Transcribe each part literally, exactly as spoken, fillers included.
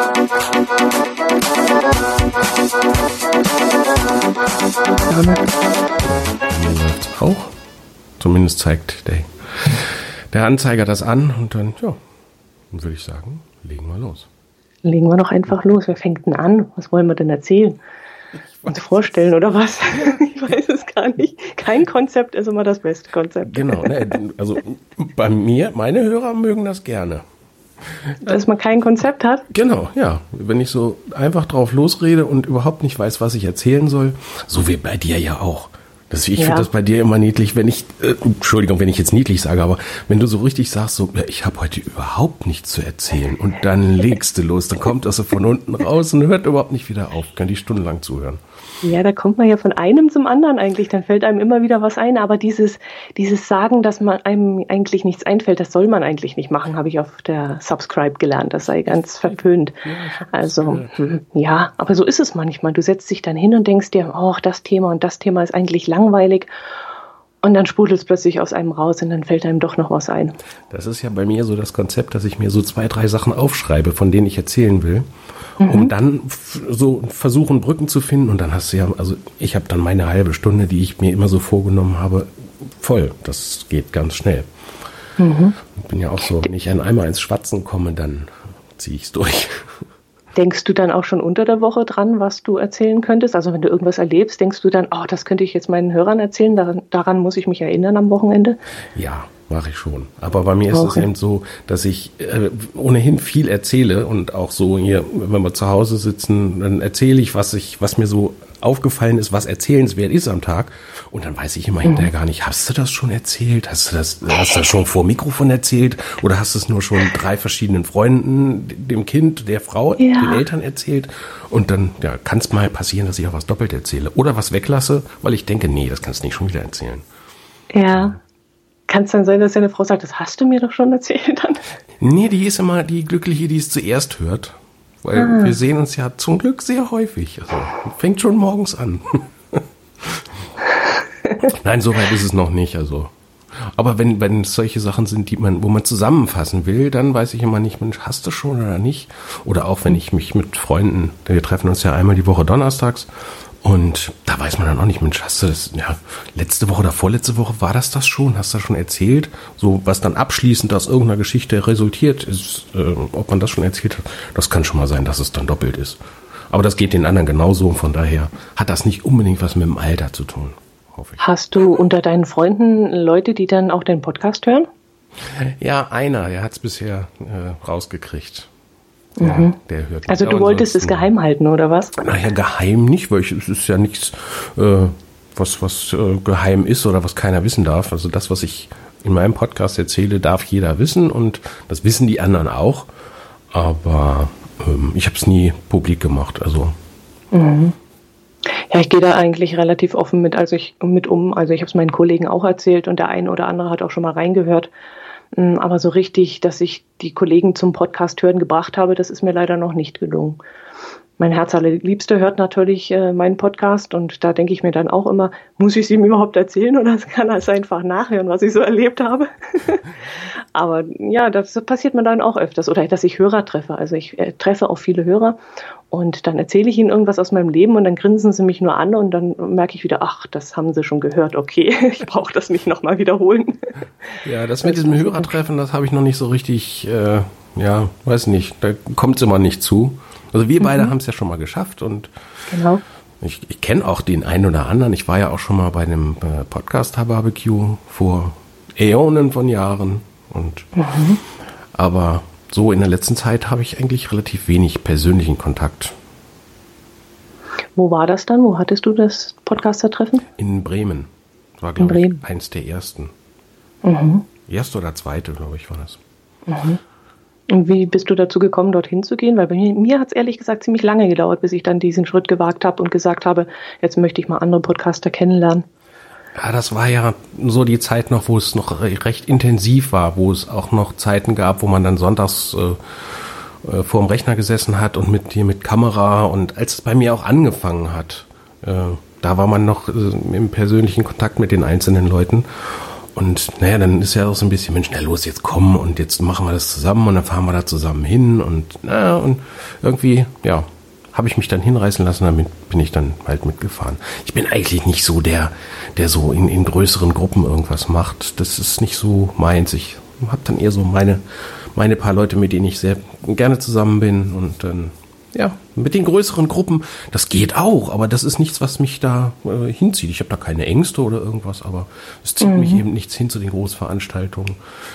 Hier läuft's auch. Zumindest zeigt der, der Anzeiger das an und dann, ja, dann würde ich sagen, legen wir los. Legen wir doch einfach los. Wer fängt denn an? Was wollen wir denn erzählen? Uns vorstellen oder was? Ich weiß es gar nicht. Kein Konzept ist immer das beste Konzept. Genau, ne? Also bei mir, meine Hörer mögen das gerne. Dass man kein Konzept hat? Genau, ja. Wenn ich so einfach drauf losrede und überhaupt nicht weiß, was ich erzählen soll, so wie bei dir ja auch. Das, ich ja. finde das bei dir immer niedlich, wenn ich, äh, Entschuldigung, wenn ich jetzt niedlich sage, aber wenn du so richtig sagst, so, ja, ich habe heute überhaupt nichts zu erzählen und dann legst du los, dann kommt das so von unten raus und hört überhaupt nicht wieder auf, kann die stundenlang zuhören. Ja, da kommt man ja von einem zum anderen eigentlich, dann fällt einem immer wieder was ein, aber dieses, dieses Sagen, dass man einem eigentlich nichts einfällt, das soll man eigentlich nicht machen, habe ich auf der Subscribe gelernt, das sei ganz verpönt. Also, hm, ja, aber so ist es manchmal, du setzt dich dann hin und denkst dir, oh, das Thema und das Thema ist eigentlich langweilig und dann sprudelt es plötzlich aus einem raus und dann fällt einem doch noch was ein. Das ist ja bei mir so das Konzept, dass ich mir so zwei, drei Sachen aufschreibe, von denen ich erzählen will. Um dann so versuchen, Brücken zu finden. Und dann hast du ja, also ich habe dann meine halbe Stunde, die ich mir immer so vorgenommen habe, voll. Das geht ganz schnell. Mhm. Ich bin ja auch so, wenn ich einmal ins Schwatzen komme, dann ziehe ich es durch. Denkst du dann auch schon unter der Woche dran, was du erzählen könntest? Also wenn du irgendwas erlebst, denkst du dann, oh, das könnte ich jetzt meinen Hörern erzählen, daran, daran muss ich mich erinnern am Wochenende? Ja, mache ich schon. Aber bei mir ist es okay. eben so, dass ich äh, ohnehin viel erzähle und auch so hier, wenn wir zu Hause sitzen, dann erzähle ich, was ich, was mir so aufgefallen ist, was erzählenswert ist am Tag. Und dann weiß ich immer mhm. hinterher gar nicht, hast du das schon erzählt? Hast du das, hast du das schon vor Mikrofon erzählt? Oder hast du es nur schon drei verschiedenen Freunden, dem Kind, der Frau, ja. den Eltern erzählt? Und dann ja, kann es mal passieren, dass ich auch was doppelt erzähle. Oder was weglasse, weil ich denke, nee, das kannst du nicht schon wieder erzählen. Ja. Kann es dann sein, dass deine Frau sagt, das hast du mir doch schon erzählt dann? Nee, die ist immer die Glückliche, die es zuerst hört. Weil ah. wir sehen uns ja zum Glück sehr häufig. Also fängt schon morgens an. Nein, so weit ist es noch nicht. Also, aber wenn, wenn es solche Sachen sind, die man, wo man zusammenfassen will, dann weiß ich immer nicht, Mensch, hast du schon oder nicht? Oder auch wenn ich mich mit Freunden, wir treffen uns ja einmal die Woche donnerstags, und da weiß man dann auch nicht, Mensch, hast du das, ja, letzte Woche oder vorletzte Woche war das das schon? Hast du das schon erzählt? So, was dann abschließend aus irgendeiner Geschichte resultiert ist, äh, ob man das schon erzählt hat, das kann schon mal sein, dass es dann doppelt ist. Aber das geht den anderen genauso und von daher hat das nicht unbedingt was mit dem Alter zu tun, hoffe ich. Hast du unter deinen Freunden Leute, die dann auch den Podcast hören? Ja, einer, der hat es bisher äh, rausgekriegt. Ja, mhm. der hört also du wolltest es geheim halten, oder was? Naja, geheim nicht, weil ich, es ist ja nichts, äh, was, was äh, geheim ist oder was keiner wissen darf. Also das, was ich in meinem Podcast erzähle, darf jeder wissen und das wissen die anderen auch. Aber ähm, ich habe es nie publik gemacht. Also. Mhm. Ja, ich gehe da eigentlich relativ offen mit, also ich, mit um. Also ich habe es meinen Kollegen auch erzählt und der eine oder andere hat auch schon mal reingehört. Aber so richtig, dass ich die Kollegen zum Podcast hören gebracht habe, das ist mir leider noch nicht gelungen. Mein Herzallerliebster hört natürlich äh, meinen Podcast und da denke ich mir dann auch immer, muss ich es ihm überhaupt erzählen oder kann er es einfach nachhören, was ich so erlebt habe? Aber ja, das passiert mir dann auch öfters oder dass ich Hörer treffe. Also ich äh, treffe auch viele Hörer und dann erzähle ich ihnen irgendwas aus meinem Leben und dann grinsen sie mich nur an und dann merke ich wieder, ach, das haben sie schon gehört, okay, ich brauche das nicht nochmal wiederholen. Ja, das mit diesem Hörertreffen, das habe ich noch nicht so richtig, äh, ja, weiß nicht, da kommt es immer nicht zu. Also wir beide mhm. haben es ja schon mal geschafft und genau. ich, ich kenne auch den einen oder anderen. Ich war ja auch schon mal bei einem äh, Podcast-Barbecue vor Äonen von Jahren. Und mhm. aber so in der letzten Zeit habe ich eigentlich relativ wenig persönlichen Kontakt. Wo war das dann? Wo hattest du das Podcaster-Treffen? In Bremen. Das war, glaube ich, eins der ersten. Mhm. Erste oder zweite, glaube ich, war das. Mhm. Und wie bist du dazu gekommen, dorthin zu gehen? Weil bei mir, mir hat es ehrlich gesagt ziemlich lange gedauert, bis ich dann diesen Schritt gewagt habe und gesagt habe, jetzt möchte ich mal andere Podcaster kennenlernen. Ja, das war ja so die Zeit noch, wo es noch recht intensiv war, wo es auch noch Zeiten gab, wo man dann sonntags äh, äh, vor dem Rechner gesessen hat und mit hier mit Kamera und als es bei mir auch angefangen hat, äh, da war man noch äh, im persönlichen Kontakt mit den einzelnen Leuten Und naja, dann ist ja auch so ein bisschen, Mensch, na los, jetzt komm und jetzt machen wir das zusammen und dann fahren wir da zusammen hin und na, und irgendwie, ja, habe ich mich dann hinreißen lassen, damit bin ich dann halt mitgefahren. Ich bin eigentlich nicht so der, der so in, in größeren Gruppen irgendwas macht. Das ist nicht so meins. Ich habe dann eher so meine, meine paar Leute, mit denen ich sehr gerne zusammen bin und dann, ja, mit den größeren Gruppen, das geht auch, aber das ist nichts, was mich da äh, hinzieht. Ich habe da keine Ängste oder irgendwas, aber es zieht mhm. mich eben nichts hin zu den Großveranstaltungen.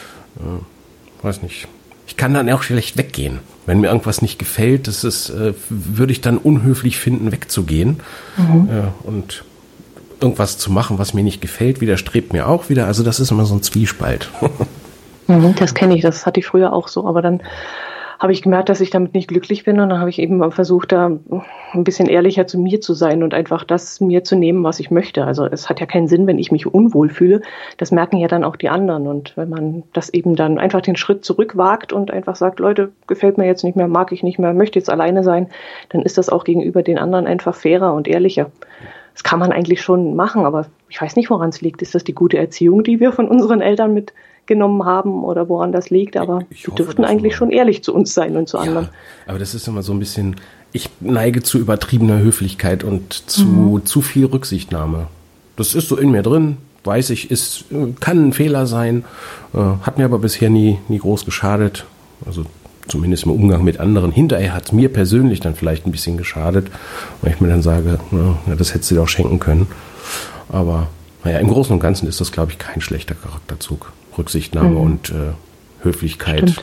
Äh, weiß nicht. Ich kann dann auch schlecht weggehen. Wenn mir irgendwas nicht gefällt, das ist, äh, würde ich dann unhöflich finden, wegzugehen. Mhm. Äh, und irgendwas zu machen, was mir nicht gefällt, widerstrebt mir auch wieder. Also das ist immer so ein Zwiespalt. Mhm, das kenne ich, das hatte ich früher auch so. Aber dann habe ich gemerkt, dass ich damit nicht glücklich bin und dann habe ich eben versucht, da ein bisschen ehrlicher zu mir zu sein und einfach das mir zu nehmen, was ich möchte. Also es hat ja keinen Sinn, wenn ich mich unwohl fühle. Das merken ja dann auch die anderen und wenn man das eben dann einfach den Schritt zurück wagt und einfach sagt, Leute, gefällt mir jetzt nicht mehr, mag ich nicht mehr, möchte jetzt alleine sein, dann ist das auch gegenüber den anderen einfach fairer und ehrlicher. Das kann man eigentlich schon machen, aber ich weiß nicht, woran es liegt. Ist das die gute Erziehung, die wir von unseren Eltern mitgenommen haben oder woran das liegt? Aber die dürften eigentlich schon ehrlich zu uns sein und zu anderen. Ja, aber das ist immer so ein bisschen, ich neige zu übertriebener Höflichkeit und zu mhm. zu viel Rücksichtnahme. Das ist so in mir drin, weiß ich, ist, kann ein Fehler sein, hat mir aber bisher nie, nie groß geschadet. Also zumindest im Umgang mit anderen. Hinterher hat es mir persönlich dann vielleicht ein bisschen geschadet, weil ich mir dann sage, na, das hättest du dir auch schenken können. Aber naja, im Großen und Ganzen ist das, glaube ich, kein schlechter Charakterzug. Rücksichtnahme mhm. und äh, Höflichkeit. Stimmt.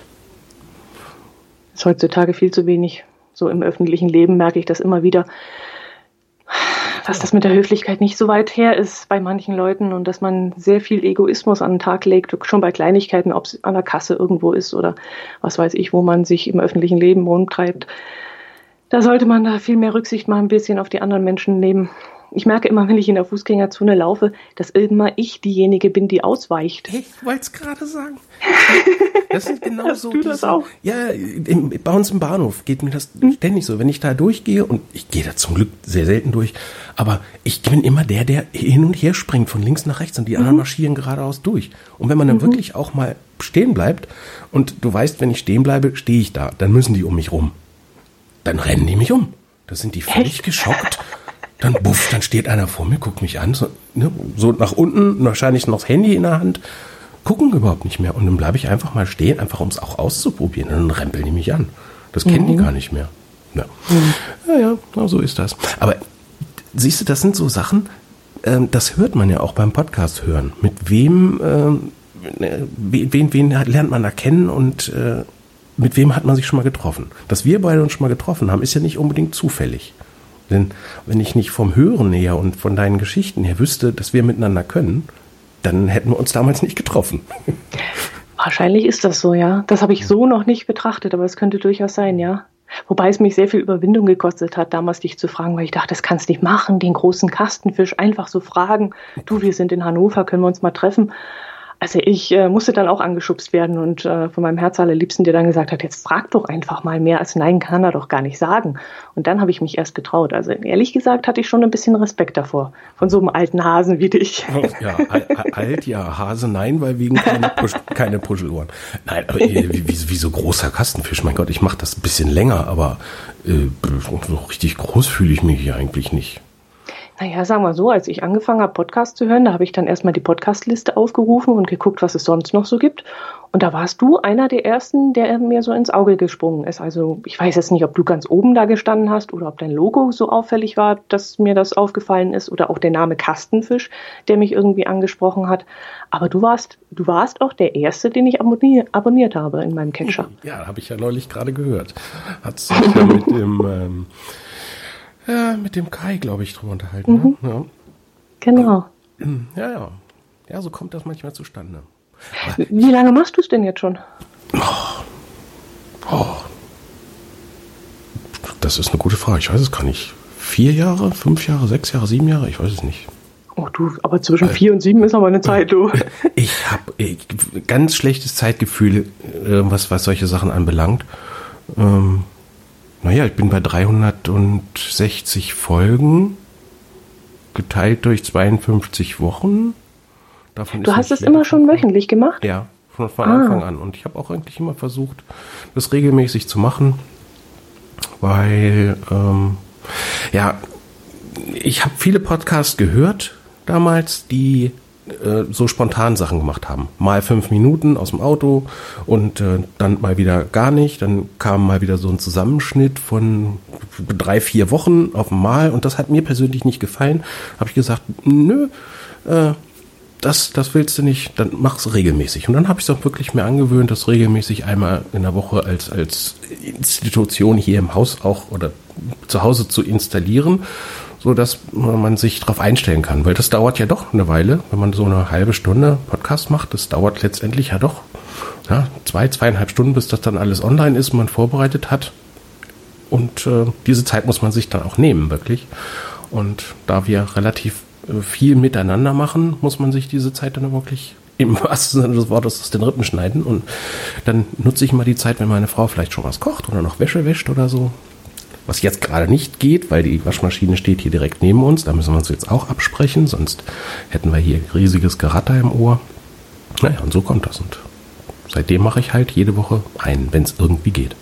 Ist heutzutage viel zu wenig. So im öffentlichen Leben merke ich das immer wieder, dass das mit der Höflichkeit nicht so weit her ist bei manchen Leuten und dass man sehr viel Egoismus an den Tag legt, schon bei Kleinigkeiten, ob es an der Kasse irgendwo ist oder was weiß ich, wo man sich im öffentlichen Leben rumtreibt. Da sollte man da viel mehr Rücksicht mal ein bisschen auf die anderen Menschen nehmen. Ich merke immer, wenn ich in der Fußgängerzone laufe, dass immer ich diejenige bin, die ausweicht. Ich wollte es gerade sagen. Das ist genau das so. Du das auch? Ja, im, bei uns im Bahnhof geht mir das hm. ständig so. Wenn ich da durchgehe, und ich gehe da zum Glück sehr selten durch, aber ich bin immer der, der hin und her springt, von links nach rechts und die mhm. anderen marschieren geradeaus durch. Und wenn man dann mhm. wirklich auch mal stehen bleibt und du weißt, wenn ich stehen bleibe, stehe ich da, dann müssen die um mich rum. Dann rennen die mich um. Da sind die völlig Echt? geschockt. Dann buff, dann steht einer vor mir, guckt mich an, so, ne, so nach unten, wahrscheinlich noch das Handy in der Hand, gucken überhaupt nicht mehr. Und dann bleibe ich einfach mal stehen, einfach um es auch auszuprobieren. Und dann rempeln die mich an. Das kennen mhm. die gar nicht mehr. Ja. Mhm. ja, ja, so ist das. Aber siehst du, das sind so Sachen, ähm, das hört man ja auch beim Podcast hören. Mit wem, ähm, wen, wen lernt man da kennen und äh, mit wem hat man sich schon mal getroffen? Dass wir beide uns schon mal getroffen haben, ist ja nicht unbedingt zufällig. Denn wenn ich nicht vom Hören her und von deinen Geschichten her wüsste, dass wir miteinander können, dann hätten wir uns damals nicht getroffen. Wahrscheinlich ist das so, ja. Das habe ich so noch nicht betrachtet, aber es könnte durchaus sein, ja. Wobei es mich sehr viel Überwindung gekostet hat, damals dich zu fragen, weil ich dachte, das kannst du nicht machen, den großen Kastenfisch einfach so fragen. Du, wir sind in Hannover, können wir uns mal treffen? Also ich äh, musste dann auch angeschubst werden und äh, von meinem Herz allerliebsten, der dann gesagt hat, jetzt frag doch einfach mal, mehr als Nein kann er doch gar nicht sagen. Und dann habe ich mich erst getraut. Also ehrlich gesagt hatte ich schon ein bisschen Respekt davor, von so einem alten Hasen wie dich. Ja, alt, ja, Hase nein, weil wegen keine, Pusch, keine Puschelohren. Nein, aber wie, wie, wie so großer Kastenfisch, mein Gott, ich mache das ein bisschen länger, aber äh, so richtig groß fühle ich mich hier eigentlich nicht. Naja, sagen wir so, als ich angefangen habe, Podcast zu hören, da habe ich dann erstmal die Podcastliste aufgerufen und geguckt, was es sonst noch so gibt. Und da warst du einer der Ersten, der mir so ins Auge gesprungen ist. Also ich weiß jetzt nicht, ob du ganz oben da gestanden hast oder ob dein Logo so auffällig war, dass mir das aufgefallen ist oder auch der Name Kastenfisch, der mich irgendwie angesprochen hat. Aber du warst, du warst auch der Erste, den ich abonnier, abonniert habe in meinem Catcher. Ja, habe ich ja neulich gerade gehört. Hat's ja mit dem... Ähm Ja, mit dem Kai, glaube ich, drüber unterhalten. Mhm. Ne? Ja. Genau. Ja, ja. Ja, so kommt das manchmal zustande. Aber wie lange machst du es denn jetzt schon? Oh. Oh. Das ist eine gute Frage. Ich weiß es gar nicht. Vier Jahre, fünf Jahre, sechs Jahre, sieben Jahre? Ich weiß es nicht. Oh du, aber zwischen äh, vier und sieben ist aber eine Zeit, du. Ich habe ganz schlechtes Zeitgefühl, was, was solche Sachen anbelangt. Ähm, Naja, ich bin bei dreihundertsechzig Folgen, geteilt durch zweiundfünfzig Wochen. Davon du ist hast nicht es immer schon davon. wöchentlich gemacht? Ja, von, von Ah. Anfang an. Und ich habe auch eigentlich immer versucht, das regelmäßig zu machen, weil, ähm, ja, ich habe viele Podcasts gehört damals, die äh, so spontan Sachen gemacht haben. Mal fünf Minuten aus dem Auto und äh, dann mal wieder gar nicht. Dann kam mal wieder so ein Zusammenschnitt von drei, vier Wochen auf einmal und das hat mir persönlich nicht gefallen. Habe ich gesagt, nö, äh, das, das willst du nicht, dann mach's regelmäßig. Und dann habe ich es auch wirklich mir angewöhnt, das regelmäßig einmal in der Woche als, als Institution hier im Haus auch oder zu Hause zu installieren, so dass man sich darauf einstellen kann. Weil das dauert ja doch eine Weile, wenn man so eine halbe Stunde Podcast macht. Das dauert letztendlich ja doch ja, zwei, zweieinhalb Stunden, bis das dann alles online ist, man vorbereitet hat. Und äh, diese Zeit muss man sich dann auch nehmen, wirklich. Und da wir relativ viel miteinander machen, muss man sich diese Zeit dann wirklich im wahrsten Sinne des Wortes aus den Rippen schneiden. Und dann nutze ich mal die Zeit, wenn meine Frau vielleicht schon was kocht oder noch Wäsche wäscht oder so. Was jetzt gerade nicht geht, weil die Waschmaschine steht hier direkt neben uns. Da müssen wir uns jetzt auch absprechen, sonst hätten wir hier riesiges Geratter im Ohr. Naja, und so kommt das. Und seitdem mache ich halt jede Woche einen, wenn es irgendwie geht.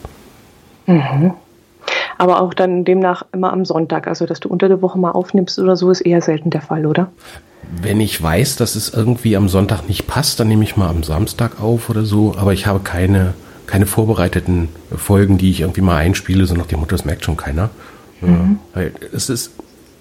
Mhm. Aber auch dann demnach immer am Sonntag, also dass du unter der Woche mal aufnimmst oder so, ist eher selten der Fall, oder? Wenn ich weiß, dass es irgendwie am Sonntag nicht passt, dann nehme ich mal am Samstag auf oder so. Aber ich habe keine, keine vorbereiteten Folgen, die ich irgendwie mal einspiele, so nach dem Motto, das merkt schon keiner. Mhm. Ja, weil es ist,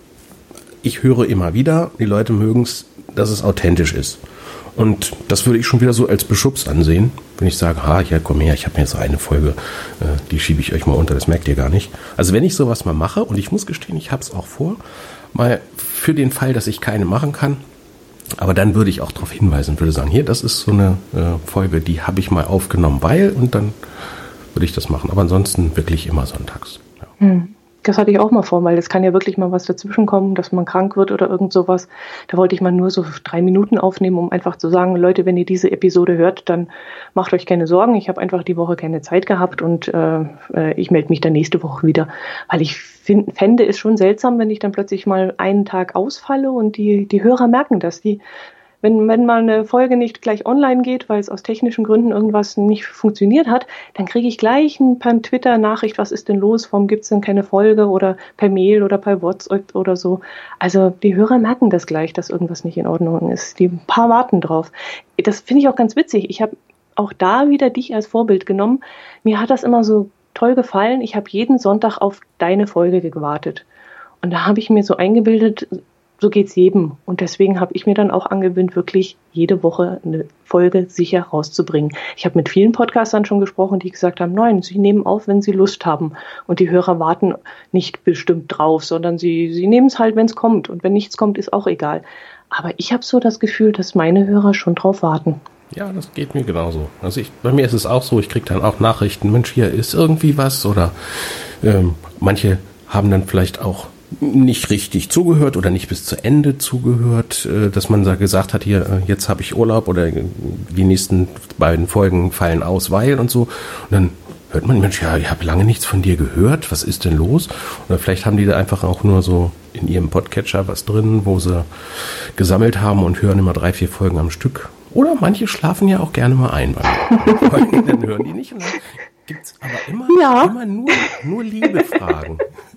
ich höre immer wieder, die Leute mögen es, dass es authentisch ist. Und das würde ich schon wieder so als Beschubs ansehen, wenn ich sage, ha, ja, komm her, ich habe mir jetzt eine Folge, äh, die schiebe ich euch mal unter, das merkt ihr gar nicht. Also wenn ich sowas mal mache, und ich muss gestehen, ich habe es auch vor, mal für den Fall, dass ich keine machen kann, aber dann würde ich auch darauf hinweisen und würde sagen, hier, das ist so eine äh, Folge, die habe ich mal aufgenommen, weil, und dann würde ich das machen. Aber ansonsten wirklich immer sonntags. Ja. Hm. Das hatte ich auch mal vor, weil es kann ja wirklich mal was dazwischen kommen, dass man krank wird oder irgend sowas. Da wollte ich mal nur so drei Minuten aufnehmen, um einfach zu sagen, Leute, wenn ihr diese Episode hört, dann macht euch keine Sorgen. Ich habe einfach die Woche keine Zeit gehabt und äh, ich melde mich dann nächste Woche wieder. Weil ich find, fände es schon seltsam, wenn ich dann plötzlich mal einen Tag ausfalle und die, die Hörer merken das. Die Wenn, wenn mal eine Folge nicht gleich online geht, weil es aus technischen Gründen irgendwas nicht funktioniert hat, dann kriege ich gleich ein, per Twitter Nachricht, was ist denn los, warum gibt es denn keine Folge oder per Mail oder per WhatsApp oder so. Also die Hörer merken das gleich, dass irgendwas nicht in Ordnung ist. Die ein paar warten drauf. Das finde ich auch ganz witzig. Ich habe auch da wieder dich als Vorbild genommen. Mir hat das immer so toll gefallen. Ich habe jeden Sonntag auf deine Folge gewartet. Und da habe ich mir so eingebildet, so geht's jedem. Und deswegen habe ich mir dann auch angewöhnt, wirklich jede Woche eine Folge sicher rauszubringen. Ich habe mit vielen Podcastern schon gesprochen, die gesagt haben, nein, sie nehmen auf, wenn sie Lust haben. Und die Hörer warten nicht bestimmt drauf, sondern sie, sie nehmen es halt, wenn es kommt. Und wenn nichts kommt, ist auch egal. Aber ich habe so das Gefühl, dass meine Hörer schon drauf warten. Ja, das geht mir genauso. Also ich, bei mir ist es auch so, ich kriege dann auch Nachrichten, Mensch, hier ist irgendwie was. Oder ähm, manche haben dann vielleicht auch nicht richtig zugehört oder nicht bis zu Ende zugehört, dass man da gesagt hat, hier, jetzt habe ich Urlaub oder die nächsten beiden Folgen fallen aus, weil und so. Und dann hört man, Mensch, ja, ich habe lange nichts von dir gehört, was ist denn los? Oder vielleicht haben die da einfach auch nur so in ihrem Podcatcher was drin, wo sie gesammelt haben und hören immer drei, vier Folgen am Stück. Oder manche schlafen ja auch gerne mal ein beim Folgen, dann hören die nicht. Und dann gibt es aber immer, ja. immer nur, nur liebe Fragen.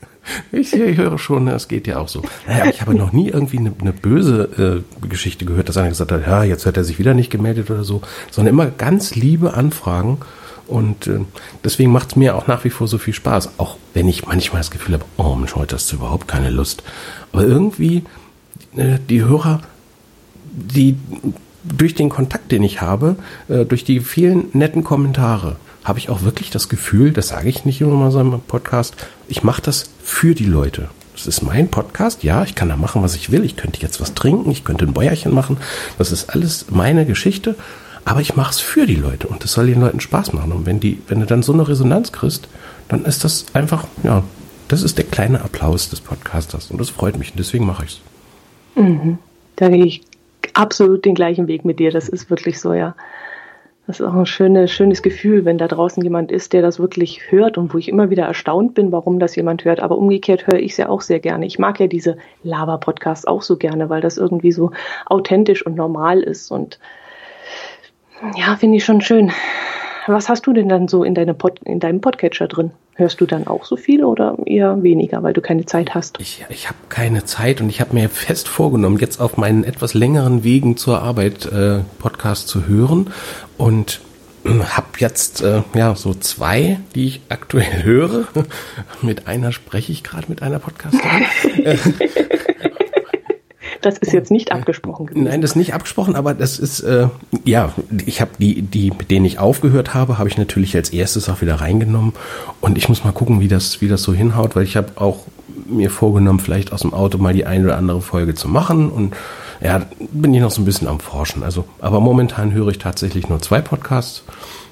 Ich, ich höre schon, es geht ja auch so. Naja, ich habe noch nie irgendwie eine, eine böse äh, Geschichte gehört, dass einer gesagt hat, ja, jetzt hat er sich wieder nicht gemeldet oder so, sondern immer ganz liebe Anfragen. Und äh, deswegen macht es mir auch nach wie vor so viel Spaß. Auch wenn ich manchmal das Gefühl habe, oh Mensch, heute hast du überhaupt keine Lust. Aber irgendwie, äh, die Hörer, die durch den Kontakt, den ich habe, äh, durch die vielen netten Kommentare, habe ich auch wirklich das Gefühl, das sage ich nicht immer mal so im Podcast, ich mache das für die Leute. Das ist mein Podcast, ja, ich kann da machen, was ich will. Ich könnte jetzt was trinken, ich könnte ein Bäuerchen machen. Das ist alles meine Geschichte, aber ich mache es für die Leute und das soll den Leuten Spaß machen. Und wenn die, wenn du dann so eine Resonanz kriegst, dann ist das einfach, ja, das ist der kleine Applaus des Podcasters und das freut mich und deswegen mache ich es. Mhm. Da gehe ich absolut den gleichen Weg mit dir, das ist wirklich so, ja. Das ist auch ein schönes, schönes Gefühl, wenn da draußen jemand ist, der das wirklich hört und wo ich immer wieder erstaunt bin, warum das jemand hört. Aber umgekehrt höre ich es ja auch sehr gerne. Ich mag ja diese Laber-Podcasts auch so gerne, weil das irgendwie so authentisch und normal ist. Und ja, finde ich schon schön. Was hast du denn dann so in, deine Pod, in deinem Podcatcher drin? Hörst du dann auch so viel oder eher weniger, weil du keine Zeit hast? Ich, ich habe keine Zeit und ich habe mir fest vorgenommen, jetzt auf meinen etwas längeren Wegen zur Arbeit äh, Podcast zu hören und äh, habe jetzt äh, ja so zwei, die ich aktuell höre. Mit einer spreche ich gerade mit einer Podcasterin. Das ist jetzt nicht abgesprochen gewesen. Nein, das ist nicht abgesprochen, aber das ist, äh, ja, ich habe die, die, mit denen ich aufgehört habe, habe ich natürlich als erstes auch wieder reingenommen und ich muss mal gucken, wie das, wie das so hinhaut, weil ich habe auch mir vorgenommen, vielleicht aus dem Auto mal die eine oder andere Folge zu machen und ja, bin ich noch so ein bisschen am Forschen. Also, aber momentan höre ich tatsächlich nur zwei Podcasts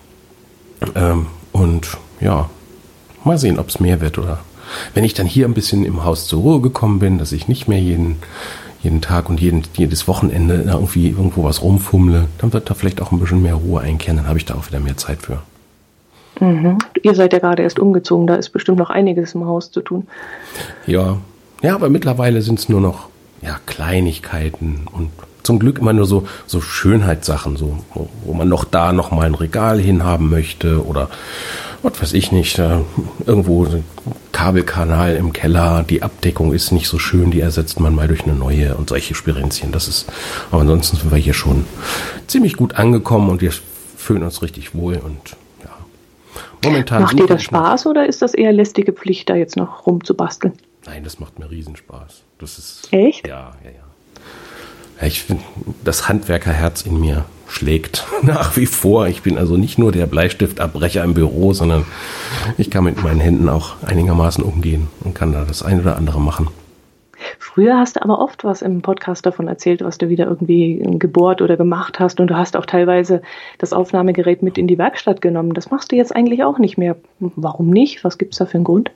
ähm, und ja, mal sehen, ob es mehr wird oder wenn ich dann hier ein bisschen im Haus zur Ruhe gekommen bin, dass ich nicht mehr jeden jeden Tag und jeden, jedes Wochenende irgendwie irgendwo was rumfummle, dann wird da vielleicht auch ein bisschen mehr Ruhe einkehren, dann habe ich da auch wieder mehr Zeit für. Mhm. Ihr seid ja gerade erst umgezogen, da ist bestimmt noch einiges im Haus zu tun. Ja, ja, aber mittlerweile sind es nur noch ja, Kleinigkeiten und zum Glück immer nur so, so Schönheitssachen, so, wo, wo man noch da noch mal ein Regal hinhaben möchte oder was weiß ich nicht, da irgendwo ein Kabelkanal im Keller, die Abdeckung ist nicht so schön, die ersetzt man mal durch eine neue und solche Spirenzchen. Das ist, aber ansonsten sind wir hier schon ziemlich gut angekommen und wir fühlen uns richtig wohl und ja. Momentan. Macht dir das Spaß oder ist das eher lästige Pflicht, da jetzt noch rumzubasteln? Nein, das macht mir Riesenspaß. Das ist. Echt? Ja, ja, ja. Ja, ich finde, das Handwerkerherz in mir schlägt nach wie vor. Ich bin also nicht nur der Bleistiftabbrecher im Büro, sondern ich kann mit meinen Händen auch einigermaßen umgehen und kann da das ein oder andere machen. Früher hast du aber oft was im Podcast davon erzählt, was du wieder irgendwie gebohrt oder gemacht hast und du hast auch teilweise das Aufnahmegerät mit in die Werkstatt genommen. Das machst du jetzt eigentlich auch nicht mehr. Warum nicht? Was gibt es da für einen Grund?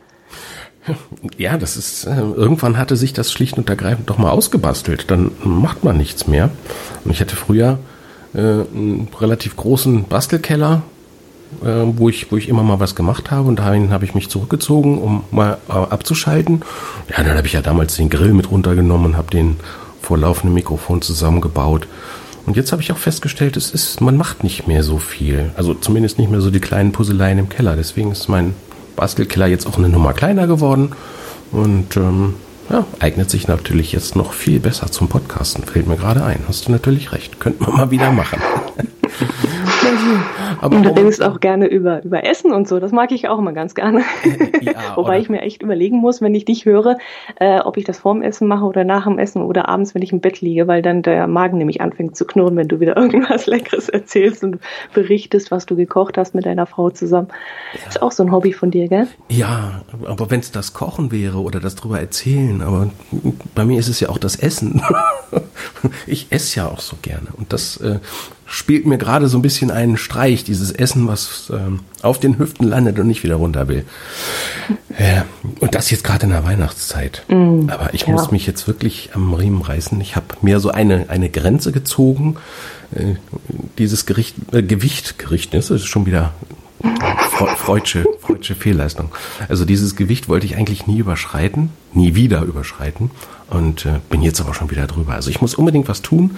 Ja, das ist, äh, irgendwann hatte sich das schlicht und ergreifend doch mal ausgebastelt. Dann macht man nichts mehr. Und ich hatte früher äh, einen relativ großen Bastelkeller, äh, wo ich, wo ich immer mal was gemacht habe. Und dahin habe ich mich zurückgezogen, um mal äh, abzuschalten. Ja, dann habe ich ja damals den Grill mit runtergenommen und habe den vor laufendem Mikrofon zusammengebaut. Und jetzt habe ich auch festgestellt, es ist, man macht nicht mehr so viel. Also zumindest nicht mehr so die kleinen Puzzleien im Keller. Deswegen ist mein Bastelkeller jetzt auch eine Nummer kleiner geworden und ähm, ja, eignet sich natürlich jetzt noch viel besser zum Podcasten. Fällt mir gerade ein. Hast du natürlich recht. Könnten wir mal wieder machen. Aber und du redest auch gerne über, über Essen und so. Das mag ich auch immer ganz gerne. Ja, wobei ich mir echt überlegen muss, wenn ich dich höre, äh, ob ich das vorm Essen mache oder nach dem Essen oder abends, wenn ich im Bett liege, weil dann der Magen nämlich anfängt zu knurren, wenn du wieder irgendwas Leckeres erzählst und berichtest, was du gekocht hast mit deiner Frau zusammen. Ja. Ist auch so ein Hobby von dir, gell? Ja, aber wenn es das Kochen wäre oder das drüber erzählen, aber bei mir ist es ja auch das Essen. Ich esse ja auch so gerne und das äh, spielt mir gerade so ein bisschen einen Streich, dieses Essen, was ähm, auf den Hüften landet und nicht wieder runter will. Ja, und das jetzt gerade in der Weihnachtszeit. Mm, Aber ich ja. muss mich jetzt wirklich am Riemen reißen. Ich habe mir so eine, eine Grenze gezogen. Äh, dieses Gericht, äh, Gewicht, Gericht, das ist schon wieder freudsche, freudsche Fehlleistung. Also dieses Gewicht wollte ich eigentlich nie überschreiten, nie wieder überschreiten und äh, bin jetzt aber schon wieder drüber. Also ich muss unbedingt was tun.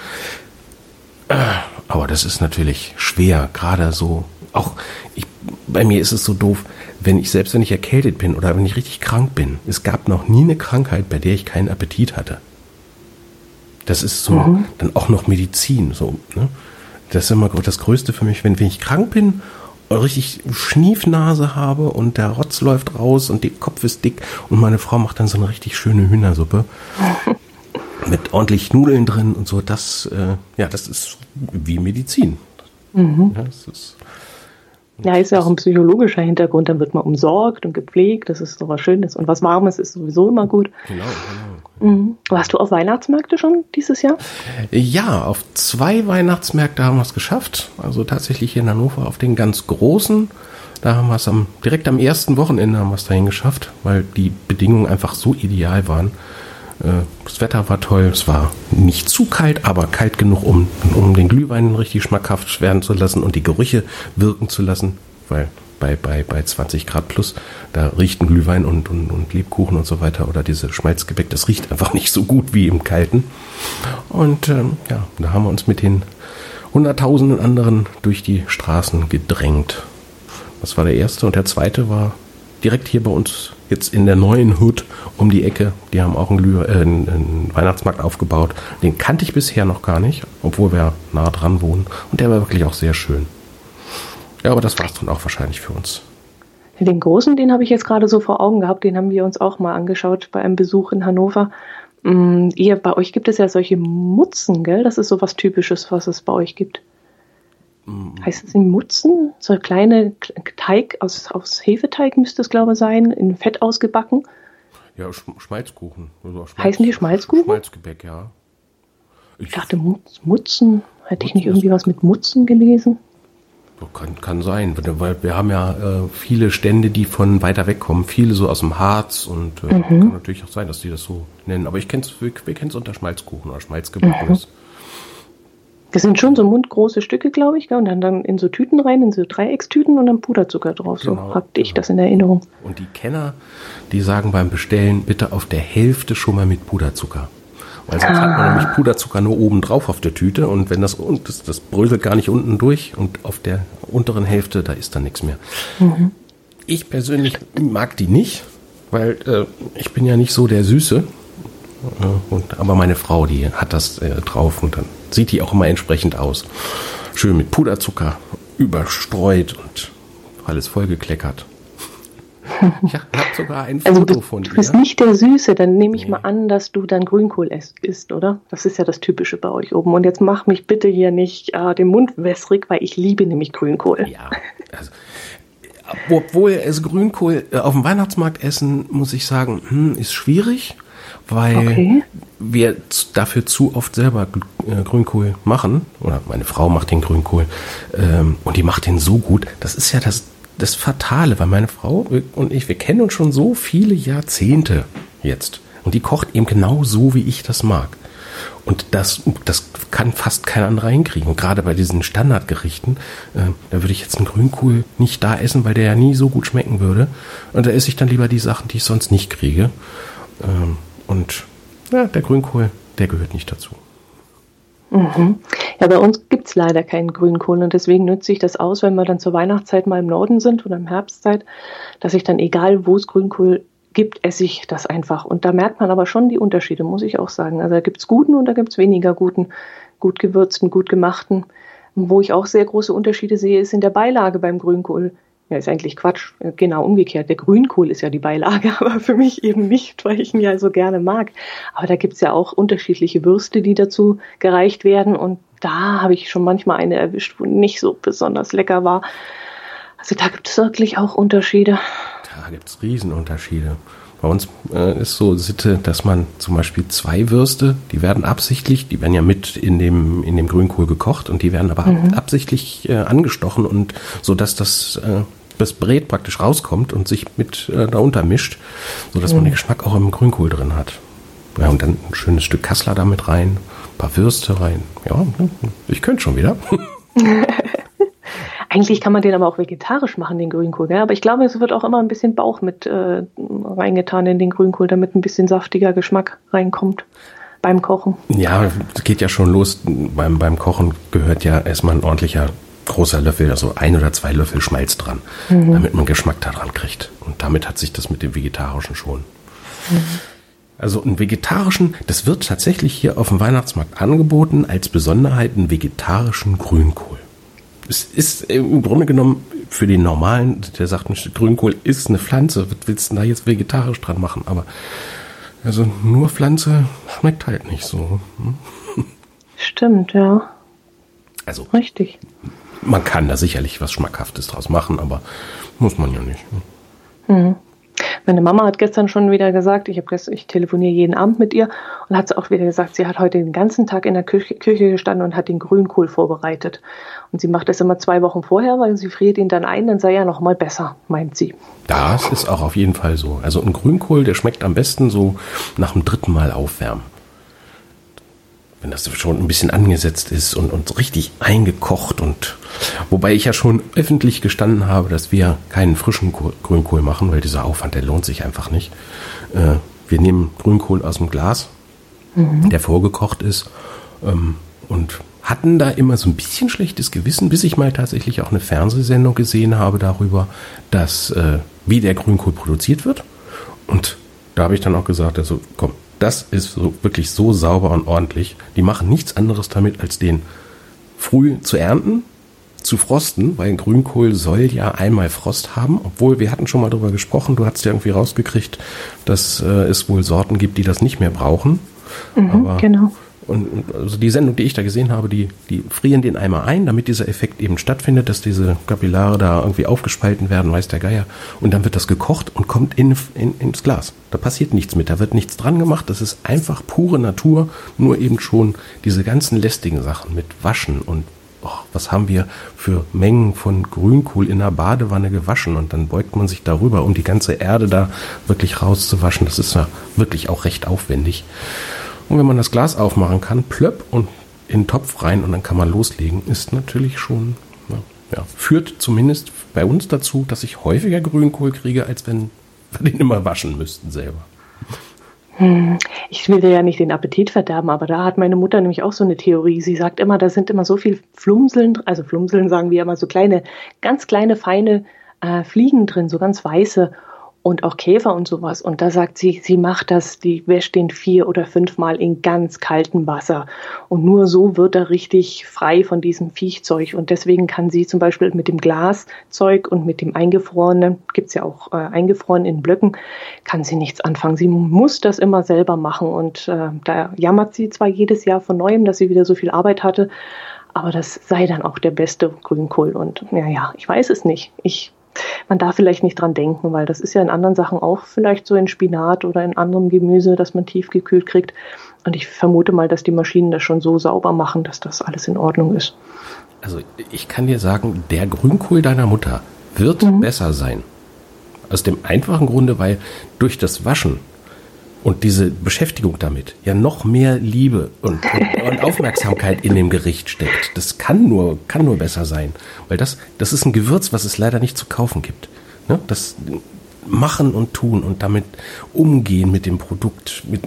Aber das ist natürlich schwer, gerade so, auch ich, bei mir ist es so doof, wenn ich, selbst wenn ich erkältet bin oder wenn ich richtig krank bin, es gab noch nie eine Krankheit, bei der ich keinen Appetit hatte. Das ist so, mhm. dann auch noch Medizin, so, ne? Das ist immer das Größte für mich, wenn, wenn ich krank bin, richtig Schniefnase habe und der Rotz läuft raus und der Kopf ist dick und meine Frau macht dann so eine richtig schöne Hühnersuppe. Mit ordentlich Nudeln drin und so, das, äh, ja, das ist wie Medizin. Mhm. Ja, das ist, ja, ist ja auch ein psychologischer Hintergrund, dann wird man umsorgt und gepflegt, das ist doch was Schönes und was Warmes ist sowieso immer gut. Genau, genau. Mhm. Warst du auf Weihnachtsmärkte schon dieses Jahr? Ja, auf zwei Weihnachtsmärkte haben wir es geschafft, also tatsächlich hier in Hannover auf den ganz großen, da haben wir es am, direkt am ersten Wochenende haben wir es dahin geschafft, weil die Bedingungen einfach so ideal waren. Das Wetter war toll, es war nicht zu kalt, aber kalt genug, um, um den Glühwein richtig schmackhaft werden zu lassen und die Gerüche wirken zu lassen, weil bei, bei, bei zwanzig Grad plus, da riecht ein Glühwein und, und, und Lebkuchen und so weiter oder diese Schmalzgebäck, das riecht einfach nicht so gut wie im Kalten. Und ähm, ja, da haben wir uns mit den hunderttausenden anderen durch die Straßen gedrängt. Das war der erste und der zweite war direkt hier bei uns jetzt in der neuen Hood um die Ecke. Die haben auch einen, Glüh- äh, einen Weihnachtsmarkt aufgebaut. Den kannte ich bisher noch gar nicht, obwohl wir nah dran wohnen. Und der war wirklich auch sehr schön. Ja, aber das war es dann auch wahrscheinlich für uns. Den großen, den habe ich jetzt gerade so vor Augen gehabt. Den haben wir uns auch mal angeschaut bei einem Besuch in Hannover. Mm, ihr, bei euch gibt es ja solche Mutzen, gell? Das ist so was Typisches, was es bei euch gibt. Heißt es in Mutzen? So kleine Teig, aus, aus Hefeteig müsste es, glaube ich, sein, in Fett ausgebacken. Ja, Sch- Schmalzkuchen. Also Schmalz, Heißen die Schmalzkuchen? Schmalzgebäck, ja. Ich, Ich dachte, Mutz, Mutzen. Hätte ich nicht irgendwie was mit Mutzen gelesen? kann, kann sein, weil wir haben ja äh, viele Stände, die von weiter weg kommen. Viele so aus dem Harz und äh, mhm. kann natürlich auch sein, dass die das so nennen. Aber ich kenn's, wir, wir kennen es unter Schmalzkuchen oder Schmalzgebackenes. Mhm. Das sind schon so mundgroße Stücke, glaube ich, und dann, dann in so Tüten rein, in so Dreieckstüten und dann Puderzucker drauf. Genau, so hatte ich genau. das in Erinnerung. Und die Kenner, die sagen beim Bestellen, bitte auf der Hälfte schon mal mit Puderzucker. Weil sonst ah. hat man nämlich Puderzucker nur oben drauf auf der Tüte und wenn das, das, das bröselt gar nicht unten durch und auf der unteren Hälfte, da ist dann nichts mehr. Mhm. Ich persönlich mag die nicht, weil äh, ich bin ja nicht so der Süße. Und, aber meine Frau, die hat das äh, drauf und dann sieht die auch immer entsprechend aus. Schön mit Puderzucker überstreut und alles vollgekleckert. Ich habe sogar ein Foto also du, von dir. Du bist nicht der Süße, dann nehme ich nee. mal an, dass du dann Grünkohl isst, oder? Das ist ja das Typische bei euch oben. Und jetzt mach mich bitte hier nicht äh, den Mund wässrig, weil ich liebe nämlich Grünkohl. Ja, also obwohl es Grünkohl äh, auf dem Weihnachtsmarkt essen, muss ich sagen, hm, ist schwierig. Weil okay. wir dafür zu oft selber Grünkohl machen, oder meine Frau macht den Grünkohl, ähm, und die macht den so gut, das ist ja das, das Fatale, weil meine Frau und ich, wir kennen uns schon so viele Jahrzehnte jetzt, und die kocht eben genau so, wie ich das mag. Und das, das kann fast kein anderer hinkriegen. Und gerade bei diesen Standardgerichten, äh, da würde ich jetzt einen Grünkohl nicht da essen, weil der ja nie so gut schmecken würde. Und da esse ich dann lieber die Sachen, die ich sonst nicht kriege. Ähm, Und ja, der Grünkohl, der gehört nicht dazu. Mhm. Ja, bei uns gibt es leider keinen Grünkohl und deswegen nutze ich das aus, wenn wir dann zur Weihnachtszeit mal im Norden sind oder im Herbstzeit, dass ich dann, egal wo es Grünkohl gibt, esse ich das einfach. Und da merkt man aber schon die Unterschiede, muss ich auch sagen. Also da gibt es guten und da gibt es weniger guten, gut gewürzten, gut gemachten. Und wo ich auch sehr große Unterschiede sehe, ist in der Beilage beim Grünkohl. Ja, ist eigentlich Quatsch. Genau umgekehrt. Der Grünkohl ist ja die Beilage, aber für mich eben nicht, weil ich ihn ja so gerne mag. Aber da gibt's ja auch unterschiedliche Würste, die dazu gereicht werden. Und da habe ich schon manchmal eine erwischt, wo nicht so besonders lecker war. Also da gibt es wirklich auch Unterschiede. Da gibt's Riesenunterschiede. Bei uns äh, ist so Sitte, dass man zum Beispiel zwei Würste, die werden absichtlich, die werden ja mit in dem in dem Grünkohl gekocht und die werden aber mhm. absichtlich äh, angestochen und so, dass das äh, das Brät praktisch rauskommt und sich mit äh, darunter mischt, so dass mhm. man den Geschmack auch im Grünkohl drin hat. Ja, und dann ein schönes Stück Kassler damit rein, ein paar Würste rein. Ja, ich könnte schon wieder. Eigentlich kann man den aber auch vegetarisch machen, den Grünkohl. Gell? Aber ich glaube, es wird auch immer ein bisschen Bauch mit äh, reingetan in den Grünkohl, damit ein bisschen saftiger Geschmack reinkommt beim Kochen. Ja, es geht ja schon los. Beim, beim Kochen gehört ja erstmal ein ordentlicher großer Löffel, also ein oder zwei Löffel Schmalz dran, mhm. damit man Geschmack daran kriegt. Und damit hat sich das mit dem Vegetarischen schon. Mhm. Also einen vegetarischen, das wird tatsächlich hier auf dem Weihnachtsmarkt angeboten als Besonderheit, einen vegetarischen Grünkohl. Es ist im Grunde genommen für den Normalen, der sagt, Grünkohl ist eine Pflanze, was willst du da jetzt vegetarisch dran machen? Aber also nur Pflanze schmeckt halt nicht so. Hm? Stimmt, ja. Also richtig. Man kann da sicherlich was Schmackhaftes draus machen, aber muss man ja nicht. Hm. Meine Mama hat gestern schon wieder gesagt, ich, hab gestern, ich telefoniere jeden Abend mit ihr und hat sie auch wieder gesagt, sie hat heute den ganzen Tag in der Küche, Küche gestanden und hat den Grünkohl vorbereitet. Und sie macht das immer zwei Wochen vorher, weil sie friert ihn dann ein, dann sei er noch mal besser, meint sie. Das ist auch auf jeden Fall so. Also ein Grünkohl, der schmeckt am besten so nach dem dritten Mal aufwärmen. Wenn das schon ein bisschen angesetzt ist und, und richtig eingekocht. Und wobei ich ja schon öffentlich gestanden habe, dass wir keinen frischen Grünkohl machen, weil dieser Aufwand, der lohnt sich einfach nicht. Äh, wir nehmen Grünkohl aus dem Glas, mhm. der vorgekocht ist, ähm, und hatten da immer so ein bisschen schlechtes Gewissen, bis ich mal tatsächlich auch eine Fernsehsendung gesehen habe darüber, dass äh, wie der Grünkohl produziert wird. Und da habe ich dann auch gesagt, also komm, das ist so, wirklich so sauber und ordentlich. Die machen nichts anderes damit, als den früh zu ernten, zu frosten, weil ein Grünkohl soll ja einmal Frost haben, obwohl wir hatten schon mal darüber gesprochen, du hast ja irgendwie rausgekriegt, dass äh, es wohl Sorten gibt, die das nicht mehr brauchen. Mhm, Aber genau. Und also die Sendung, die ich da gesehen habe, die, die frieren den einmal ein, damit dieser Effekt eben stattfindet, dass diese Kapillare da irgendwie aufgespalten werden, weiß der Geier. Und dann wird das gekocht und kommt in, in, ins Glas. Da passiert nichts mit, da wird nichts dran gemacht. Das ist einfach pure Natur, nur eben schon diese ganzen lästigen Sachen mit Waschen und oh, was haben wir für Mengen von Grünkohl in der Badewanne gewaschen und dann beugt man sich darüber, um die ganze Erde da wirklich rauszuwaschen. Das ist ja wirklich auch recht aufwendig. Und wenn man das Glas aufmachen kann, plöpp und in den Topf rein und dann kann man loslegen, ist natürlich schon, ja, führt zumindest bei uns dazu, dass ich häufiger Grünkohl kriege, als wenn wir den immer waschen müssten selber. Hm, ich will dir ja nicht den Appetit verderben, aber da hat meine Mutter nämlich auch so eine Theorie. Sie sagt immer, da sind immer so viel Flumseln, also Flumseln sagen wir immer, so kleine, ganz kleine, feine äh, Fliegen drin, so ganz weiße. Und auch Käfer und sowas. Und da sagt sie, sie macht das, die wäscht den vier oder fünfmal in ganz kaltem Wasser. Und nur so wird er richtig frei von diesem Viechzeug. Und deswegen kann sie zum Beispiel mit dem Glaszeug und mit dem Eingefrorenen, gibt's ja auch äh, eingefroren in Blöcken, kann sie nichts anfangen. Sie muss das immer selber machen. Und äh, da jammert sie zwar jedes Jahr von Neuem, dass sie wieder so viel Arbeit hatte, aber das sei dann auch der beste Grünkohl. Und ja, ja, ich weiß es nicht. Ich Man darf vielleicht nicht dran denken, weil das ist ja in anderen Sachen auch vielleicht so in Spinat oder in anderem Gemüse, das man tiefgekühlt kriegt. Und ich vermute mal, dass die Maschinen das schon so sauber machen, dass das alles in Ordnung ist. Also ich kann dir sagen, der Grünkohl deiner Mutter wird mhm. besser sein. Aus dem einfachen Grunde, weil durch das Waschen und diese Beschäftigung damit ja noch mehr Liebe und, und, und Aufmerksamkeit in dem Gericht steckt. Das kann nur, kann nur besser sein. Weil das, das ist ein Gewürz, was es leider nicht zu kaufen gibt. Ne? Das Machen und Tun und damit umgehen mit dem Produkt. Mit,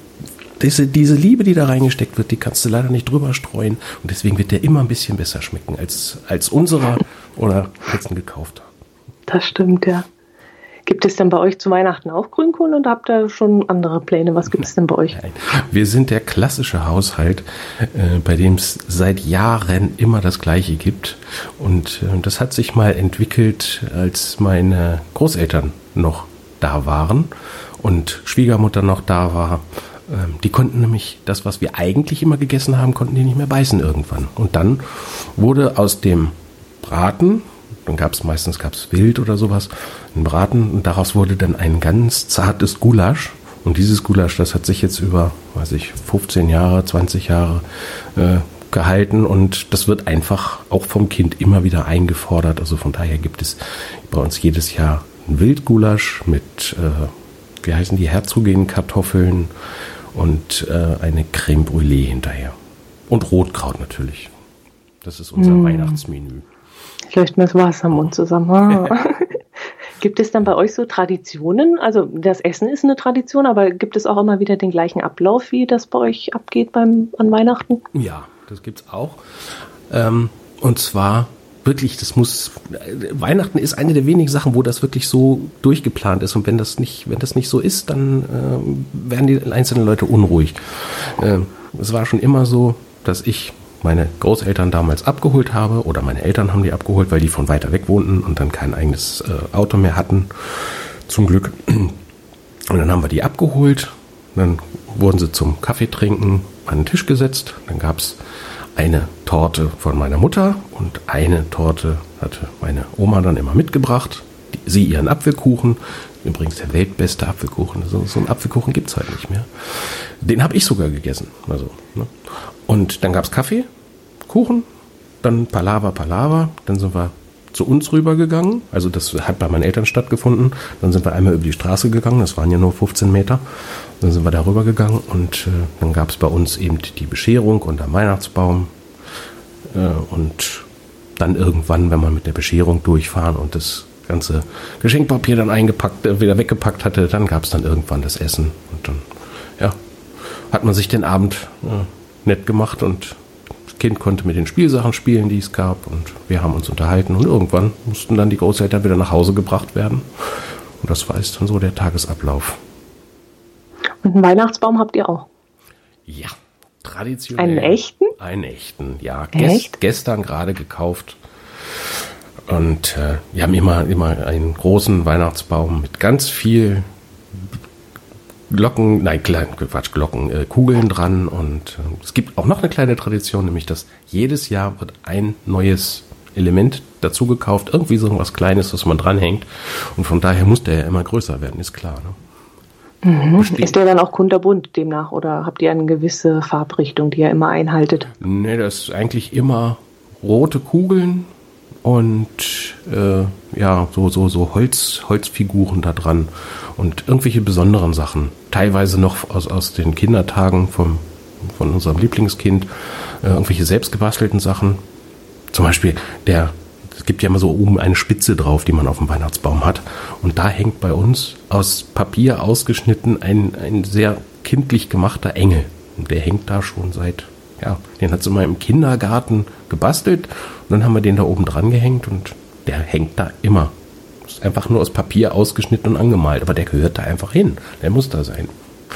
diese, diese Liebe, die da reingesteckt wird, die kannst du leider nicht drüber streuen. Und deswegen wird der immer ein bisschen besser schmecken als, als unserer oder als ein gekaufter. Das stimmt, ja. Gibt es denn bei euch zu Weihnachten auch Grünkohl oder habt ihr schon andere Pläne? Was gibt es denn bei euch? Nein. Wir sind der klassische Haushalt, äh, bei dem es seit Jahren immer das Gleiche gibt. Und äh, das hat sich mal entwickelt, als meine Großeltern noch da waren und Schwiegermutter noch da war. Ähm, die konnten nämlich das, was wir eigentlich immer gegessen haben, konnten die nicht mehr beißen irgendwann. Und dann wurde aus dem Braten, dann gab es meistens gab's Wild oder sowas, ein Braten und daraus wurde dann ein ganz zartes Gulasch. Und dieses Gulasch, das hat sich jetzt über, weiß ich, fünfzehn Jahre, zwanzig Jahre äh, gehalten und das wird einfach auch vom Kind immer wieder eingefordert. Also von daher gibt es bei uns jedes Jahr ein Wildgulasch mit, äh, wie heißen die, Herzogin-Kartoffeln und äh, eine Creme Brûlée hinterher. Und Rotkraut natürlich. Das ist unser mm. Weihnachtsmenü. Vielleicht mir das Wasser am Mund zusammen. Ah. Gibt es dann bei euch so Traditionen? Also das Essen ist eine Tradition, aber gibt es auch immer wieder den gleichen Ablauf, wie das bei euch abgeht beim, an Weihnachten? Ja, das gibt's auch. Ähm, und zwar wirklich, das muss, Weihnachten ist eine der wenigen Sachen, wo das wirklich so durchgeplant ist. Und wenn das nicht, wenn das nicht so ist, dann äh, werden die einzelnen Leute unruhig. Äh, es war schon immer so, dass ich meine Großeltern damals abgeholt habe oder meine Eltern haben die abgeholt, weil die von weiter weg wohnten und dann kein eigenes äh, Auto mehr hatten, zum Glück. Und dann haben wir die abgeholt, dann wurden sie zum Kaffee trinken an den Tisch gesetzt, dann gab es eine Torte von meiner Mutter und eine Torte hatte meine Oma dann immer mitgebracht, die, sie ihren Apfelkuchen, übrigens der weltbeste Apfelkuchen. So, so einen Apfelkuchen gibt's halt nicht mehr. Den habe ich sogar gegessen. Also, ne? Und dann gab's Kaffee, Kuchen, dann Palaver, Palaver. Dann sind wir zu uns rübergegangen. Also das hat bei meinen Eltern stattgefunden. Dann sind wir einmal über die Straße gegangen. Das waren ja nur fünfzehn Meter. Dann sind wir da rübergegangen und äh, dann gab's bei uns eben die Bescherung und der Weihnachtsbaum. Äh, und dann irgendwann, wenn man mit der Bescherung durchfahren und das ganze Geschenkpapier dann eingepackt, äh, wieder weggepackt hatte, dann gab's dann irgendwann das Essen. Und dann, ja, hat man sich den Abend äh, nett gemacht und das Kind konnte mit den Spielsachen spielen, die es gab, und wir haben uns unterhalten und irgendwann mussten dann die Großeltern wieder nach Hause gebracht werden und das war jetzt dann so der Tagesablauf. Und einen Weihnachtsbaum habt ihr auch? Ja, traditionell. Einen echten? Einen echten, ja. Gest, gestern gerade gekauft. Und äh, wir haben immer, immer einen großen Weihnachtsbaum mit ganz viel Glocken, nein, Quatsch, Glocken, äh, Kugeln dran. Und äh, es gibt auch noch eine kleine Tradition, nämlich dass jedes Jahr wird ein neues Element dazu gekauft. Irgendwie so was Kleines, was man dranhängt. Und von daher muss der ja immer größer werden, ist klar, ne? Mhm. Ist der dann auch kunterbunt demnach oder habt ihr eine gewisse Farbrichtung, die ihr immer einhaltet? Nee, das ist eigentlich immer rote Kugeln und äh, ja, so, so, so Holz, Holzfiguren da dran und irgendwelche besonderen Sachen. Teilweise noch aus, aus den Kindertagen vom, von unserem Lieblingskind, äh, irgendwelche selbstgebastelten Sachen. Zum Beispiel der Es gibt ja immer so oben eine Spitze drauf, die man auf dem Weihnachtsbaum hat. Und da hängt bei uns aus Papier ausgeschnitten ein, ein sehr kindlich gemachter Engel. Und der hängt da schon seit, ja, den hat sie mal im Kindergarten gebastelt. Und dann haben wir den da oben dran gehängt und der hängt da immer. Ist einfach nur aus Papier ausgeschnitten und angemalt. Aber der gehört da einfach hin. Der muss da sein.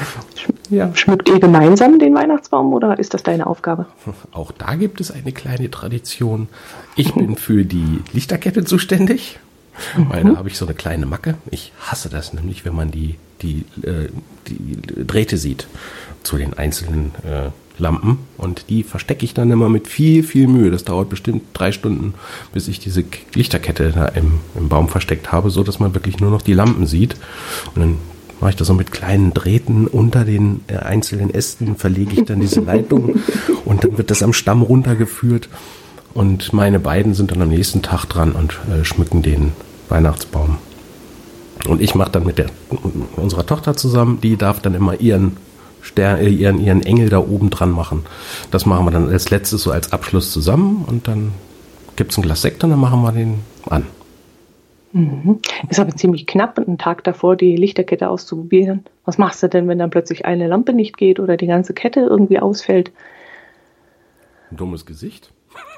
Ja. Schmückt ihr gemeinsam den Weihnachtsbaum oder ist das deine Aufgabe? Auch da gibt es eine kleine Tradition. Ich bin für die Lichterkette zuständig, weil da habe ich so eine kleine Macke. Ich hasse das nämlich, wenn man die, die, äh, die Drähte sieht zu den einzelnen äh, Lampen. Und die verstecke ich dann immer mit viel, viel Mühe. Das dauert bestimmt drei Stunden, bis ich diese Lichterkette da im, im Baum versteckt habe, so dass man wirklich nur noch die Lampen sieht. Und dann mache ich das so mit kleinen Drähten unter den äh, einzelnen Ästen, verlege ich dann diese Leitung und dann wird das am Stamm runtergeführt und meine beiden sind dann am nächsten Tag dran und äh, schmücken den Weihnachtsbaum. Und ich mache dann mit der unserer Tochter zusammen, die darf dann immer ihren Stern, äh, ihren, ihren Engel da oben dran machen. Das machen wir dann als letztes so als Abschluss zusammen und dann gibt es ein Glas Sekt und dann machen wir den an. Mhm. Ist aber ziemlich knapp, einen Tag davor die Lichterkette auszuprobieren. Was machst du denn, wenn dann plötzlich eine Lampe nicht geht oder die ganze Kette irgendwie ausfällt? Ein dummes Gesicht.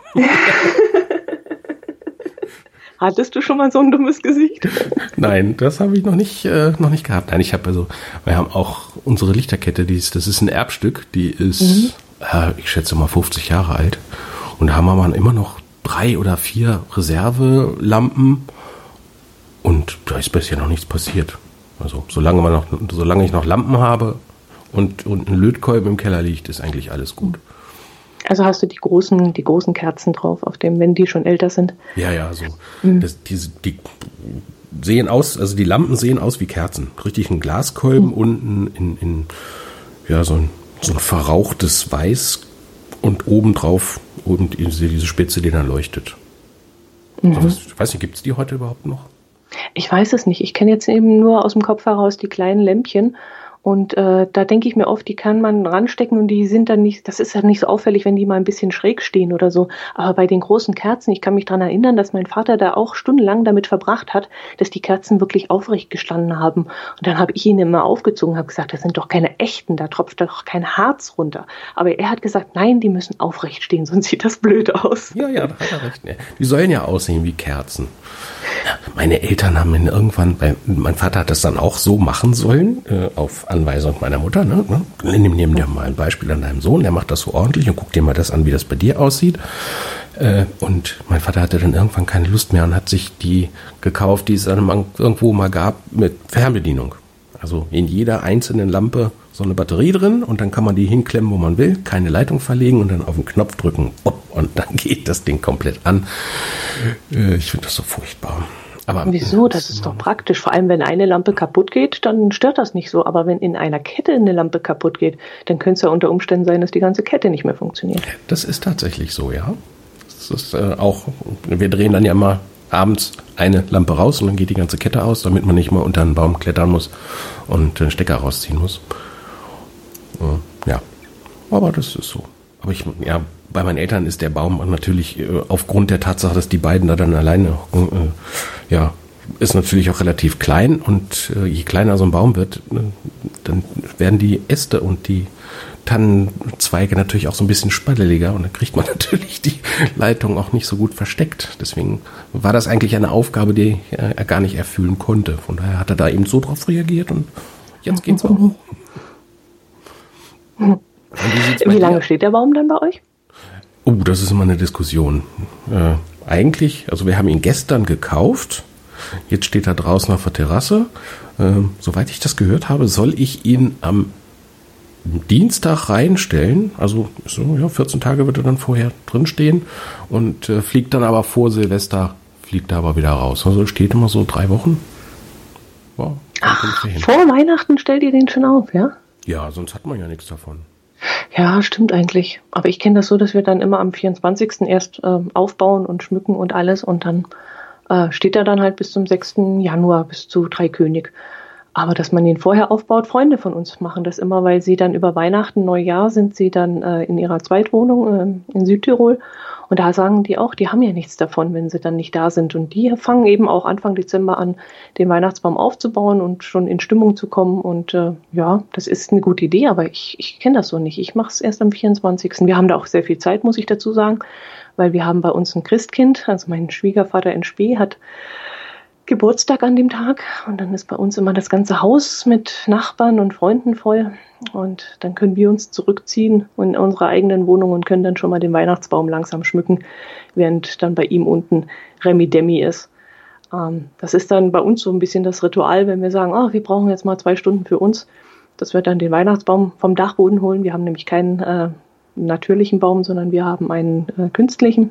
Hattest du schon mal so ein dummes Gesicht? Nein, das habe ich noch nicht, äh, noch nicht gehabt. Nein, ich habe also, wir haben auch unsere Lichterkette, die ist, das ist ein Erbstück, die ist, mhm. äh, ich schätze mal fünfzig Jahre alt. Und da haben wir mal immer noch drei oder vier Reservelampen. Und da ist bisher noch nichts passiert. Also solange man noch, solange ich noch Lampen habe und, und ein Lötkolben im Keller liegt, ist eigentlich alles gut. Also hast du die großen, die großen Kerzen drauf, auf dem, wenn die schon älter sind? Ja, ja, so. Mhm. Das, die, die sehen aus, also die Lampen sehen aus wie Kerzen. Richtig ein Glaskolben mhm. unten in, in ja, so ein, so ein verrauchtes Weiß und obendrauf oben diese, diese Spitze, die dann leuchtet. Mhm. So, ich weiß nicht, gibt es die heute überhaupt noch? Ich weiß es nicht. Ich kenne jetzt eben nur aus dem Kopf heraus die kleinen Lämpchen. Und äh, da denke ich mir oft, die kann man ranstecken und die sind dann nicht, das ist ja nicht so auffällig, wenn die mal ein bisschen schräg stehen oder so. Aber bei den großen Kerzen, ich kann mich daran erinnern, dass mein Vater da auch stundenlang damit verbracht hat, dass die Kerzen wirklich aufrecht gestanden haben. Und dann habe ich ihn immer aufgezogen, habe gesagt, das sind doch keine echten, da tropft doch kein Harz runter. Aber er hat gesagt, nein, die müssen aufrecht stehen, sonst sieht das blöd aus. Ja, ja, da hat er recht. Die sollen ja aussehen wie Kerzen. Meine Eltern haben ihn irgendwann, weil mein Vater hat das dann auch so machen sollen, äh, auf Anweisung meiner Mutter. Ne? Nimm, nimm dir mal ein Beispiel an deinem Sohn, der macht das so ordentlich und guck dir mal das an, wie das bei dir aussieht. Äh, und mein Vater hatte dann irgendwann keine Lust mehr und hat sich die gekauft, die es dann irgendwo mal gab, mit Fernbedienung. Also in jeder einzelnen Lampe so eine Batterie drin und dann kann man die hinklemmen, wo man will, keine Leitung verlegen und dann auf den Knopf drücken und dann geht das Ding komplett an. Ich finde das so furchtbar. Aber wieso? Das ist doch praktisch. Vor allem, wenn eine Lampe kaputt geht, dann stört das nicht so. Aber wenn in einer Kette eine Lampe kaputt geht, dann könnte es ja unter Umständen sein, dass die ganze Kette nicht mehr funktioniert. Das ist tatsächlich so, ja. Das ist äh, auch, wir drehen dann ja mal abends eine Lampe raus und dann geht die ganze Kette aus, damit man nicht mal unter einen Baum klettern muss und den Stecker rausziehen muss. Äh, ja, aber das ist so. Aber ich, ja, bei meinen Eltern ist der Baum natürlich äh, aufgrund der Tatsache, dass die beiden da dann alleine äh, ja, ist natürlich auch relativ klein und äh, je kleiner so ein Baum wird, äh, dann werden die Äste und die Tannenzweige natürlich auch so ein bisschen spaddeliger und dann kriegt man natürlich die Leitung auch nicht so gut versteckt. Deswegen war das eigentlich eine Aufgabe, die er gar nicht erfüllen konnte. Von daher hat er da eben so drauf reagiert und jetzt geht's auch. Wie, Wie lange dir? steht der Baum dann bei euch? Oh, das ist immer eine Diskussion. Äh, eigentlich, also wir haben ihn gestern gekauft. Jetzt steht er draußen auf der Terrasse. Äh, soweit ich das gehört habe, soll ich ihn am Dienstag reinstellen. Also so, ja, vierzehn Tage wird er dann vorher drinstehen und äh, fliegt dann aber vor Silvester, fliegt er aber wieder raus. Also steht immer so drei Wochen. Wow, Ach, vor Weihnachten stellt ihr den schon auf, ja? Ja, sonst hat man ja nichts davon. Ja, stimmt eigentlich. Aber ich kenne das so, dass wir dann immer am vierundzwanzigsten erst äh, aufbauen und schmücken und alles und dann äh, steht er dann halt bis zum sechsten Januar, bis zu Dreikönig. Aber dass man ihn vorher aufbaut, Freunde von uns machen das immer, weil sie dann über Weihnachten, Neujahr sind sie dann äh, in ihrer Zweitwohnung äh, in Südtirol. Und da sagen die auch, die haben ja nichts davon, wenn sie dann nicht da sind. Und die fangen eben auch Anfang Dezember an, den Weihnachtsbaum aufzubauen und schon in Stimmung zu kommen. Und äh, ja, das ist eine gute Idee, aber ich, ich kenne das so nicht. Ich mache es erst am vierundzwanzigsten Wir haben da auch sehr viel Zeit, muss ich dazu sagen, weil wir haben bei uns ein Christkind. Also mein Schwiegervater in Spee hat Geburtstag an dem Tag und dann ist bei uns immer das ganze Haus mit Nachbarn und Freunden voll und dann können wir uns zurückziehen in unsere eigenen Wohnung und können dann schon mal den Weihnachtsbaum langsam schmücken, während dann bei ihm unten Remi Demi ist. Ähm, das ist dann bei uns so ein bisschen das Ritual, wenn wir sagen, oh, wir brauchen jetzt mal zwei Stunden für uns, dass wir dann den Weihnachtsbaum vom Dachboden holen. Wir haben nämlich keinen äh, natürlichen Baum, sondern wir haben einen äh, künstlichen.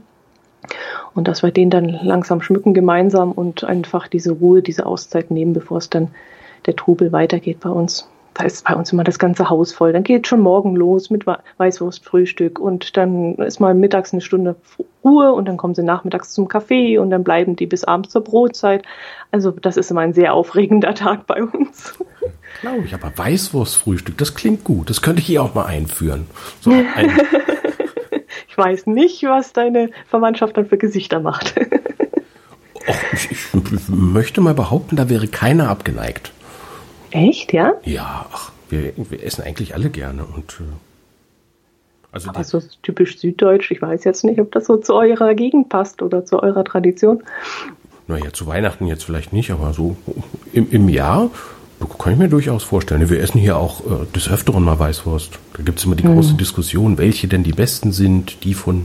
Und dass wir den dann langsam schmücken gemeinsam und einfach diese Ruhe, diese Auszeit nehmen, bevor es dann der Trubel weitergeht bei uns. Da ist bei uns immer das ganze Haus voll. Dann geht schon morgen los mit Weißwurstfrühstück und dann ist mal mittags eine Stunde Ruhe und dann kommen sie nachmittags zum Kaffee und dann bleiben die bis abends zur Brotzeit. Also das ist immer ein sehr aufregender Tag bei uns. Glaube ich, aber Weißwurstfrühstück, das klingt gut. Das könnte ich hier auch mal einführen. So ein Ich weiß nicht, was deine Verwandtschaft dann für Gesichter macht. Och, ich, ich möchte mal behaupten, da wäre keiner abgeneigt. Echt, ja? Ja, ach, wir, wir essen eigentlich alle gerne. Und, äh, also Aber so typisch süddeutsch, ich weiß jetzt nicht, ob das so zu eurer Gegend passt oder zu eurer Tradition. Naja, zu Weihnachten jetzt vielleicht nicht, aber so im, im Jahr kann ich mir durchaus vorstellen. Wir essen hier auch äh, des Öfteren mal Weißwurst. Da gibt es immer die mhm. große Diskussion, welche denn die besten sind. Die von,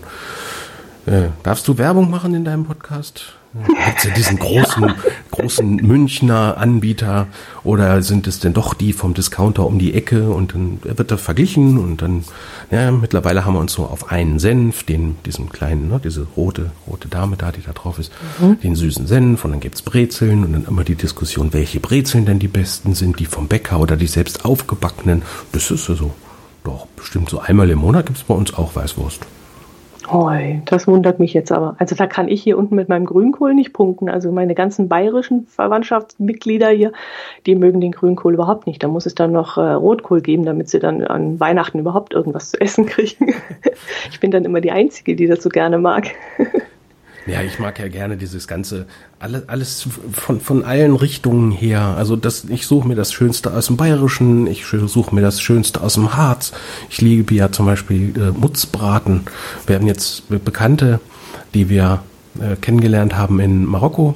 äh, darfst du Werbung machen in deinem Podcast? Gibt es ja diesen großen, ja. großen Münchner Anbieter oder sind es denn doch die vom Discounter um die Ecke und dann wird das verglichen und dann, ja, mittlerweile haben wir uns so auf einen Senf, den, diesen kleinen, ne, diese rote, rote Dame da, die da drauf ist, mhm. den süßen Senf und dann gibt's Brezeln und dann immer die Diskussion, welche Brezeln denn die besten sind, die vom Bäcker oder die selbst aufgebackenen. Das ist so, doch, bestimmt so einmal im Monat gibt's bei uns auch Weißwurst. Oi, das wundert mich jetzt aber. Also da kann ich hier unten mit meinem Grünkohl nicht punkten. Also meine ganzen bayerischen Verwandtschaftsmitglieder hier, die mögen den Grünkohl überhaupt nicht. Da muss es dann noch äh, Rotkohl geben, damit sie dann an Weihnachten überhaupt irgendwas zu essen kriegen. Ich bin dann immer die Einzige, die das so gerne mag. Ja, ich mag ja gerne dieses ganze, alles, alles von, von allen Richtungen her. Also das, ich suche mir das Schönste aus dem Bayerischen, ich suche mir das Schönste aus dem Harz. Ich liebe ja zum Beispiel äh, Mutzbraten. Wir haben jetzt Bekannte, die wir äh, kennengelernt haben in Marokko.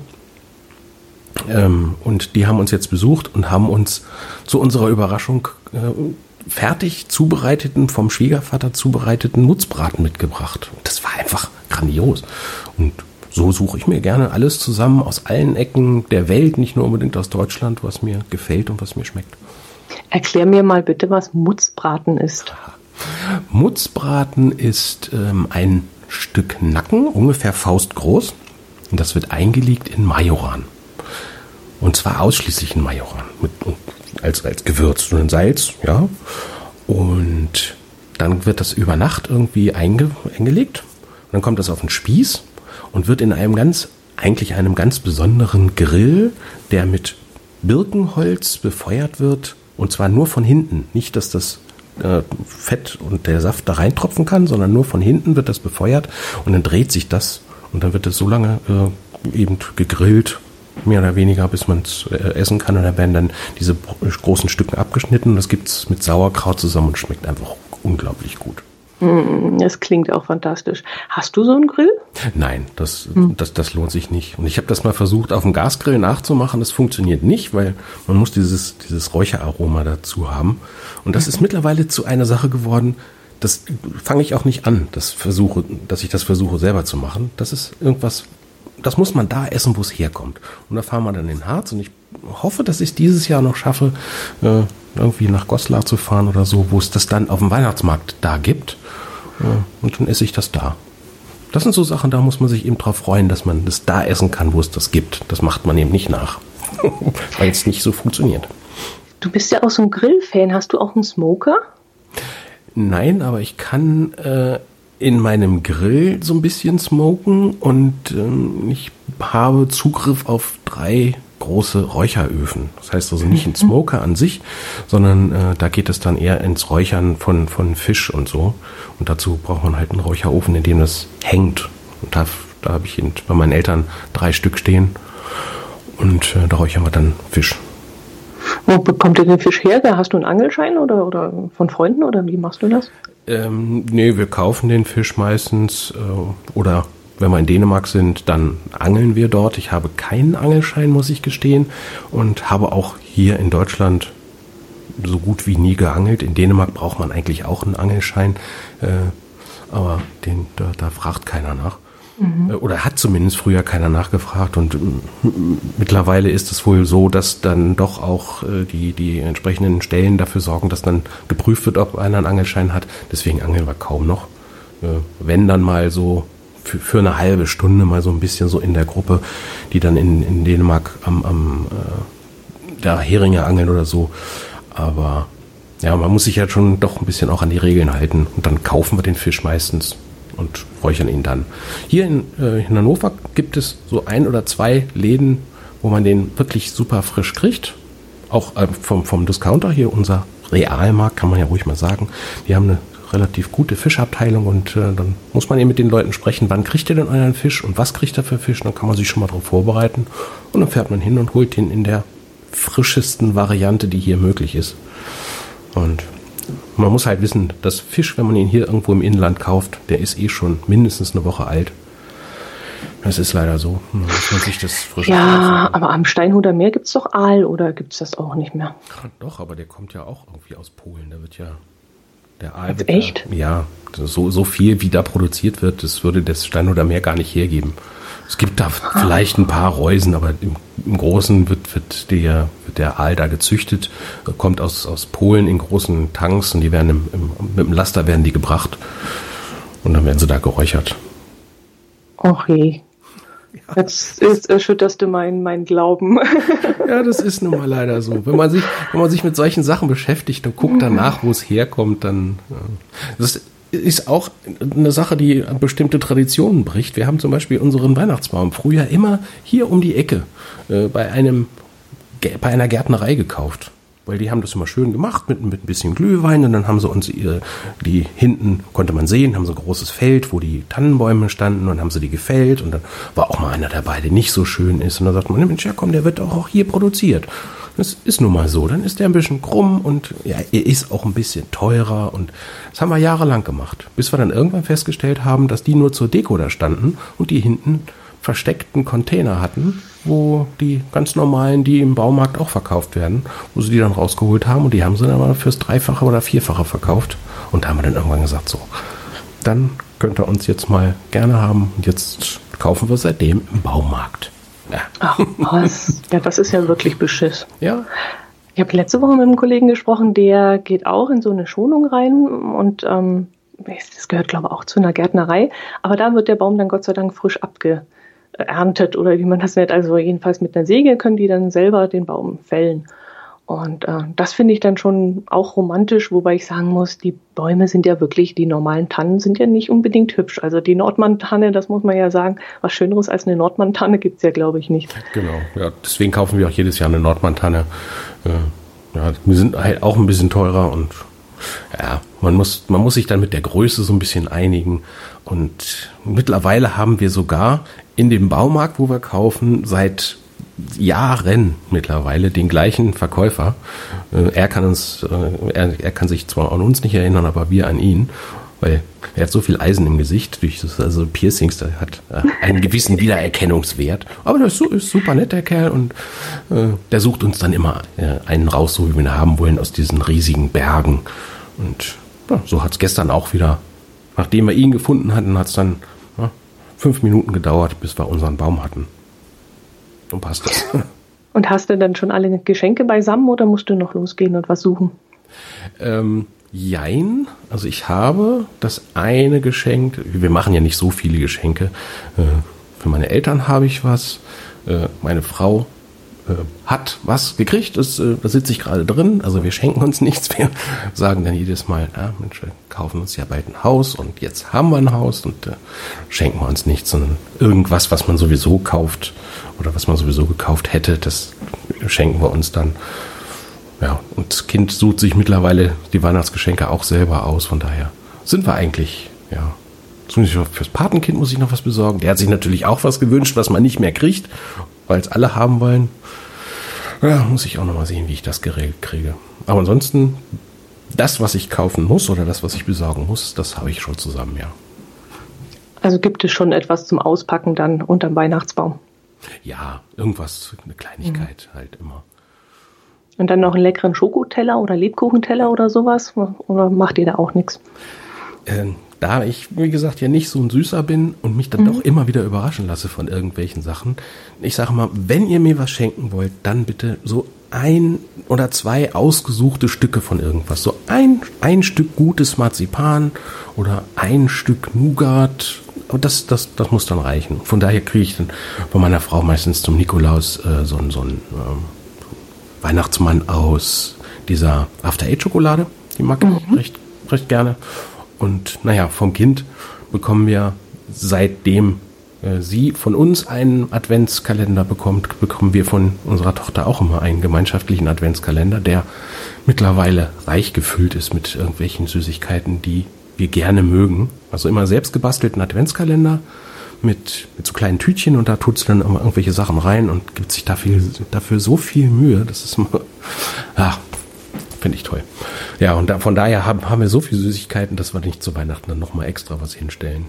Ähm, und die haben uns jetzt besucht und haben uns zu unserer Überraschung äh, fertig zubereiteten, vom Schwiegervater zubereiteten Mutzbraten mitgebracht. Das war einfach grandios. Und so suche ich mir gerne alles zusammen aus allen Ecken der Welt, nicht nur unbedingt aus Deutschland, was mir gefällt und was mir schmeckt. Erklär mir mal bitte, was Mutzbraten ist. Mutzbraten ist ähm, ein Stück Nacken, ungefähr faustgroß. Und das wird eingelegt in Majoran. Und zwar ausschließlich ein Majoran mit, als, als Gewürz und ein Salz, ja. Und dann wird das über Nacht irgendwie einge, eingelegt. Und dann kommt das auf den Spieß und wird in einem ganz, eigentlich einem ganz besonderen Grill, der mit Birkenholz befeuert wird. Und zwar nur von hinten. Nicht, dass das äh, Fett und der Saft da reintropfen kann, sondern nur von hinten wird das befeuert. Und dann dreht sich das. Und dann wird es so lange äh, eben gegrillt, mehr oder weniger, bis man es äh, essen kann. Und dann werden dann diese großen Stücken abgeschnitten. Und das gibt es mit Sauerkraut zusammen und schmeckt einfach unglaublich gut. Das klingt auch fantastisch. Hast du so einen Grill? Nein, das, hm. das, das lohnt sich nicht. Und ich habe das mal versucht, auf dem Gasgrill nachzumachen. Das funktioniert nicht, weil man muss dieses, dieses Räucheraroma dazu haben. Und das mhm. ist mittlerweile zu einer Sache geworden, das fange ich auch nicht an, das versuche, dass ich das versuche selber zu machen. Das ist irgendwas, das muss man da essen, wo es herkommt. Und da fahren wir dann in den Harz und ich hoffe, dass ich dieses Jahr noch schaffe, äh, irgendwie nach Goslar zu fahren oder so, wo es das dann auf dem Weihnachtsmarkt da gibt. Äh, und dann esse ich das da. Das sind so Sachen, da muss man sich eben drauf freuen, dass man das da essen kann, wo es das gibt. Das macht man eben nicht nach, weil es nicht so funktioniert. Du bist ja auch so ein Grillfan. Hast du auch einen Smoker? Nein, aber ich kann äh, in meinem Grill so ein bisschen smoken und ähm, ich habe Zugriff auf drei große Räucheröfen. Das heißt also nicht ein Smoker an sich, sondern äh, da geht es dann eher ins Räuchern von, von Fisch und so. Und dazu braucht man halt einen Räucherofen, in dem das hängt. Und da, da habe ich bei meinen Eltern drei Stück stehen und äh, da räuchern wir dann Fisch. Wo bekommt ihr den Fisch her? Da hast du einen Angelschein oder, oder von Freunden oder wie machst du das? Ähm, nee, wir kaufen den Fisch meistens äh, oder wenn wir in Dänemark sind, dann angeln wir dort. Ich habe keinen Angelschein, muss ich gestehen, und habe auch hier in Deutschland so gut wie nie geangelt. In Dänemark braucht man eigentlich auch einen Angelschein, äh, aber den, da, da fragt keiner nach. Mhm. Oder hat zumindest früher keiner nachgefragt und m- mittlerweile ist es wohl so, dass dann doch auch äh, die, die entsprechenden Stellen dafür sorgen, dass dann geprüft wird, ob einer einen Angelschein hat. Deswegen angeln wir kaum noch. Äh, wenn dann mal so für, für eine halbe Stunde mal so ein bisschen so in der Gruppe, die dann in, in Dänemark am, am äh, der Heringe angeln oder so. Aber ja, man muss sich ja schon doch ein bisschen auch an die Regeln halten und dann kaufen wir den Fisch meistens und räuchern ihn dann. Hier in, äh, in Hannover gibt es so ein oder zwei Läden, wo man den wirklich super frisch kriegt. Auch äh, vom, vom Discounter, hier unser Realmarkt, kann man ja ruhig mal sagen. Die haben eine relativ gute Fischabteilung und äh, dann muss man eben mit den Leuten sprechen, wann kriegt ihr denn euren Fisch und was kriegt er für Fisch. Dann kann man sich schon mal darauf vorbereiten und dann fährt man hin und holt den in der frischesten Variante, die hier möglich ist. Und man muss halt wissen, dass Fisch, wenn man ihn hier irgendwo im Inland kauft, der ist eh schon mindestens eine Woche alt. Das ist leider so. Da muss man sich das frische Ja, aber am Steinhuder Meer gibt es doch Aal, oder gibt es das auch nicht mehr? Ja, doch, aber der kommt ja auch irgendwie aus Polen. Der wird ja, der Aal wird echt? Ja, ja so, so viel, wie da produziert wird, das würde das Steinhuder Meer gar nicht hergeben. Es gibt da vielleicht ein paar Reusen, aber im, im Großen wird, wird, der, wird der Aal da gezüchtet, kommt aus, aus Polen in großen Tanks und die werden im, im, mit dem Laster werden die gebracht und dann werden sie da geräuchert. Okay. Jetzt ist, erschütterst du meinen mein Glauben. Ja, das ist nun mal leider so. Wenn man sich, wenn man sich mit solchen Sachen beschäftigt und guckt danach, wo es herkommt, dann ja. Das ist auch eine Sache, die bestimmte Traditionen bricht. Wir haben zum Beispiel unseren Weihnachtsbaum früher immer hier um die Ecke äh, bei einem bei einer Gärtnerei gekauft. Weil die haben das immer schön gemacht mit, mit ein bisschen Glühwein und dann haben sie uns ihre, die hinten, konnte man sehen, haben so ein großes Feld, wo die Tannenbäume standen und haben sie die gefällt und dann war auch mal einer dabei, der nicht so schön ist und dann sagt man, Mensch, ja komm, der wird auch hier produziert. Das ist nun mal so, dann ist der ein bisschen krumm und ja, er ist auch ein bisschen teurer und das haben wir jahrelang gemacht, bis wir dann irgendwann festgestellt haben, dass die nur zur Deko da standen und die hinten versteckten Container hatten, wo die ganz normalen, die im Baumarkt auch verkauft werden, wo sie die dann rausgeholt haben und die haben sie dann aber fürs Dreifache oder Vierfache verkauft und da haben wir dann irgendwann gesagt, so, dann könnt ihr uns jetzt mal gerne haben und jetzt kaufen wir seitdem im Baumarkt. Ja. Ach was, ja, das ist ja wirklich Beschiss. Ja. Ich habe letzte Woche mit einem Kollegen gesprochen, der geht auch in so eine Schonung rein und ähm, das gehört, glaube ich, auch zu einer Gärtnerei, aber da wird der Baum dann Gott sei Dank frisch abge erntet oder wie man das nennt. Also jedenfalls mit einer Säge können die dann selber den Baum fällen. Und äh, das finde ich dann schon auch romantisch, wobei ich sagen muss, die Bäume sind ja wirklich, die normalen Tannen sind ja nicht unbedingt hübsch. Also die Nordmann-Tanne, das muss man ja sagen, was Schöneres als eine Nordmann-Tanne gibt es ja, glaube ich, nicht. Genau, ja, deswegen kaufen wir auch jedes Jahr eine Nordmann-Tanne. Äh, ja, wir sind halt auch ein bisschen teurer und ja, man muss, man muss sich dann mit der Größe so ein bisschen einigen. Und mittlerweile haben wir sogar in dem Baumarkt, wo wir kaufen, seit Jahren mittlerweile den gleichen Verkäufer. Er kann uns, er, er kann sich zwar an uns nicht erinnern, aber wir an ihn, weil er hat so viel Eisen im Gesicht, durch das, also Piercings, der hat einen gewissen Wiedererkennungswert. Aber der ist, ist super nett, der Kerl, und äh, der sucht uns dann immer äh, einen raus, so wie wir ihn haben wollen, aus diesen riesigen Bergen. Und ja, so hat es gestern auch wieder, nachdem wir ihn gefunden hatten, hat es dann ja, fünf Minuten gedauert, bis wir unseren Baum hatten. Und passt das. Und hast du dann schon alle Geschenke beisammen oder musst du noch losgehen und was suchen? Ähm, jein. Also ich habe das eine Geschenk, wir machen ja nicht so viele Geschenke. Äh, für meine Eltern habe ich was. Äh, meine Frau äh, hat was gekriegt. Das, äh, da sitze ich gerade drin. Also wir schenken uns nichts. Wir sagen dann jedes Mal, ah, Mensch, wir kaufen uns ja bald ein Haus und jetzt haben wir ein Haus und äh, schenken wir uns nichts, sondern irgendwas, was man sowieso kauft oder was man sowieso gekauft hätte, das schenken wir uns dann. Ja, und das Kind sucht sich mittlerweile die Weihnachtsgeschenke auch selber aus, von daher sind wir eigentlich, ja. Fürs Patenkind muss ich noch was besorgen. Der hat sich natürlich auch was gewünscht, was man nicht mehr kriegt, weil es alle haben wollen. Ja, muss ich auch noch mal sehen, wie ich das geregelt kriege. Aber ansonsten, das, was ich kaufen muss oder das, was ich besorgen muss, das habe ich schon zusammen, ja. Also gibt es schon etwas zum Auspacken dann unterm Weihnachtsbaum? Ja, irgendwas, eine Kleinigkeit mhm. halt immer. Und dann noch einen leckeren Schokoteller oder Lebkuchenteller oder sowas? Oder macht ihr da auch nichts? Ähm, da ich, wie gesagt, ja nicht so ein Süßer bin und mich dann mhm. doch immer wieder überraschen lasse von irgendwelchen Sachen. Ich sage mal, wenn ihr mir was schenken wollt, dann bitte so ein oder zwei ausgesuchte Stücke von irgendwas. So ein, ein Stück gutes Marzipan oder ein Stück Nougat. Aber das, das, das muss dann reichen. Von daher kriege ich dann von meiner Frau meistens zum Nikolaus äh, so, so einen ähm, Weihnachtsmann aus dieser After-Eight-Schokolade. Die mag ich mhm. recht, recht gerne. Und naja, vom Kind bekommen wir, seitdem äh, sie von uns einen Adventskalender bekommt, bekommen wir von unserer Tochter auch immer einen gemeinschaftlichen Adventskalender, der mittlerweile reich gefüllt ist mit irgendwelchen Süßigkeiten, die wir gerne mögen. Also immer selbst gebastelten Adventskalender mit, mit so kleinen Tütchen und da tut sie dann immer irgendwelche Sachen rein und gibt sich dafür, dafür so viel Mühe. Das ist immer, ah, finde ich toll. Ja, und da, von daher haben, haben wir so viele Süßigkeiten, dass wir nicht zu Weihnachten dann nochmal extra was hinstellen.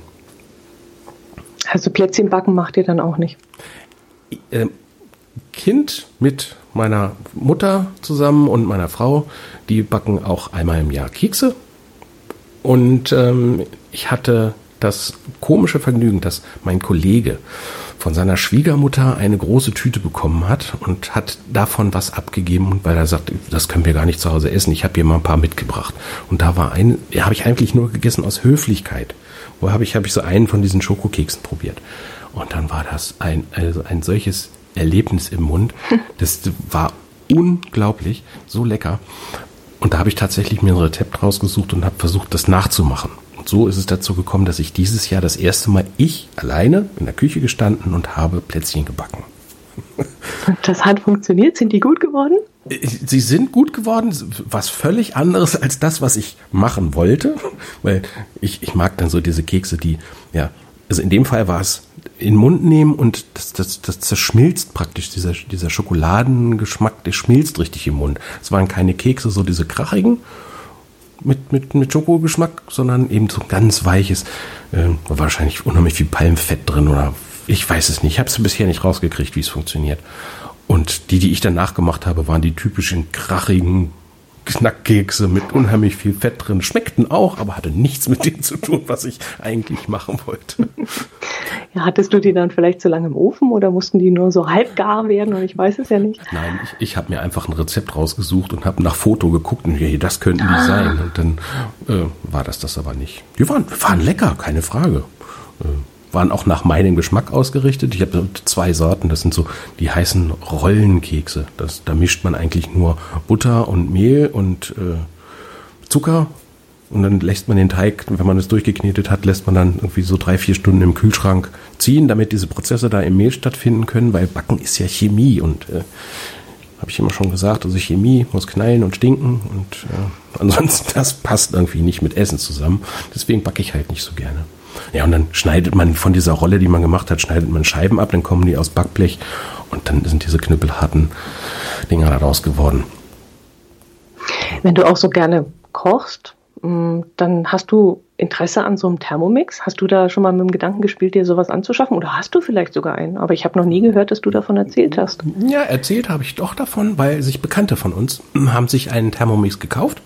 Also Plätzchen backen macht ihr dann auch nicht? Ähm, Kind mit meiner Mutter zusammen und meiner Frau, die backen auch einmal im Jahr Kekse. Und ähm, ich hatte das komische Vergnügen, dass mein Kollege von seiner Schwiegermutter eine große Tüte bekommen hat und hat davon was abgegeben, weil er sagt, das können wir gar nicht zu Hause essen, ich habe hier mal ein paar mitgebracht. Und da war ein, ja, habe ich eigentlich nur gegessen aus Höflichkeit. Wo habe ich, habe ich so einen von diesen Schokokeksen probiert. Und dann war das ein, also ein solches Erlebnis im Mund. Das war unglaublich, so lecker. Und da habe ich tatsächlich mir ein Rezept rausgesucht und habe versucht, das nachzumachen. Und so ist es dazu gekommen, dass ich dieses Jahr das erste Mal ich alleine in der Küche gestanden und habe Plätzchen gebacken. Und das hat funktioniert? Sind die gut geworden? Sie sind gut geworden, was völlig anderes als das, was ich machen wollte. Weil ich, ich mag dann so diese Kekse, die, ja, also in dem Fall war es in den Mund nehmen und das, das, das zerschmilzt praktisch, dieser, dieser Schokoladengeschmack, der schmilzt richtig im Mund. Es waren keine Kekse, so diese krachigen mit, mit, mit Schokogeschmack, sondern eben so ganz weiches, äh, war wahrscheinlich unheimlich viel Palmfett drin oder ich weiß es nicht. Ich habe es bisher nicht rausgekriegt, wie es funktioniert. Und die, die ich dann nachgemacht habe, waren die typischen krachigen Knackkekse mit unheimlich viel Fett drin. Schmeckten auch, aber hatte nichts mit dem zu tun, was ich eigentlich machen wollte. Ja, hattest du die dann vielleicht so lange im Ofen oder mussten die nur so halb gar werden und ich weiß es ja nicht? Nein, ich, ich habe mir einfach ein Rezept rausgesucht und habe nach Foto geguckt und hey, das könnten die ah. sein. Und dann äh, war das das aber nicht. Die waren, waren lecker, keine Frage. Äh, waren auch nach meinem Geschmack ausgerichtet. Ich habe zwei Sorten, das sind so, die heißen Rollenkekse. Das, da mischt man eigentlich nur Butter und Mehl und äh, Zucker und dann lässt man den Teig, wenn man es durchgeknetet hat, lässt man dann irgendwie so drei, vier Stunden im Kühlschrank ziehen, damit diese Prozesse da im Mehl stattfinden können, weil Backen ist ja Chemie und äh, habe ich immer schon gesagt, also Chemie muss knallen und stinken und äh, ansonsten das passt irgendwie nicht mit Essen zusammen. Deswegen backe ich halt nicht so gerne. Ja, und dann schneidet man von dieser Rolle, die man gemacht hat, schneidet man Scheiben ab, dann kommen die aus Backblech und dann sind diese knüppelharten Dinger da raus geworden. Wenn du auch so gerne kochst, dann hast du Interesse an so einem Thermomix? Hast du da schon mal mit dem Gedanken gespielt, dir sowas anzuschaffen? Oder hast du vielleicht sogar einen? Aber ich habe noch nie gehört, dass du davon erzählt hast. Ja, erzählt habe ich doch davon, weil sich Bekannte von uns haben sich einen Thermomix gekauft.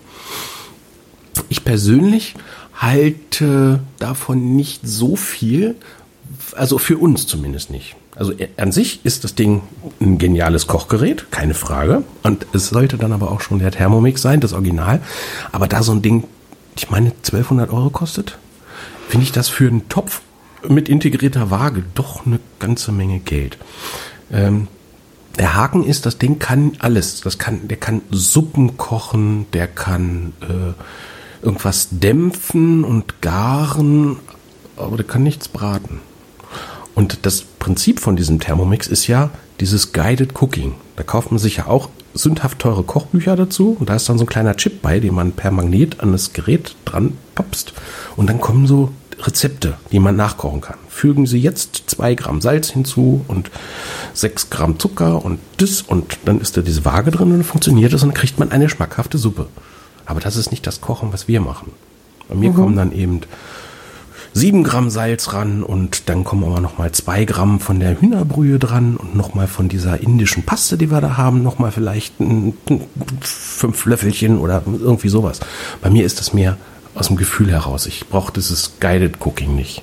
Ich persönlich halte davon nicht so viel, also für uns zumindest nicht. Also an sich ist das Ding ein geniales Kochgerät, keine Frage. Und es sollte dann aber auch schon der Thermomix sein, das Original. Aber da so ein Ding, ich meine, zwölfhundert Euro kostet, finde ich das für einen Topf mit integrierter Waage doch eine ganze Menge Geld. Ähm, der Haken ist, das Ding kann alles. Das kann, der kann Suppen kochen, der kann äh, irgendwas dämpfen und garen, aber der kann nichts braten. Und das Prinzip von diesem Thermomix ist ja dieses Guided Cooking. Da kauft man sich ja auch sündhaft teure Kochbücher dazu und da ist dann so ein kleiner Chip bei, den man per Magnet an das Gerät dran popst und dann kommen so Rezepte, die man nachkochen kann. Fügen Sie jetzt zwei Gramm Salz hinzu und sechs Gramm Zucker und das und dann ist da diese Waage drin und dann funktioniert das und dann kriegt man eine schmackhafte Suppe. Aber das ist nicht das Kochen, was wir machen. Bei mir mhm. kommen dann eben sieben Gramm Salz ran und dann kommen aber nochmal zwei Gramm von der Hühnerbrühe dran und nochmal von dieser indischen Paste, die wir da haben, nochmal vielleicht ein, ein, fünf Löffelchen oder irgendwie sowas. Bei mir ist das mehr aus dem Gefühl heraus. Ich brauche dieses Guided Cooking nicht.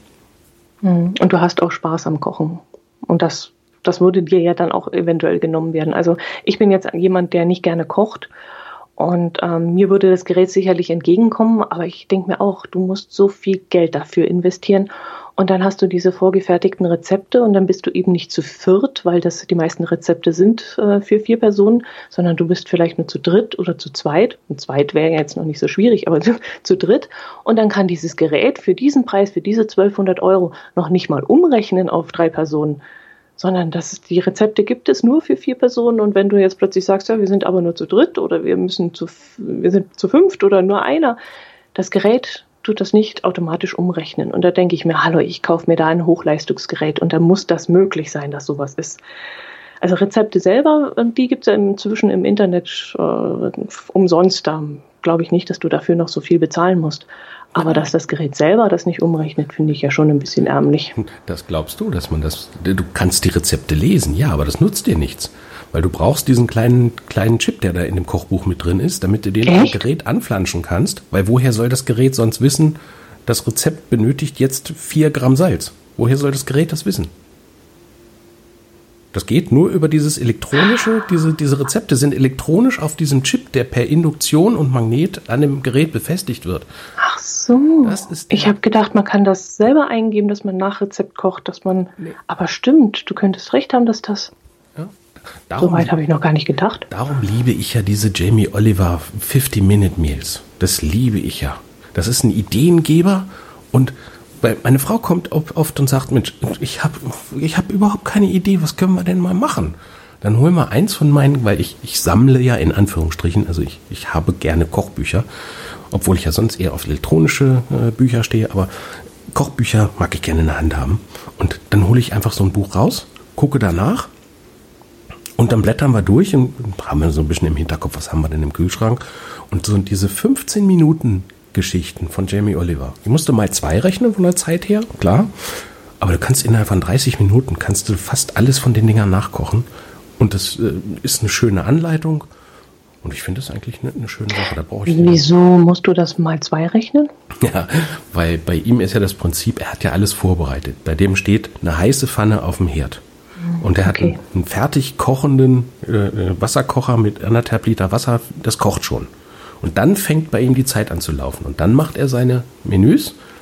Und du hast auch Spaß am Kochen. Und das, das würde dir ja dann auch eventuell genommen werden. Also ich bin jetzt jemand, der nicht gerne kocht. Und ähm, mir würde das Gerät sicherlich entgegenkommen, aber ich denke mir auch, du musst so viel Geld dafür investieren und dann hast du diese vorgefertigten Rezepte und dann bist du eben nicht zu viert, weil das die meisten Rezepte sind äh, für vier Personen, sondern du bist vielleicht nur zu dritt oder zu zweit. Und zweit wäre jetzt noch nicht so schwierig, aber zu, zu dritt. Und dann kann dieses Gerät für diesen Preis, für diese zwölfhundert Euro noch nicht mal umrechnen auf drei Personen. Sondern das, die Rezepte gibt es nur für vier Personen und wenn du jetzt plötzlich sagst, ja, wir sind aber nur zu dritt oder wir müssen zu, wir sind zu fünft oder nur einer, das Gerät tut das nicht automatisch umrechnen. Und da denke ich mir, hallo, ich kaufe mir da ein Hochleistungsgerät und da muss das möglich sein, dass sowas ist. Also Rezepte selber, die gibt es ja inzwischen im Internet äh, umsonst. Da glaube ich nicht, dass du dafür noch so viel bezahlen musst. Aber dass das Gerät selber das nicht umrechnet, finde ich ja schon ein bisschen ärmlich. Das glaubst du, dass man das, du kannst die Rezepte lesen, ja, aber das nutzt dir nichts. Weil du brauchst diesen kleinen, kleinen Chip, der da in dem Kochbuch mit drin ist, damit du den am Gerät anflanschen kannst. Weil woher soll das Gerät sonst wissen, das Rezept benötigt jetzt vier Gramm Salz? Woher soll das Gerät das wissen? Das geht nur über dieses elektronische, diese, diese Rezepte sind elektronisch auf diesem Chip, der per Induktion und Magnet an dem Gerät befestigt wird. Ach so. Das ist ich habe gedacht, man kann das selber eingeben, dass man nach Rezept kocht, dass man. Nee. Aber stimmt, du könntest recht haben, dass das. Ja. Darum, so weit habe ich noch gar nicht gedacht. Darum liebe ich ja diese Jamie Oliver fifty Minute Meals. Das liebe ich ja. Das ist ein Ideengeber und weil meine Frau kommt oft und sagt, Mensch, ich habe ich hab überhaupt keine Idee, was können wir denn mal machen? Dann hol mal eins von meinen, weil ich, ich sammle ja in Anführungsstrichen, also ich, ich habe gerne Kochbücher, obwohl ich ja sonst eher auf elektronische äh, Bücher stehe, aber Kochbücher mag ich gerne in der Hand haben. Und dann hole ich einfach so ein Buch raus, gucke danach und dann blättern wir durch und haben wir so ein bisschen im Hinterkopf, was haben wir denn im Kühlschrank? Und so diese fünfzehn Minuten Geschichten von Jamie Oliver. Die musst du mal zwei rechnen von der Zeit her, klar. Aber du kannst innerhalb von dreißig Minuten kannst du fast alles von den Dingern nachkochen. Und das äh, ist eine schöne Anleitung. Und ich finde das eigentlich eine, eine schöne Sache. Da brauche ich Wieso musst du das mal zwei rechnen? Ja, weil bei ihm ist ja das Prinzip, er hat ja alles vorbereitet. Bei dem steht eine heiße Pfanne auf dem Herd. Und er hat okay. einen, einen fertig kochenden äh, Wasserkocher mit anderthalb Liter Wasser. Das kocht schon. Und dann fängt bei ihm die Zeit an zu laufen. Und dann macht er seine Menüs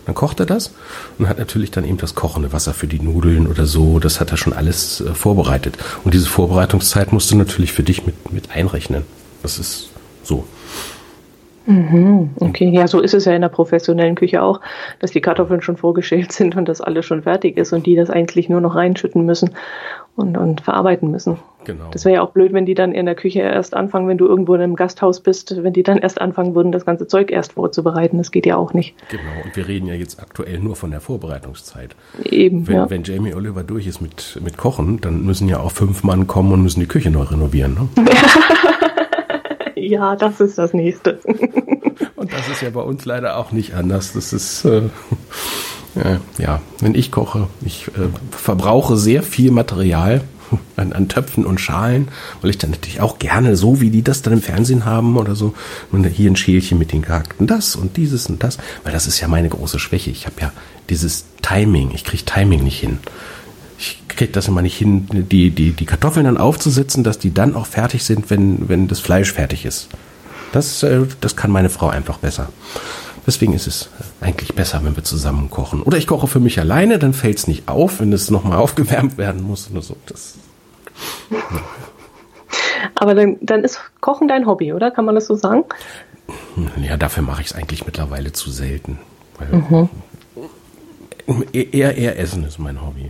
Dann kocht er das und hat natürlich dann eben das kochende Wasser für die Nudeln oder so. Das hat er schon alles äh, vorbereitet. Und diese Vorbereitungszeit musst du natürlich für dich mit, mit einrechnen. Das ist so. Mhm, okay, ja, so ist es ja in der professionellen Küche auch, dass die Kartoffeln schon vorgeschält sind und das alles schon fertig ist und die das eigentlich nur noch reinschütten müssen und, und verarbeiten müssen. Genau. Das wäre ja auch blöd, wenn die dann in der Küche erst anfangen, wenn du irgendwo in einem Gasthaus bist, wenn die dann erst anfangen würden, das ganze Zeug erst vorzubereiten. Das geht ja auch nicht. Genau, und wir reden ja jetzt aktuell nur von der Vorbereitungszeit. Eben, wenn, ja. Wenn Jamie Oliver durch ist mit, mit Kochen, dann müssen ja auch fünf Mann kommen und müssen die Küche neu renovieren. Ne? Ja, das ist das Nächste. Und das ist ja bei uns leider auch nicht anders. Das ist, äh, äh, ja, wenn ich koche, ich äh, verbrauche sehr viel Material an, an Töpfen und Schalen, weil ich dann natürlich auch gerne, so wie die das dann im Fernsehen haben oder so, und hier ein Schälchen mit den gehackten das und dieses und das, weil das ist ja meine große Schwäche. Ich habe ja dieses Timing, ich kriege Timing nicht hin. Ich kriege das immer nicht hin, die, die, die Kartoffeln dann aufzusetzen, dass die dann auch fertig sind, wenn, wenn das Fleisch fertig ist. Das, äh, das kann meine Frau einfach besser. Deswegen ist es eigentlich besser, wenn wir zusammen kochen. Oder ich koche für mich alleine, dann fällt es nicht auf, wenn es nochmal aufgewärmt werden muss oder so. Das, ja. Aber dann, dann ist Kochen dein Hobby, oder? Kann man das so sagen? Ja, dafür mache ich es eigentlich mittlerweile zu selten. Weil mhm. Eher, eher Essen ist mein Hobby.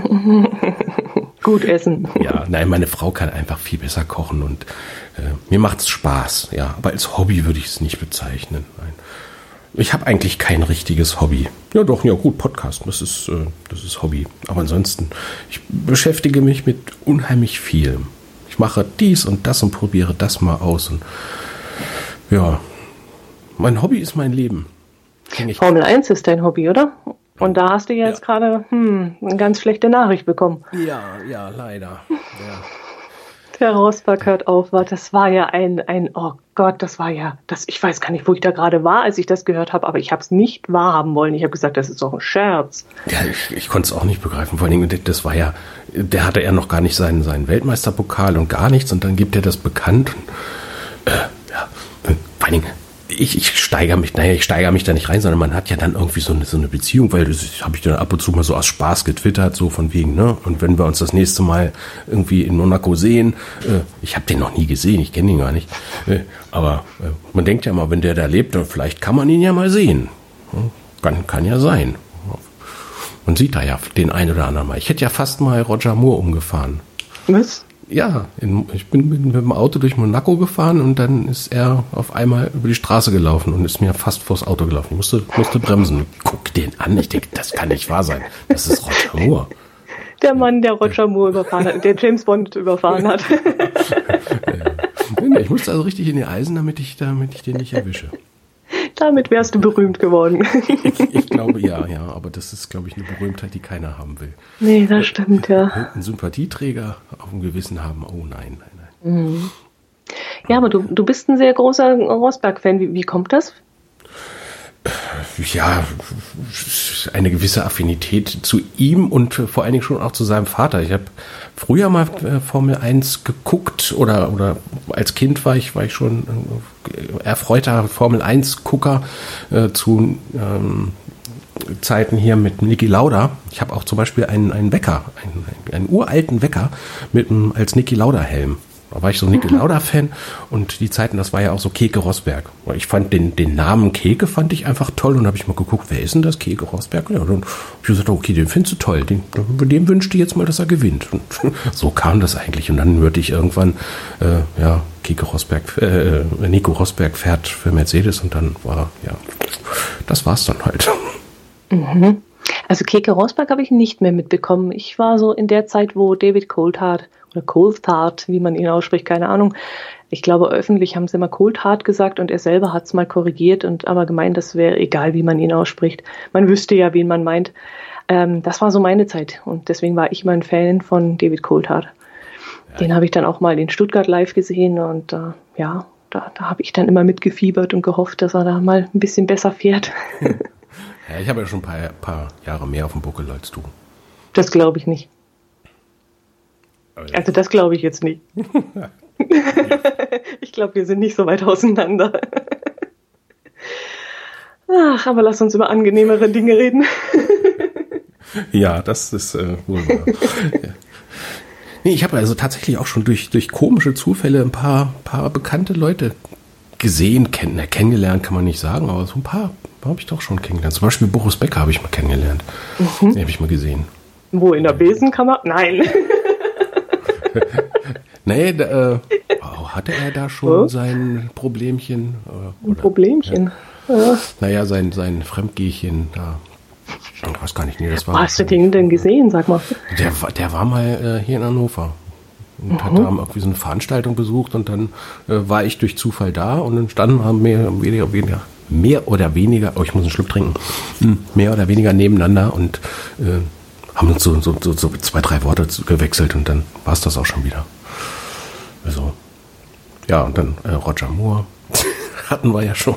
Gut essen. Ja, nein, meine Frau kann einfach viel besser kochen und äh, mir macht es Spaß, ja. Aber als Hobby würde ich es nicht bezeichnen. Nein. Ich habe eigentlich kein richtiges Hobby. Ja doch, ja gut, Podcast, das ist, äh, das ist Hobby. Aber ansonsten, ich beschäftige mich mit unheimlich viel. Ich mache dies und das und probiere das mal aus. Und ja, mein Hobby ist mein Leben. Formel eins ist dein Hobby, oder? Und da hast du jetzt ja. gerade hm, eine ganz schlechte Nachricht bekommen. Ja, ja, leider. Ja. Der Rosberg hört auf. Das war ja ein, ein, oh Gott, das war ja, das, ich weiß gar nicht, wo ich da gerade war, als ich das gehört habe, aber ich habe es nicht wahrhaben wollen. Ich habe gesagt, das ist doch ein Scherz. Ja, ich, ich konnte es auch nicht begreifen. Vor allen Dingen, das war ja, der hatte ja noch gar nicht seinen, seinen Weltmeisterpokal und gar nichts und dann gibt er das bekannt. Und, äh, ja, vor allen Dingen, Ich, ich steigere mich, naja, ich steigere mich da nicht rein, sondern man hat ja dann irgendwie so eine, so eine Beziehung, weil das habe ich dann ab und zu mal so aus Spaß getwittert, so von wegen, ne? Und wenn wir uns das nächste Mal irgendwie in Monaco sehen, äh, ich habe den noch nie gesehen, ich kenne ihn gar nicht, äh, aber äh, man denkt ja mal, wenn der da lebt, dann vielleicht kann man ihn ja mal sehen. Kann, kann ja sein. Man sieht da ja den einen oder anderen mal. Ich hätte ja fast mal Roger Moore umgefahren. Was? Ja, in, ich bin mit, mit dem Auto durch Monaco gefahren und dann ist er auf einmal über die Straße gelaufen und ist mir fast vors Auto gelaufen. Ich musste, musste bremsen. Guck den an, ich denke, das kann nicht wahr sein. Das ist Roger Moore. Der Mann, der Roger Moore überfahren hat, der James Bond überfahren hat. Ja. Ich musste also richtig in die Eisen, damit ich, damit ich den nicht erwische. Damit wärst du berühmt geworden. Ich, ich glaube, ja, ja, aber das ist, glaube ich, eine Berühmtheit, die keiner haben will. Nee, das stimmt, ja. Einen Sympathieträger auf dem Gewissen haben, oh nein, nein, nein. Mhm. Ja, aber du, du bist ein sehr großer Rosberg-Fan. Wie, wie kommt das? Ja, eine gewisse Affinität zu ihm und vor allen Dingen schon auch zu seinem Vater. Ich habe früher mal Formel eins geguckt oder, oder als Kind war ich, war ich schon erfreuter Formel eins Gucker äh, zu ähm, Zeiten hier mit Niki Lauda. Ich habe auch zum Beispiel einen, einen Wecker, einen, einen uralten Wecker mit einem, als Niki Lauda Helm. Da war ich so ein Niki Lauda-Fan und die Zeiten, das war ja auch so Keke Rosberg. Ich fand den, den Namen Keke fand ich einfach toll und habe ich mal geguckt, wer ist denn das, Keke Rosberg? Ja, und dann habe ich gesagt, okay, den findest du toll, den, dem wünschte ich jetzt mal, dass er gewinnt. Und so kam das eigentlich und dann hörte ich irgendwann, äh, ja, Keke Rosberg, äh, Nico Rosberg fährt für Mercedes und dann war, ja, das war's dann halt. Mhm. Also Keke Rosberg habe ich nicht mehr mitbekommen. Ich war so in der Zeit, wo David Coulthard oder Coulthard, wie man ihn ausspricht, keine Ahnung. Ich glaube, öffentlich haben sie immer Coulthard gesagt und er selber hat es mal korrigiert und aber gemeint, das wäre egal, wie man ihn ausspricht. Man wüsste ja, wen man meint. Ähm, das war so meine Zeit und deswegen war ich mal ein Fan von David Coulthard. Ja. Den habe ich dann auch mal in Stuttgart live gesehen und äh, ja, da, da habe ich dann immer mitgefiebert und gehofft, dass er da mal ein bisschen besser fährt. Ja, ich habe ja schon ein paar, paar Jahre mehr auf dem Buckel als du. Das glaube ich nicht. Also das glaube ich jetzt nicht. Ich glaube, wir sind nicht so weit auseinander. Ach, aber lass uns über angenehmere Dinge reden. Ja, das ist äh, wohl wahr. Ja. Nee, ich habe also tatsächlich auch schon durch, durch komische Zufälle ein paar, paar bekannte Leute gesehen, kenn, kennengelernt kann man nicht sagen, aber so ein paar habe ich doch schon kennengelernt. Zum Beispiel Boris Becker habe ich mal kennengelernt. Mhm. Den habe ich mal gesehen. Wo, in der Besenkammer? Nein. Nee, da, äh, oh, hatte er da schon oh. sein Problemchen? Oder, ein Problemchen? Ja. Ja. Naja, sein, sein Fremdgehchen da. Ich weiß gar nicht, nee, das war... Wo hast du den denn gesehen, sag mal? Der, der war mal äh, hier in Hannover. Und mhm. hat da irgendwie so eine Veranstaltung besucht und dann äh, war ich durch Zufall da und dann standen wir mehr, weniger, weniger, mehr oder weniger, oh, ich muss einen Schluck trinken, mehr oder weniger nebeneinander und äh, haben uns so, so, so, so zwei, drei Worte gewechselt und dann war es das auch schon wieder. Also, ja, und dann äh, Roger Moore hatten wir ja schon.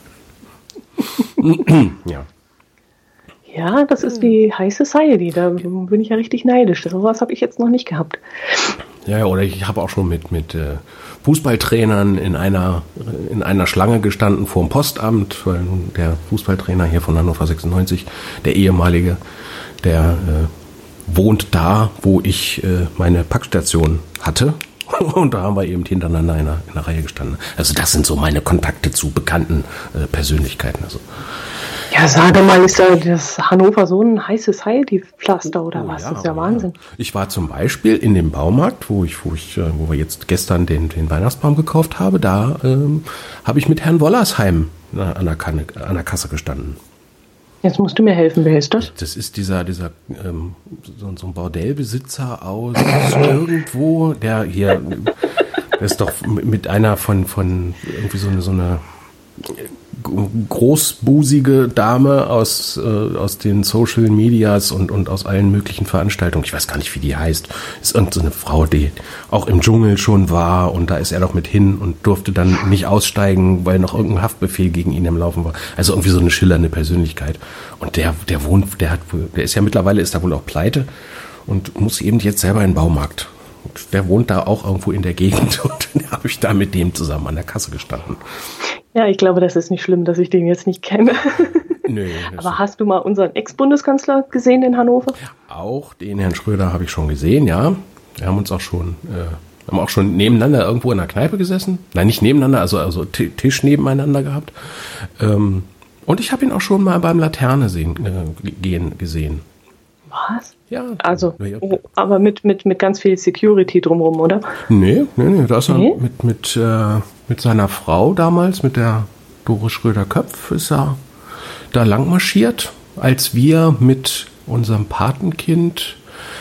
Ja. Ja, das ist die High Society, da bin ich ja richtig neidisch. So was habe ich jetzt noch nicht gehabt. Ja, oder ich habe auch schon mit, mit äh, Fußballtrainern in einer, in einer Schlange gestanden vor dem Postamt, weil nun der Fußballtrainer hier von Hannover sechsundneunzig, der ehemalige, der äh, wohnt da, wo ich äh, meine Packstation hatte. Und da haben wir eben hintereinander in einer, in einer Reihe gestanden. Also das sind so meine Kontakte zu bekannten äh, Persönlichkeiten. Also ja, sage mal, ist da das Hannover so ein High Society-Pflaster oder oh, was? Ja, das ist ja Wahnsinn. Ja. Ich war zum Beispiel in dem Baumarkt, wo ich, wo ich, wo wir jetzt gestern den, den Weihnachtsbaum gekauft habe, da ähm, habe ich mit Herrn Wollersheim an der, Kanne, an der Kasse gestanden. Jetzt musst du mir helfen, wer ist das? Das ist dieser, dieser ähm, so, so ein Bordellbesitzer aus irgendwo, der hier, der ist doch mit einer von, von irgendwie so eine, so eine großbusige Dame aus, äh, aus den Social Medias und, und aus allen möglichen Veranstaltungen. Ich weiß gar nicht, wie die heißt. Ist irgendeine Frau, die auch im Dschungel schon war und da ist er doch mit hin und durfte dann nicht aussteigen, weil noch irgendein Haftbefehl gegen ihn im Laufen war. Also irgendwie so eine schillernde Persönlichkeit. Und der, der wohnt, der hat, der ist ja mittlerweile, ist da wohl auch pleite und muss eben jetzt selber in den Baumarkt. Und der wohnt da auch irgendwo in der Gegend und dann habe ich da mit dem zusammen an der Kasse gestanden. Ja, ich glaube, das ist nicht schlimm, dass ich den jetzt nicht kenne. Nö. Aber hast du mal unseren Ex-Bundeskanzler gesehen in Hannover? Auch den Herrn Schröder habe ich schon gesehen, ja. Wir haben uns auch schon, äh, haben auch schon nebeneinander irgendwo in der Kneipe gesessen. Nein, nicht nebeneinander, also, also T- Tisch nebeneinander gehabt. Ähm, und ich habe ihn auch schon mal beim Laterne sehen, äh, gehen gesehen. Was? Ja. Also, oh, aber mit, mit, mit ganz viel Security drumherum, oder? Nee, nee, nee. Da ist nee? er mit, mit, äh, mit seiner Frau damals, mit der Doris Schröder-Köpf, ist er da lang marschiert, als wir mit unserem Patenkind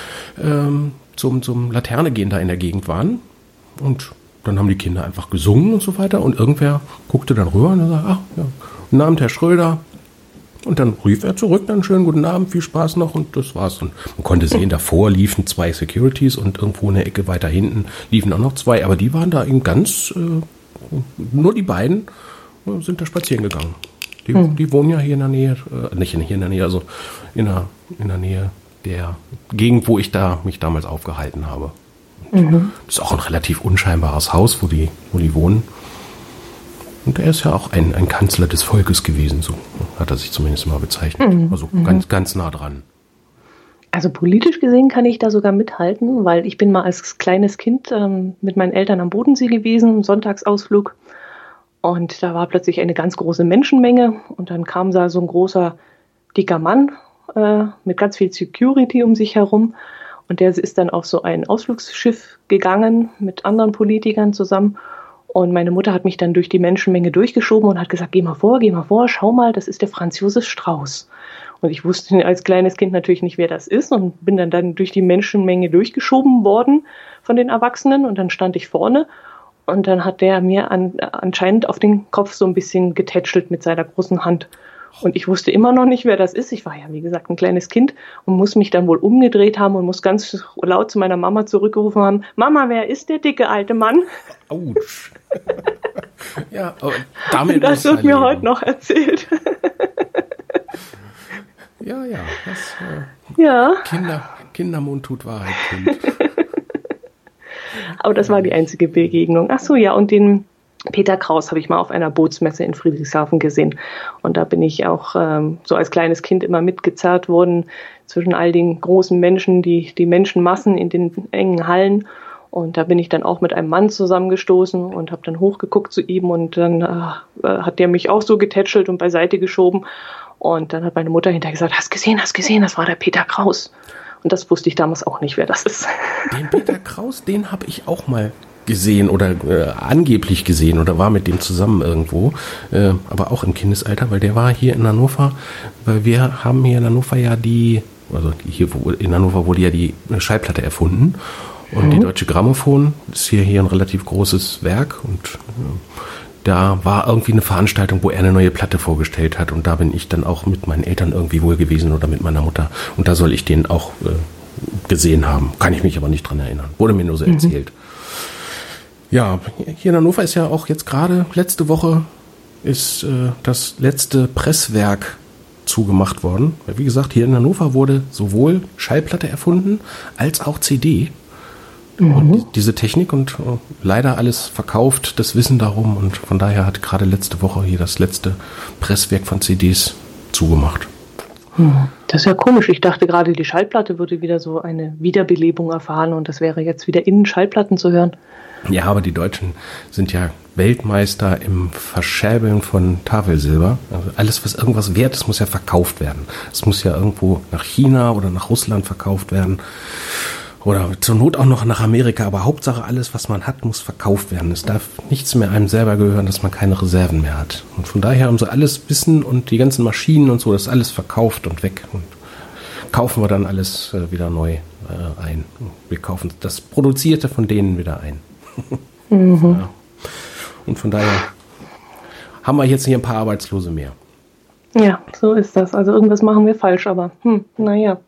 ähm, zum, zum Laterne gehen da in der Gegend waren. Und dann haben die Kinder einfach gesungen und so weiter. Und irgendwer guckte dann rüber und sagte, ach, ja, guten Abend, Herr Schröder. Und dann rief er zurück, dann schönen guten Abend, viel Spaß noch und das war's. Und man konnte sehen, davor liefen zwei Securities und irgendwo in der Ecke weiter hinten liefen auch noch zwei, aber die waren da eben ganz, äh, nur die beiden äh, sind da spazieren gegangen. Die, hm. die wohnen ja hier in der Nähe, äh, nicht hier in der Nähe, also in der, in der Nähe der Gegend, wo ich da mich damals aufgehalten habe. Mhm. Das ist auch ein relativ unscheinbares Haus, wo die, wo die wohnen. Und er ist ja auch ein, ein Kanzler des Volkes gewesen, so hat er sich zumindest mal bezeichnet. Mhm. Also ganz, ganz nah dran. Also politisch gesehen kann ich da sogar mithalten, weil ich bin mal als kleines Kind ähm, mit meinen Eltern am Bodensee gewesen, im Sonntagsausflug. Und da war plötzlich eine ganz große Menschenmenge und dann kam da so ein großer, dicker Mann äh, mit ganz viel Security um sich herum. Und der ist dann auf so ein Ausflugsschiff gegangen mit anderen Politikern zusammen. Und meine Mutter hat mich dann durch die Menschenmenge durchgeschoben und hat gesagt, geh mal vor, geh mal vor, schau mal, das ist der Franz Josef Strauß. Und ich wusste als kleines Kind natürlich nicht, wer das ist und bin dann, dann durch die Menschenmenge durchgeschoben worden von den Erwachsenen und dann stand ich vorne und dann hat der mir an, anscheinend auf den Kopf so ein bisschen getätschelt mit seiner großen Hand. Und ich wusste immer noch nicht, wer das ist. Ich war ja, wie gesagt, ein kleines Kind und muss mich dann wohl umgedreht haben und muss ganz laut zu meiner Mama zurückgerufen haben, Mama, wer ist der dicke alte Mann? Autsch. Ja, aber damit das wird mir heute noch erzählt. Ja, ja. Das, äh, ja. Kinder, Kindermund tut Wahrheit kund. Aber das war die einzige Begegnung. Ach so, ja, und den Peter Kraus habe ich mal auf einer Bootsmesse in Friedrichshafen gesehen. Und da bin ich auch ähm, so als kleines Kind immer mitgezerrt worden zwischen all den großen Menschen, die, die Menschenmassen in den engen Hallen. Und da bin ich dann auch mit einem Mann zusammengestoßen und habe dann hochgeguckt zu ihm und dann äh, hat der mich auch so getätschelt und beiseite geschoben. Und dann hat meine Mutter hinterher gesagt, hast gesehen, hast gesehen, das war der Peter Kraus. Und das wusste ich damals auch nicht, wer das ist. Den Peter Kraus, den habe ich auch mal gesehen oder äh, angeblich gesehen oder war mit dem zusammen irgendwo, äh, aber auch im Kindesalter, weil der war hier in Hannover, weil wir haben hier in Hannover ja die, also hier in Hannover wurde ja die Schallplatte erfunden und mhm. die Deutsche Grammophon ist hier, hier ein relativ großes Werk und äh, da war irgendwie eine Veranstaltung, wo er eine neue Platte vorgestellt hat und da bin ich dann auch mit meinen Eltern irgendwie wohl gewesen oder mit meiner Mutter und da soll ich den auch äh, gesehen haben. Kann ich mich aber nicht dran erinnern. Wurde mir nur so mhm. erzählt. Ja, hier in Hannover ist ja auch jetzt gerade, letzte Woche ist äh, das letzte Presswerk zugemacht worden. Wie gesagt, hier in Hannover wurde sowohl Schallplatte erfunden als auch C D. Mhm. Und die, diese Technik und äh, leider alles verkauft, das Wissen darum. Und von daher hat gerade letzte Woche hier das letzte Presswerk von C Ds zugemacht. Das ist ja komisch. Ich dachte gerade, die Schallplatte würde wieder so eine Wiederbelebung erfahren und das wäre jetzt wieder in Schallplatten zu hören. Ja, aber die Deutschen sind ja Weltmeister im Verschäbeln von Tafelsilber. Also alles, was irgendwas wert ist, muss ja verkauft werden. Es muss ja irgendwo nach China oder nach Russland verkauft werden. Oder zur Not auch noch nach Amerika. Aber Hauptsache, alles, was man hat, muss verkauft werden. Es darf nichts mehr einem selber gehören, dass man keine Reserven mehr hat. Und von daher haben sie alles Wissen und die ganzen Maschinen und so, das ist alles verkauft und weg. Und kaufen wir dann alles äh, wieder neu äh, ein. Wir kaufen das Produzierte von denen wieder ein. Mhm. Ja. Und von daher haben wir jetzt hier ein paar Arbeitslose mehr. Ja, so ist das. Also irgendwas machen wir falsch, aber hm, naja.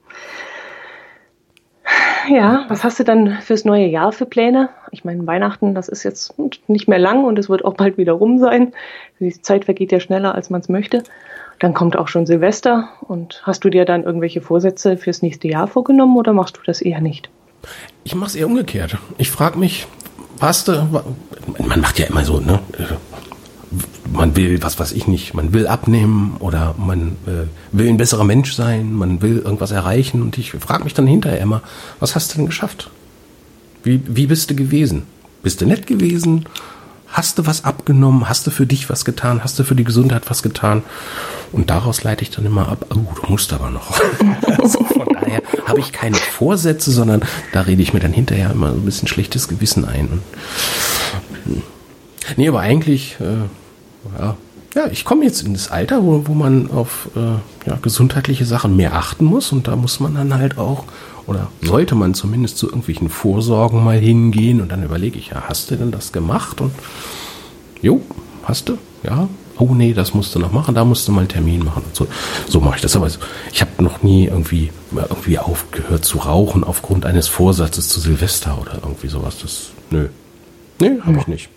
Ja, was hast du dann fürs neue Jahr für Pläne? Ich meine, Weihnachten, das ist jetzt nicht mehr lang und es wird auch bald wieder rum sein. Die Zeit vergeht ja schneller, als man es möchte. Dann kommt auch schon Silvester. Und hast du dir dann irgendwelche Vorsätze fürs nächste Jahr vorgenommen oder machst du das eher nicht? Ich mache es eher umgekehrt. Ich frage mich, was du, man macht ja immer so, ne? Man will, was weiß ich nicht, man will abnehmen oder man äh, will ein besserer Mensch sein, man will irgendwas erreichen und ich frage mich dann hinterher immer, was hast du denn geschafft? Wie, wie bist du gewesen? Bist du nett gewesen? Hast du was abgenommen? Hast du für dich was getan? Hast du für die Gesundheit was getan? Und daraus leite ich dann immer ab, oh, du musst aber noch. Also von daher habe ich keine Vorsätze, sondern da rede ich mir dann hinterher immer so ein bisschen schlechtes Gewissen ein. Und, nee, aber eigentlich, äh, ja, ja, ich komme jetzt in das Alter, wo, wo man auf äh, ja, gesundheitliche Sachen mehr achten muss und da muss man dann halt auch, oder sollte man zumindest zu irgendwelchen Vorsorgen mal hingehen und dann überlege ich, ja, hast du denn das gemacht? Und jo, hast du? Ja. Oh nee, das musst du noch machen, da musst du mal einen Termin machen und so. So mache ich das. Aber ich habe noch nie irgendwie, irgendwie aufgehört zu rauchen aufgrund eines Vorsatzes zu Silvester oder irgendwie sowas. Das, nö. Nee, habe ich nicht.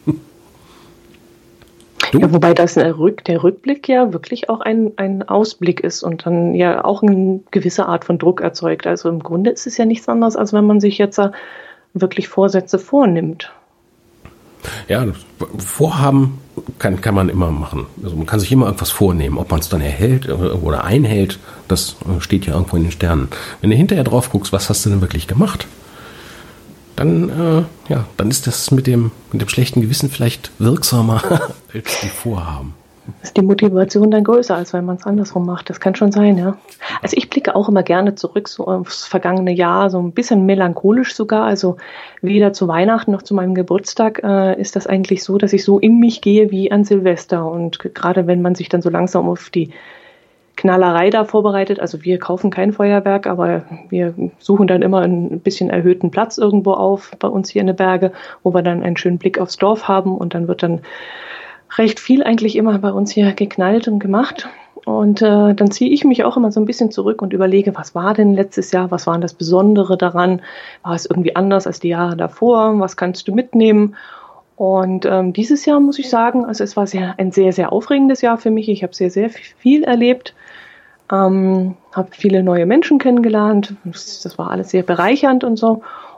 Du? Ja, wobei das der, Rück, der Rückblick ja wirklich auch ein, ein Ausblick ist und dann ja auch eine gewisse Art von Druck erzeugt. Also im Grunde ist es ja nichts anderes, als wenn man sich jetzt wirklich Vorsätze vornimmt. Ja, Vorhaben kann, kann man immer machen. Also man kann sich immer irgendwas vornehmen. Ob man es dann erhält oder einhält, das steht ja irgendwo in den Sternen. Wenn du hinterher drauf guckst, was hast du denn wirklich gemacht? Dann, äh, ja, dann ist das mit dem, mit dem schlechten Gewissen vielleicht wirksamer als die Vorhaben. Ist die Motivation dann größer, als wenn man es andersrum macht? Das kann schon sein, ja. Also ich blicke auch immer gerne zurück so aufs vergangene Jahr, so ein bisschen melancholisch sogar. Also weder zu Weihnachten noch zu meinem Geburtstag äh, ist das eigentlich so, dass ich so in mich gehe wie an Silvester. Und gerade wenn man sich dann so langsam auf die Knallerei da vorbereitet, also wir kaufen kein Feuerwerk, aber wir suchen dann immer ein bisschen erhöhten Platz irgendwo auf bei uns hier in den Berge, wo wir dann einen schönen Blick aufs Dorf haben und dann wird dann recht viel eigentlich immer bei uns hier geknallt und gemacht. Und äh, dann ziehe ich mich auch immer so ein bisschen zurück und überlege, was war denn letztes Jahr, was war denn das Besondere daran? War es irgendwie anders als die Jahre davor? Was kannst du mitnehmen? Und ähm, dieses Jahr muss ich sagen, also es war sehr, ein sehr, sehr aufregendes Jahr für mich. Ich habe sehr, sehr viel erlebt, ähm, habe viele neue Menschen kennengelernt. Das, das war alles sehr bereichernd und so.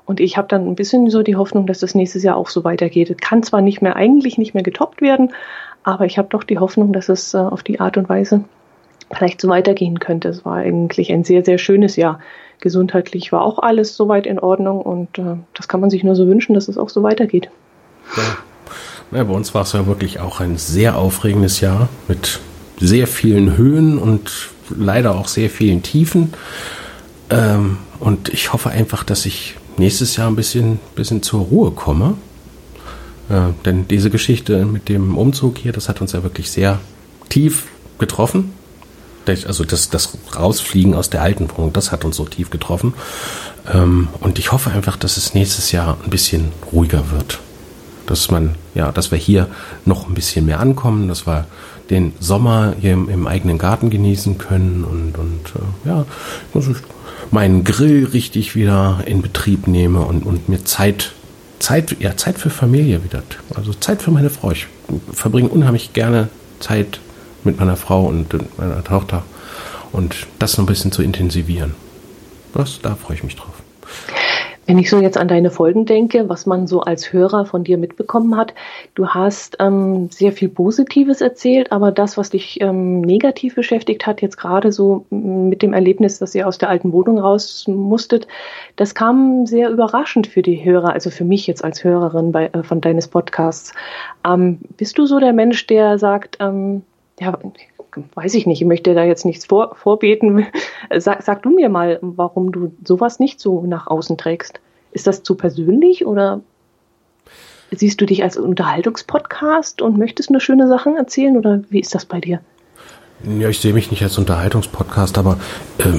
Und ich habe dann ein bisschen so die Hoffnung, dass das nächstes Jahr auch so weitergeht. Es kann zwar nicht mehr, eigentlich nicht mehr getoppt werden, aber ich habe doch die Hoffnung, dass es äh, auf die Art und Weise vielleicht so weitergehen könnte. Es war eigentlich ein sehr, sehr schönes Jahr. Gesundheitlich war auch alles soweit in Ordnung und äh, das kann man sich nur so wünschen, dass es auch so weitergeht. Ja. Ja, bei uns war es ja wirklich auch ein sehr aufregendes Jahr mit sehr vielen Höhen und leider auch sehr vielen Tiefen. Ähm, und ich hoffe einfach, dass ich nächstes Jahr ein bisschen, bisschen zur Ruhe komme. Äh, denn diese Geschichte mit dem Umzug hier, das hat uns ja wirklich sehr tief getroffen. Also das, das Rausfliegen aus der alten Wohnung, das hat uns so tief getroffen. Ähm, und ich hoffe einfach, dass es nächstes Jahr ein bisschen ruhiger wird. Dass man, ja, dass wir hier noch ein bisschen mehr ankommen, dass wir den Sommer hier im, im eigenen Garten genießen können und, und äh, ja, dass ich meinen Grill richtig wieder in Betrieb nehme und, und mir Zeit, Zeit, ja, Zeit für Familie wieder, also Zeit für meine Frau. Ich verbringe unheimlich gerne Zeit mit meiner Frau und meiner Tochter und das noch ein bisschen zu intensivieren. Das, da freue ich mich drauf. Wenn ich so jetzt an deine Folgen denke, was man so als Hörer von dir mitbekommen hat, du hast ähm, sehr viel Positives erzählt, aber das, was dich ähm, negativ beschäftigt hat, jetzt gerade so mit dem Erlebnis, dass ihr aus der alten Wohnung raus musstet, das kam sehr überraschend für die Hörer, also für mich jetzt als Hörerin bei, äh, von deines Podcasts. Ähm, bist du so der Mensch, der sagt, ähm, ja, weiß ich nicht, ich möchte da jetzt nichts vor, vorbeten. Sag, sag du mir mal, warum du sowas nicht so nach außen trägst. Ist das zu persönlich oder siehst du dich als Unterhaltungspodcast und möchtest nur schöne Sachen erzählen oder wie ist das bei dir? Ja, ich sehe mich nicht als Unterhaltungspodcast, aber ähm,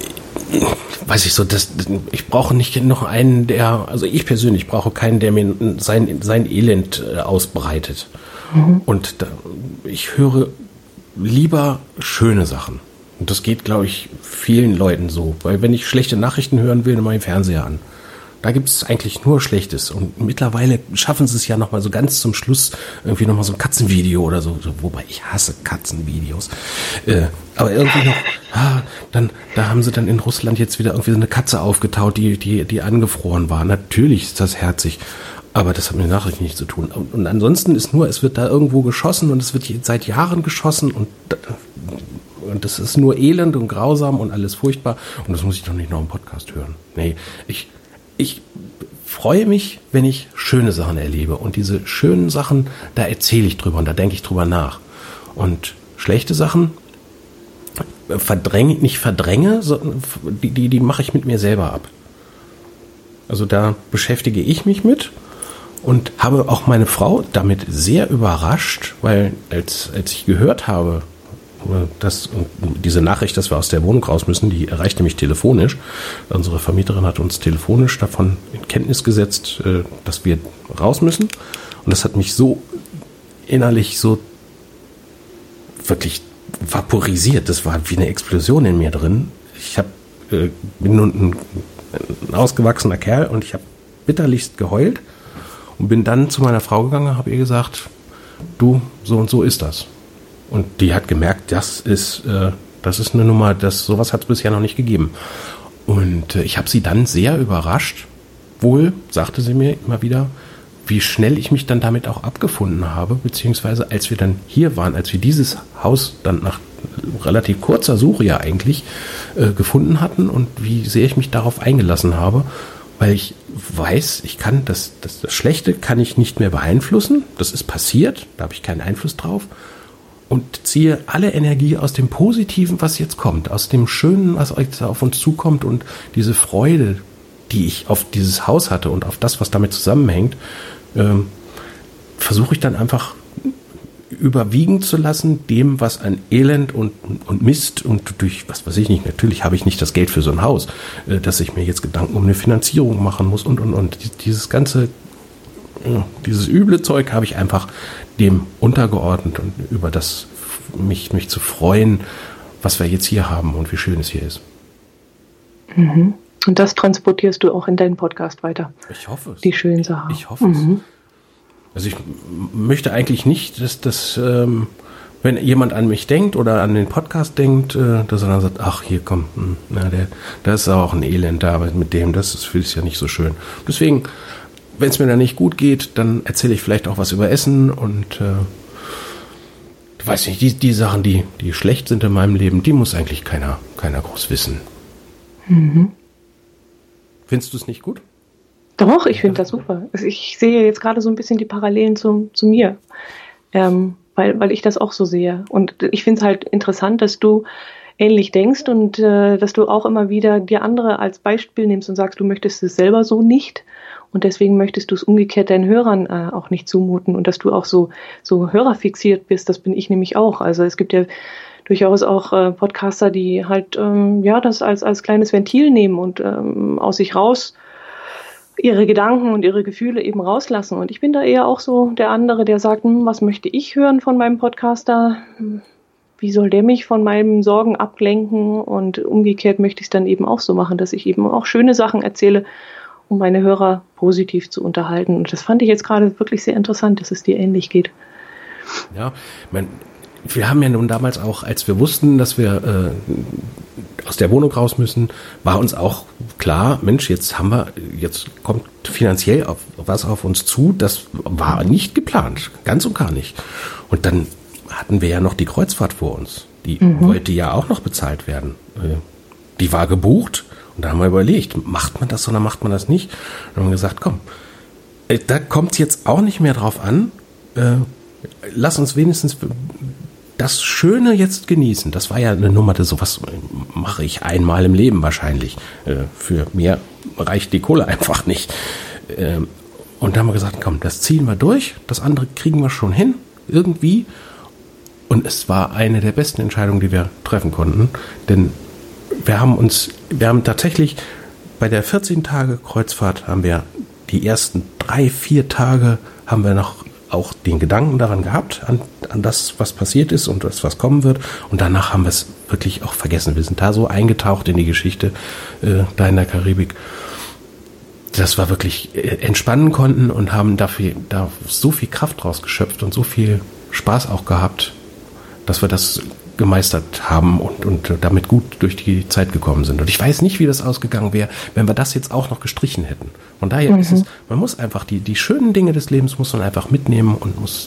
weiß ich so, das, ich brauche nicht noch einen, der, also ich persönlich brauche keinen, der mir sein, sein Elend äh, ausbreitet. Mhm. Und da, ich höre lieber schöne Sachen. Und das geht, glaube ich, vielen Leuten so. Weil wenn ich schlechte Nachrichten hören will, dann mache ich den Fernseher an. Da gibt es eigentlich nur Schlechtes. Und mittlerweile schaffen sie es ja nochmal so ganz zum Schluss irgendwie nochmal so ein Katzenvideo oder so. Wobei ich hasse Katzenvideos. Äh, aber irgendwie noch, ah, dann, da haben sie dann in Russland jetzt wieder irgendwie so eine Katze aufgetaut, die, die, die angefroren war. Natürlich ist das herzig. Aber das hat mit den Nachrichten nichts zu tun. Und, und ansonsten ist nur, es wird da irgendwo geschossen und es wird seit Jahren geschossen und, und das ist nur elend und grausam und alles furchtbar. Und das muss ich doch nicht noch im Podcast hören. Nee, ich, ich freue mich, wenn ich schöne Sachen erlebe. Und diese schönen Sachen, da erzähle ich drüber und da denke ich drüber nach. Und schlechte Sachen verdränge, nicht verdränge, sondern die, die, die mache ich mit mir selber ab. Also da beschäftige ich mich mit. Und habe auch meine Frau damit sehr überrascht, weil als, als ich gehört habe, dass diese Nachricht, dass wir aus der Wohnung raus müssen, die erreichte mich telefonisch. Unsere Vermieterin hat uns telefonisch davon in Kenntnis gesetzt, dass wir raus müssen. Und das hat mich so innerlich so wirklich vaporisiert. Das war wie eine Explosion in mir drin. Ich hab, bin nun ein, ein ausgewachsener Kerl und ich habe bitterlichst geheult. Und bin dann zu meiner Frau gegangen, habe ihr gesagt, du, so und so ist das. Und die hat gemerkt, das ist, äh, das ist eine Nummer, das, sowas hat es bisher noch nicht gegeben. Und äh, ich habe sie dann sehr überrascht, wohl, sagte sie mir immer wieder, wie schnell ich mich dann damit auch abgefunden habe, beziehungsweise als wir dann hier waren, als wir dieses Haus dann nach relativ kurzer Suche ja eigentlich äh, gefunden hatten und wie sehr ich mich darauf eingelassen habe, weil ich weiß, ich kann das, das, das Schlechte kann ich nicht mehr beeinflussen. Das ist passiert, da habe ich keinen Einfluss drauf. Und ziehe alle Energie aus dem Positiven, was jetzt kommt, aus dem Schönen, was auf uns zukommt und diese Freude, die ich auf dieses Haus hatte und auf das, was damit zusammenhängt, ähm, versuche ich dann einfach überwiegen zu lassen, dem, was an Elend und, und Mist und durch, was weiß ich nicht, natürlich habe ich nicht das Geld für so ein Haus, äh, dass ich mir jetzt Gedanken um eine Finanzierung machen muss und, und, und. Dieses ganze, äh, dieses üble Zeug habe ich einfach dem untergeordnet und über das mich, mich zu freuen, was wir jetzt hier haben und wie schön es hier ist. Mhm. Und das transportierst du auch in deinen Podcast weiter? Ich hoffe es. Die schönen Sachen. Ich hoffe mhm. es. Also ich möchte eigentlich nicht, dass das ähm, wenn jemand an mich denkt oder an den Podcast denkt, äh, dass er dann sagt, ach, hier komm, na, der, da ist auch ein Elend da mit dem, das ist, ist ja nicht so schön. Deswegen, wenn es mir dann nicht gut geht, dann erzähle ich vielleicht auch was über Essen und äh, du weißt nicht, die, die Sachen, die, die schlecht sind in meinem Leben, die muss eigentlich keiner, keiner groß wissen. Mhm. Findest du es nicht gut? Doch, ich finde das super. Ich sehe jetzt gerade so ein bisschen die Parallelen zu, zu mir, ähm, weil, weil ich das auch so sehe. Und ich finde es halt interessant, dass du ähnlich denkst und äh, dass du auch immer wieder dir andere als Beispiel nimmst und sagst, du möchtest es selber so nicht. Und deswegen möchtest du es umgekehrt deinen Hörern äh, auch nicht zumuten und dass du auch so, so hörerfixiert bist, das bin ich nämlich auch. Also es gibt ja durchaus auch äh, Podcaster, die halt ähm, ja das als, als kleines Ventil nehmen und ähm, aus sich raus ihre Gedanken und ihre Gefühle eben rauslassen. Und ich bin da eher auch so der andere, der sagt, hm, was möchte ich hören von meinem Podcaster? Wie soll der mich von meinen Sorgen ablenken? Und umgekehrt möchte ich es dann eben auch so machen, dass ich eben auch schöne Sachen erzähle, um meine Hörer positiv zu unterhalten. Und das fand ich jetzt gerade wirklich sehr interessant, dass es dir ähnlich geht. Ja, mein, wir haben ja nun damals auch, als wir wussten, dass wir äh, aus der Wohnung raus müssen, war uns auch klar, Mensch, jetzt haben wir, jetzt kommt finanziell auf, was auf uns zu, das war nicht geplant, ganz und gar nicht. Und dann hatten wir ja noch die Kreuzfahrt vor uns, die mhm. wollte ja auch noch bezahlt werden. Äh, die war gebucht. Und da haben wir überlegt, macht man das oder macht man das nicht? Und haben wir gesagt, komm, da kommt es jetzt auch nicht mehr drauf an. Äh, lass uns wenigstens das Schöne jetzt genießen. Das war ja eine Nummer, das sowas mache ich einmal im Leben wahrscheinlich. Äh, für mehr reicht die Kohle einfach nicht. Äh, und da haben wir gesagt, komm, das ziehen wir durch. Das andere kriegen wir schon hin, irgendwie. Und es war eine der besten Entscheidungen, die wir treffen konnten. Denn wir haben uns, wir haben tatsächlich bei der vierzehn Tage Kreuzfahrt haben wir die ersten drei, vier Tage haben wir noch auch den Gedanken daran gehabt, an, an das, was passiert ist und das, was kommen wird. Und danach haben wir es wirklich auch vergessen. Wir sind da so eingetaucht in die Geschichte äh, da in der Karibik, dass wir wirklich äh, entspannen konnten und haben dafür da so viel Kraft draus geschöpft und so viel Spaß auch gehabt, dass wir das gemeistert haben und, und damit gut durch die Zeit gekommen sind. Und ich weiß nicht, wie das ausgegangen wäre, wenn wir das jetzt auch noch gestrichen hätten. Von daher mhm. ist es, man muss einfach die, die schönen Dinge des Lebens muss man einfach mitnehmen und muss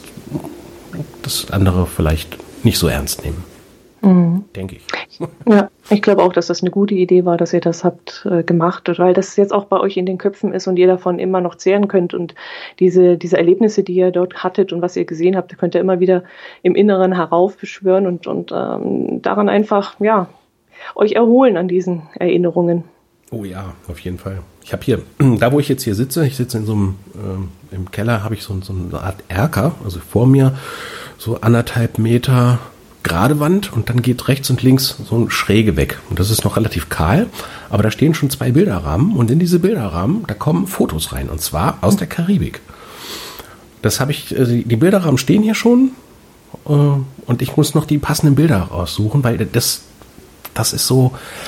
das andere vielleicht nicht so ernst nehmen. Mhm. Denke ich. Ja, ich glaube auch, dass das eine gute Idee war, dass ihr das habt äh, gemacht, weil das jetzt auch bei euch in den Köpfen ist und ihr davon immer noch zehren könnt und diese, diese Erlebnisse, die ihr dort hattet und was ihr gesehen habt, könnt ihr immer wieder im Inneren heraufbeschwören und, und ähm, daran einfach, ja, euch erholen an diesen Erinnerungen. Oh ja, auf jeden Fall. Ich habe hier, da wo ich jetzt hier sitze, ich sitze in so einem, ähm, im Keller habe ich so, so eine Art Erker, also vor mir so anderthalb Meter gerade Wand und dann geht rechts und links so ein Schräge weg. Und das ist noch relativ kahl, aber da stehen schon zwei Bilderrahmen und in diese Bilderrahmen, da kommen Fotos rein und zwar aus der Karibik. Das habe ich, also die Bilderrahmen stehen hier schon äh, und ich muss noch die passenden Bilder raussuchen, weil das, das ist so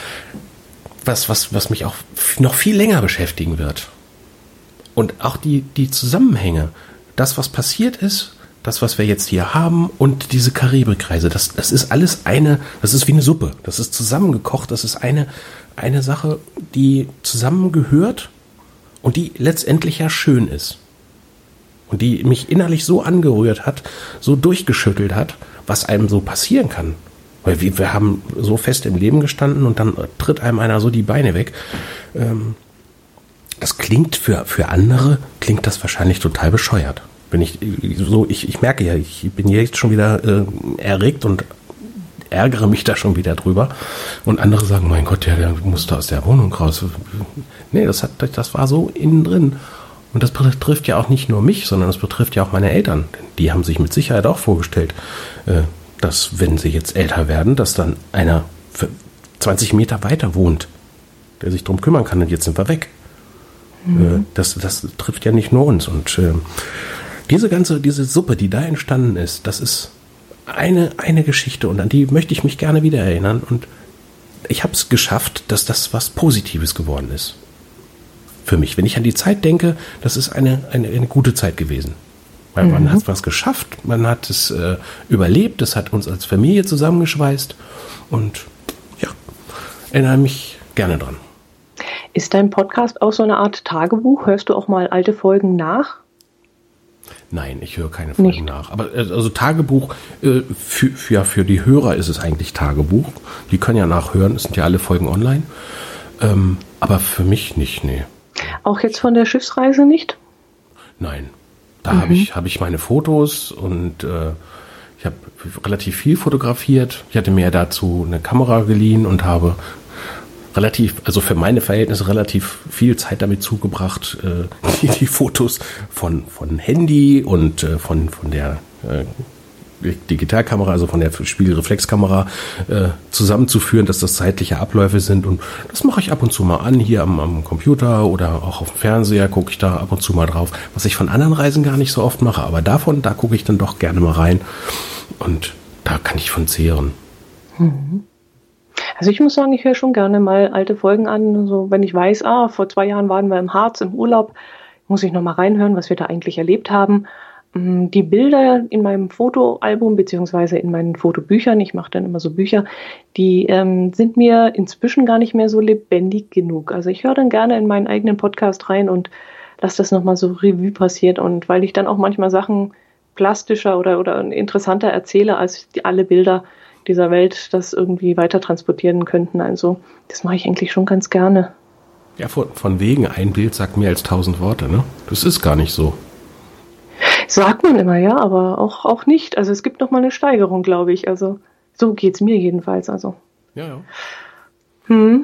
was, was, was mich auch noch viel länger beschäftigen wird. Und auch die, die Zusammenhänge, das, was passiert ist, das, was wir jetzt hier haben und diese Karibikreise, das, das ist alles eine, das ist wie eine Suppe. Das ist zusammengekocht, das ist eine, eine Sache, die zusammengehört und die letztendlich ja schön ist. Und die mich innerlich so angerührt hat, so durchgeschüttelt hat, was einem so passieren kann. Weil wir, wir haben so fest im Leben gestanden und dann tritt einem einer so die Beine weg. Ähm, das klingt für, für andere, klingt das wahrscheinlich total bescheuert. Wenn ich so, ich, ich merke ja, ich bin jetzt schon wieder äh, erregt und ärgere mich da schon wieder drüber. Und andere sagen, mein Gott, ja, der musste aus der Wohnung raus. Nee, das hat, das war so innen drin. Und das betrifft ja auch nicht nur mich, sondern das betrifft ja auch meine Eltern. Die haben sich mit Sicherheit auch vorgestellt, äh, dass wenn sie jetzt älter werden, dass dann einer zwanzig Meter weiter wohnt, der sich drum kümmern kann und jetzt sind wir weg. Mhm. Äh, das, das trifft ja nicht nur uns. Und äh, Diese ganze, diese Suppe, die da entstanden ist, das ist eine, eine Geschichte und an die möchte ich mich gerne wieder erinnern und ich habe es geschafft, dass das was Positives geworden ist. Für mich. Wenn ich an die Zeit denke, das ist eine, eine, eine gute Zeit gewesen. Weil man mhm. hat was geschafft, man hat es äh, überlebt, es hat uns als Familie zusammengeschweißt und ja, erinnere mich gerne dran. Ist dein Podcast auch so eine Art Tagebuch? Hörst du auch mal alte Folgen nach? Nein, ich höre keine Folgen Nicht. nach. Aber äh, also Tagebuch, äh, für, für, ja, für die Hörer ist es eigentlich Tagebuch. Die können ja nachhören, es sind ja alle Folgen online. Ähm, aber für mich nicht, nee. Auch jetzt von der Schiffsreise nicht? Nein. Da Mhm. habe ich, hab ich meine Fotos und äh, ich habe relativ viel fotografiert. Ich hatte mir dazu eine Kamera geliehen und habe relativ, also für meine Verhältnisse relativ viel Zeit damit zugebracht, äh, die, die Fotos von, von Handy und äh, von, von der äh, Digitalkamera, also von der Spiegelreflexkamera äh, zusammenzuführen, dass das zeitliche Abläufe sind. Und das mache ich ab und zu mal an, hier am, am Computer oder auch auf dem Fernseher gucke ich da ab und zu mal drauf, was ich von anderen Reisen gar nicht so oft mache. Aber davon, da gucke ich dann doch gerne mal rein und da kann ich von zehren. Mhm. Also ich muss sagen, ich höre schon gerne mal alte Folgen an. Also wenn ich weiß, ah, vor zwei Jahren waren wir im Harz im Urlaub, muss ich noch mal reinhören, was wir da eigentlich erlebt haben. Die Bilder in meinem Fotoalbum beziehungsweise in meinen Fotobüchern, ich mache dann immer so Bücher, die ähm, sind mir inzwischen gar nicht mehr so lebendig genug. Also ich höre dann gerne in meinen eigenen Podcast rein und lasse das nochmal so Revue passiert. Und weil ich dann auch manchmal Sachen plastischer oder, oder interessanter erzähle, als die, alle Bilder dieser Welt das irgendwie weiter transportieren könnten. Also das mache ich eigentlich schon ganz gerne. Ja, von, von wegen, ein Bild sagt mehr als tausend Worte, ne? Das ist gar nicht so. Sagt man immer, ja, aber auch, auch nicht. Also es gibt noch mal eine Steigerung, glaube ich. Also so geht's mir jedenfalls. Also. Ja, ja. Hm.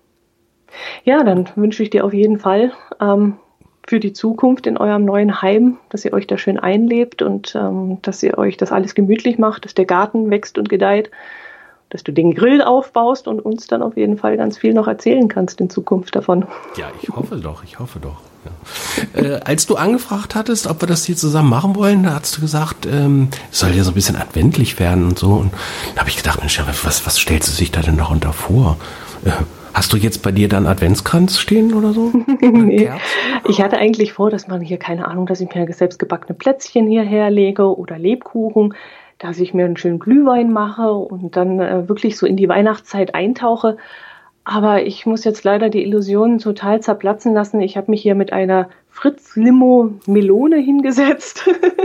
Ja, dann wünsche ich dir auf jeden Fall ähm, für die Zukunft in eurem neuen Heim, dass ihr euch da schön einlebt und ähm, dass ihr euch das alles gemütlich macht, dass der Garten wächst und gedeiht, dass du den Grill aufbaust und uns dann auf jeden Fall ganz viel noch erzählen kannst in Zukunft davon. Ja, ich hoffe doch, ich hoffe doch. Ja. Äh, als du angefragt hattest, ob wir das hier zusammen machen wollen, da hast du gesagt, ähm, es soll ja so ein bisschen adventlich werden und so. Und da habe ich gedacht, Mensch, was, was stellst du sich da denn darunter vor? Äh, hast du jetzt bei dir dann Adventskranz stehen oder so? Nee. Ich hatte eigentlich vor, dass man hier, keine Ahnung, dass ich mir selbst gebackene Plätzchen hierher lege oder Lebkuchen, dass ich mir einen schönen Glühwein mache und dann äh, wirklich so in die Weihnachtszeit eintauche. Aber ich muss jetzt leider die Illusionen total zerplatzen lassen. Ich habe mich hier mit einer Fritz-Limo-Melone hingesetzt.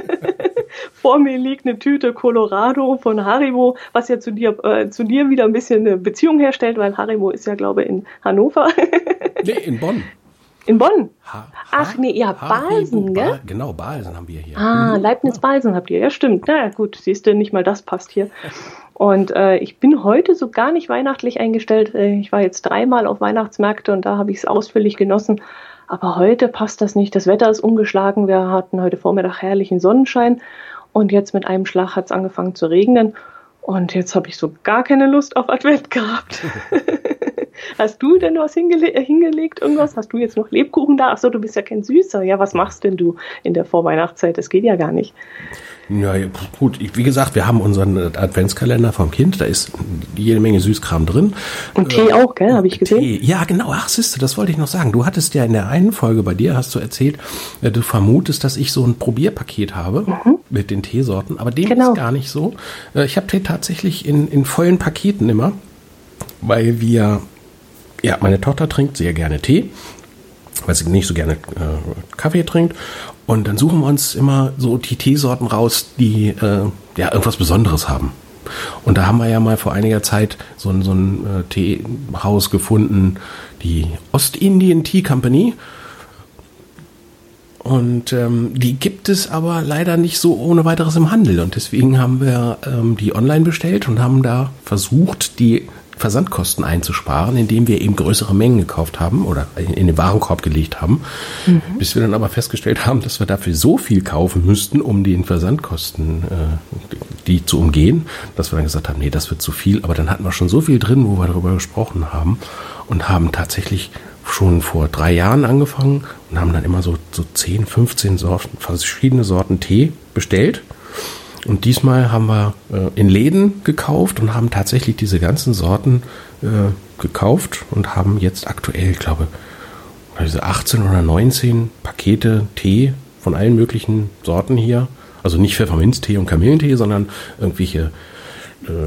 Vor mir liegt eine Tüte Colorado von Haribo, was ja zu dir, äh, zu dir wieder ein bisschen eine Beziehung herstellt, weil Haribo ist ja, glaube ich, in Hannover. Nee, in Bonn. In Bonn? Ha, ha, Ach nee, ihr habt Balsen, gell? Ba- genau, Balsen haben wir hier. Ah, Leibniz-Balsen habt ihr. Ja, stimmt. Na ja, gut, siehst du, nicht mal das passt hier. Und äh, ich bin heute so gar nicht weihnachtlich eingestellt. Ich war jetzt dreimal auf Weihnachtsmärkte und da habe ich es ausführlich genossen. Aber heute passt das nicht. Das Wetter ist umgeschlagen. Wir hatten heute Vormittag herrlichen Sonnenschein und jetzt mit einem Schlag hat es angefangen zu regnen. Und jetzt habe ich so gar keine Lust auf Advent gehabt. Hast du denn was hingele- hingelegt, irgendwas? Hast du jetzt noch Lebkuchen da? Achso, du bist ja kein Süßer. Ja, was machst denn du in der Vorweihnachtszeit? Das geht ja gar nicht. Ja, gut, wie gesagt, wir haben unseren Adventskalender vom Kind, da ist jede Menge Süßkram drin. Und Tee äh, auch, gell, habe ich gesehen. Tee. Ja, genau, ach siehste, das wollte ich noch sagen. Du hattest ja in der einen Folge bei dir, hast du erzählt, du vermutest, dass ich so ein Probierpaket habe mhm. mit den Teesorten, aber dem genau. ist gar nicht so. Ich habe Tee tatsächlich in, in vollen Paketen immer, weil wir, ja, meine Tochter trinkt sehr gerne Tee, weil sie nicht so gerne äh, Kaffee trinkt. Und dann suchen wir uns immer so die Teesorten raus, die äh, ja irgendwas Besonderes haben. Und da haben wir ja mal vor einiger Zeit so ein, so ein äh, Teehaus gefunden, die Ostindien Tea Company. Und ähm, die gibt es aber leider nicht so ohne weiteres im Handel. Und deswegen haben wir ähm, die online bestellt und haben da versucht, die Versandkosten einzusparen, indem wir eben größere Mengen gekauft haben oder in den Warenkorb gelegt haben, mhm. bis wir dann aber festgestellt haben, dass wir dafür so viel kaufen müssten, um den Versandkosten äh, die zu umgehen, dass wir dann gesagt haben, nee, das wird zu viel, aber dann hatten wir schon so viel drin, wo wir darüber gesprochen haben und haben tatsächlich schon vor drei Jahren angefangen und haben dann immer so, so zehn, fünfzehn Sorten, verschiedene Sorten Tee bestellt. Und diesmal haben wir äh, in Läden gekauft und haben tatsächlich diese ganzen Sorten äh, gekauft und haben jetzt aktuell, ich glaube, also achtzehn oder neunzehn Pakete Tee von allen möglichen Sorten hier. Also nicht Pfefferminztee und Kamillentee, sondern irgendwelche äh,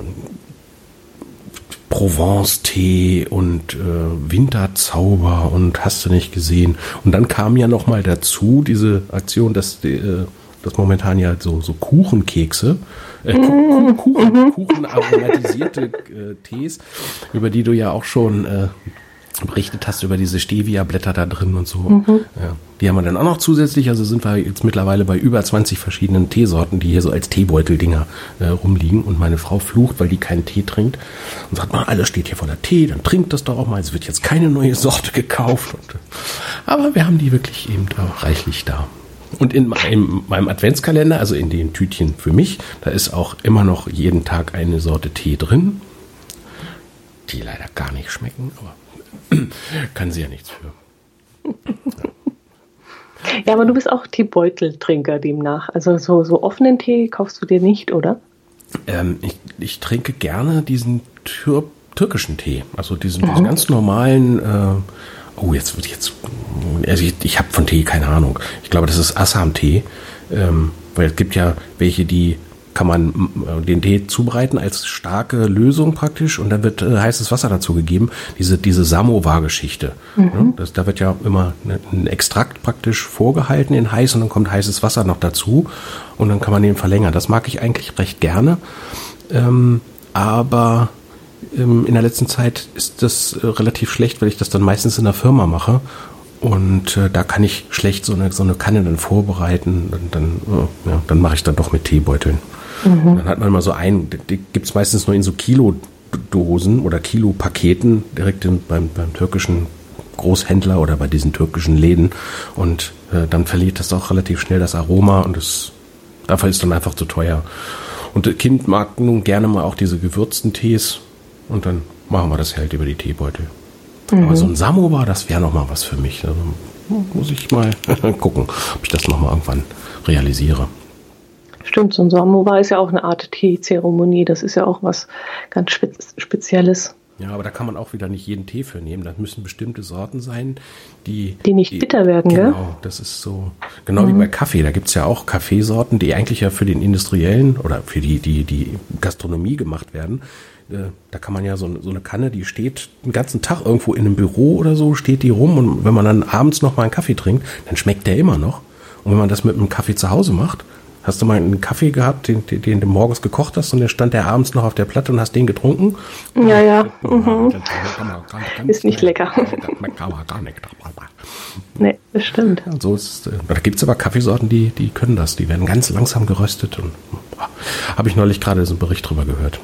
Provence-Tee und äh, Winterzauber und hast du nicht gesehen. Und dann kam ja noch mal dazu diese Aktion, dass, äh, dass momentan ja so, so Kuchenkekse, äh, Kuchen, Kuchen, Kuchen aromatisierte äh, Tees, über die du ja auch schon äh, berichtet hast, über diese Stevia-Blätter da drin und so. Mhm. Ja, die haben wir dann auch noch zusätzlich, also sind wir jetzt mittlerweile bei über zwanzig verschiedenen Teesorten, die hier so als Teebeuteldinger äh, rumliegen, und meine Frau flucht, weil die keinen Tee trinkt und sagt, man, alles steht hier voller Tee, dann trinkt das doch auch mal, es wird jetzt keine neue Sorte gekauft. Und, äh, aber wir haben die wirklich eben auch reichlich da. Und in meinem, meinem Adventskalender, also in den Tütchen für mich, da ist auch immer noch jeden Tag eine Sorte Tee drin, die leider gar nicht schmecken, aber kann sie ja nichts für. Ja. Ja, aber du bist auch Teebeuteltrinker demnach. Also so, so offenen Tee kaufst du dir nicht, oder? Ähm, ich, ich trinke gerne diesen Tür, türkischen Tee. Also diesen, mhm. diesen ganz normalen, äh, oh, jetzt wird jetzt, also ich, ich habe von Tee keine Ahnung. Ich glaube, das ist Assam-Tee. Ähm, weil es gibt ja welche, die kann man den Tee zubereiten als starke Lösung praktisch, und dann wird äh, heißes Wasser dazu gegeben. Diese, diese Samovar-Geschichte. Mhm. Ne? Das, da wird ja immer ne, ein Extrakt praktisch vorgehalten in heiß, und dann kommt heißes Wasser noch dazu und dann kann man den verlängern. Das mag ich eigentlich recht gerne. Ähm, aber ähm, in der letzten Zeit ist das äh, relativ schlecht, weil ich das dann meistens in der Firma mache. Und äh, da kann ich schlecht so eine, so eine Kanne dann vorbereiten. Und dann, äh, ja, dann mache ich dann doch mit Teebeuteln. Mhm. Dann hat man mal so einen, die gibt es meistens nur in so Kilo-Dosen oder Kilo-Paketen direkt in, beim, beim türkischen Großhändler oder bei diesen türkischen Läden. Und äh, dann verliert das auch relativ schnell das Aroma, und das, dafür ist dann einfach zu teuer. Und das Kind mag nun gerne mal auch diese gewürzten Tees, und dann machen wir das halt über die Teebeutel. Mhm. Aber so ein Samovar, das wäre nochmal was für mich. Also muss ich mal gucken, ob ich das nochmal irgendwann realisiere. Stimmt, so ein Samovar ist ja auch eine Art Teezeremonie. Das ist ja auch was ganz Spez- Spezielles. Ja, aber da kann man auch wieder nicht jeden Tee für nehmen. Das müssen bestimmte Sorten sein, die... Die nicht die, bitter werden, genau, gell? Genau, das ist so... Genau mhm. wie bei Kaffee. Da gibt es ja auch Kaffeesorten, die eigentlich ja für den Industriellen oder für die, die, die Gastronomie gemacht werden. Da kann man ja so, so eine Kanne, die steht den ganzen Tag irgendwo in einem Büro oder so, steht die rum, und wenn man dann abends noch mal einen Kaffee trinkt, dann schmeckt der immer noch. Und wenn man das mit einem Kaffee zu Hause macht, hast du mal einen Kaffee gehabt, den, den, den du morgens gekocht hast, und der stand der abends noch auf der Platte und hast den getrunken? Ja, ja. Mhm. Ist nicht lecker. Gar nicht. Nee, das stimmt. Ja, so ist, da gibt es aber Kaffeesorten, die, die können das. Die werden ganz langsam geröstet, und habe ich neulich gerade so einen Bericht drüber gehört.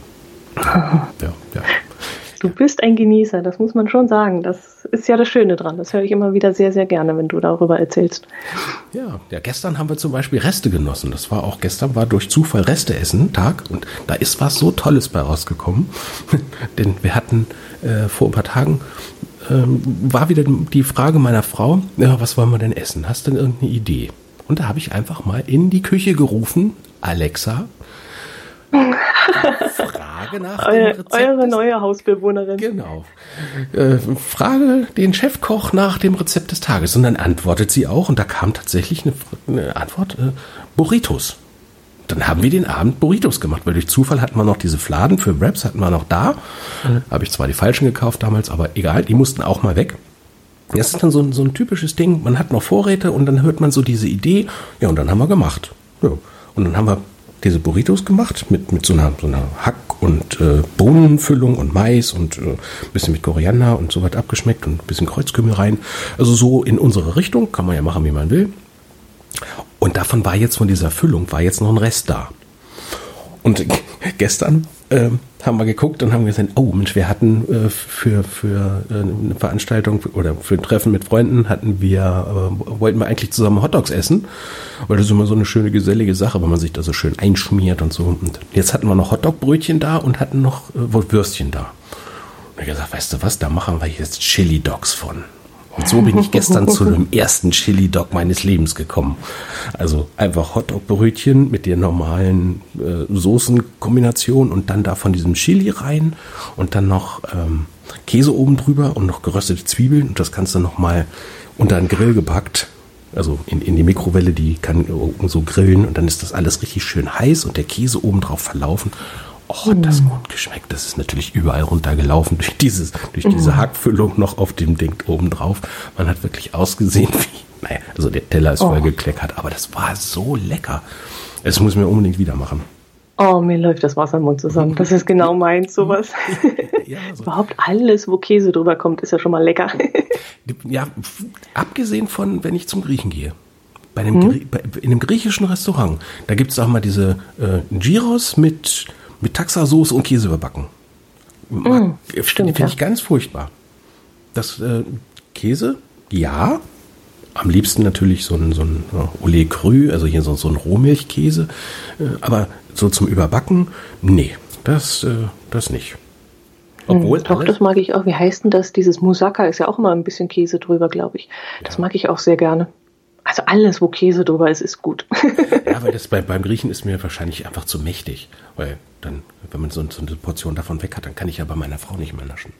Ja, ja. Du bist ein Genießer, das muss man schon sagen. Das ist ja das Schöne dran. Das höre ich immer wieder sehr, sehr gerne, wenn du darüber erzählst. Ja, ja, gestern haben wir zum Beispiel Reste genossen. Das war auch, gestern war durch Zufall Reste-Essen Tag, und da ist was so Tolles bei rausgekommen. Denn wir hatten äh, vor ein paar Tagen, ähm, war wieder die Frage meiner Frau, ja, was wollen wir denn essen? Hast du denn irgendeine Idee? Und da habe ich einfach mal in die Küche gerufen, Alexa, Frage nach dem Rezept. Eure neue Hausbewohnerin. Genau. Äh, Frage den Chefkoch nach dem Rezept des Tages. Und dann antwortet sie auch, und da kam tatsächlich eine, eine Antwort, äh, Burritos. Dann haben wir den Abend Burritos gemacht, weil durch Zufall hatten wir noch diese Fladen für Wraps, hatten wir noch da. Mhm. Habe ich zwar die falschen gekauft damals, aber egal, die mussten auch mal weg. Das ist dann so ein, so ein typisches Ding, man hat noch Vorräte, und dann hört man so diese Idee, ja, und dann haben wir gemacht. Ja. Und dann haben wir diese Burritos gemacht mit, mit so einer, so einer Hack- und äh, Bohnenfüllung und Mais und äh, ein bisschen mit Koriander und so was abgeschmeckt und ein bisschen Kreuzkümmel rein. Also so in unsere Richtung, kann man ja machen, wie man will. Und davon war jetzt, von dieser Füllung, war jetzt noch ein Rest da. Und gestern äh, haben wir geguckt und haben gesagt, oh Mensch, wir hatten äh, für, für äh, eine Veranstaltung oder für ein Treffen mit Freunden hatten wir, äh, wollten wir eigentlich zusammen Hotdogs essen, weil das ist immer so eine schöne gesellige Sache, wenn man sich da so schön einschmiert und so. Und jetzt hatten wir noch Hotdog-Brötchen da und hatten noch äh, Würstchen da. Und ich habe gesagt, weißt du was, da machen wir jetzt Chili-Dogs von. Und so bin ich gestern zu dem ersten Chili-Dog meines Lebens gekommen. Also einfach Hotdog-Brötchen mit der normalen äh, Soßenkombination und dann da von diesem Chili rein und dann noch ähm, Käse oben drüber und noch geröstete Zwiebeln. Und das kannst du nochmal unter den Grill gepackt. also in, in die Mikrowelle, die kann so grillen und dann ist das alles richtig schön heiß und der Käse oben drauf verlaufen. Oh, hat das gut geschmeckt. Das ist natürlich überall runtergelaufen durch dieses, durch diese Hackfüllung noch auf dem Ding oben drauf. Man hat wirklich ausgesehen wie, naja, also der Teller ist voll oh. gekleckert, aber das war so lecker. Das muss ich mir unbedingt wieder machen. Oh, mir läuft das Wasser im Mund zusammen. Das ist genau meins, sowas. Ja, so. Überhaupt alles, wo Käse drüber kommt, ist ja schon mal lecker. Ja, abgesehen von, wenn ich zum Griechen gehe. Bei einem, hm? bei, in einem griechischen Restaurant, da gibt es auch mal diese äh, Gyros mit, mit Taxasoße und Käse überbacken. Mm, Finde ja. ich ganz furchtbar. Das äh, Käse, ja. Am liebsten natürlich so ein, so ein uh, au lait cru, also hier so, so ein Rohmilchkäse. Äh, aber so zum Überbacken, nee, das, äh, das nicht. Obwohl hm, doch, das mag ich auch. Wie heißt denn das? Dieses Moussaka ist ja auch immer ein bisschen Käse drüber, glaube ich. Das ja. mag ich auch sehr gerne. Also alles, wo Käse drüber ist, ist gut. Ja, weil das bei, beim Griechen ist mir wahrscheinlich einfach zu mächtig. Weil dann, wenn man so, so eine Portion davon weg hat, dann kann ich ja bei meiner Frau nicht mehr naschen.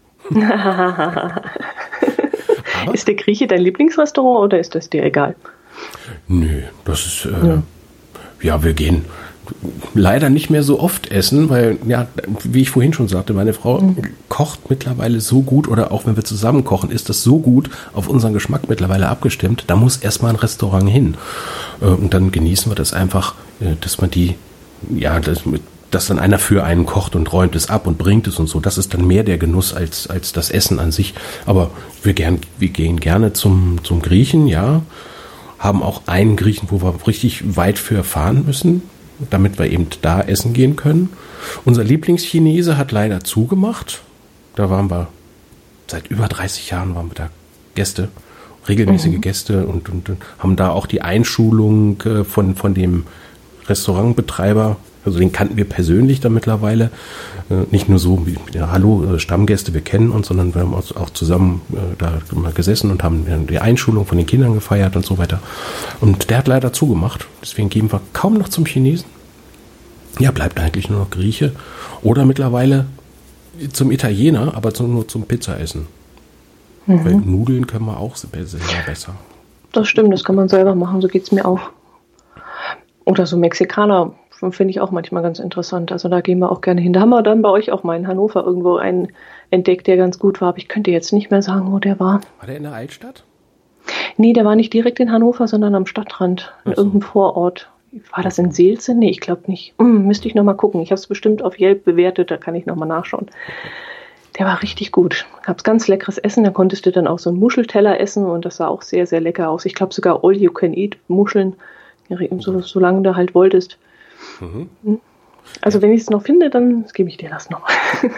Aber, ist der Grieche dein Lieblingsrestaurant oder ist das dir egal? Nö, das ist, äh, ja. ja, wir gehen leider nicht mehr so oft essen, weil, ja, wie ich vorhin schon sagte, meine Frau mhm. kocht mittlerweile so gut oder auch wenn wir zusammen kochen, ist das so gut auf unseren Geschmack mittlerweile abgestimmt, da muss erstmal ein Restaurant hin. Äh, und dann genießen wir das einfach, äh, dass man die, ja, das mit dass dann einer für einen kocht und räumt es ab und bringt es und so. Das ist dann mehr der Genuss als, als das Essen an sich. Aber wir, gern, wir gehen gerne zum, zum Griechen, ja. Haben auch einen Griechen, wo wir richtig weit für fahren müssen, damit wir eben da essen gehen können. Unser Lieblingschinese hat leider zugemacht. Da waren wir, seit über dreißig Jahren waren wir da Gäste, regelmäßige mhm. Gäste und, und, und haben da auch die Einschulung äh, von, von dem Restaurantbetreiber. Also den kannten wir persönlich da mittlerweile. Äh, nicht nur so, wie, ja, hallo, äh, Stammgäste, wir kennen uns, sondern wir haben uns auch zusammen äh, da mal gesessen und haben die Einschulung von den Kindern gefeiert und so weiter. Und der hat leider zugemacht. Deswegen gehen wir kaum noch zum Chinesen. Ja, bleibt eigentlich nur noch Grieche. Oder mittlerweile zum Italiener, aber zum, nur zum Pizzaessen. Mhm. Weil Nudeln können wir auch sehr besser. Das stimmt, das kann man selber machen, so geht es mir auch. Oder so Mexikaner. Finde ich auch manchmal ganz interessant. Also da gehen wir auch gerne hin. Da haben wir dann bei euch auch mal in Hannover irgendwo einen entdeckt, der ganz gut war. Aber ich könnte jetzt nicht mehr sagen, wo der war. War der in der Altstadt? Nee, der war nicht direkt in Hannover, sondern am Stadtrand. In so. irgendeinem Vorort. War das in Seelze? Nee, ich glaube nicht. Hm, müsste ich nochmal gucken. Ich habe es bestimmt auf Yelp bewertet. Da kann ich nochmal nachschauen. Der war richtig gut. Gab's ganz leckeres Essen. Da konntest du dann auch so einen Muschelteller essen. Und das sah auch sehr, sehr lecker aus. Ich glaube sogar All-You-Can-Eat-Muscheln. So, solange du halt wolltest. Mhm. Also wenn ich es noch finde, dann gebe ich dir das noch.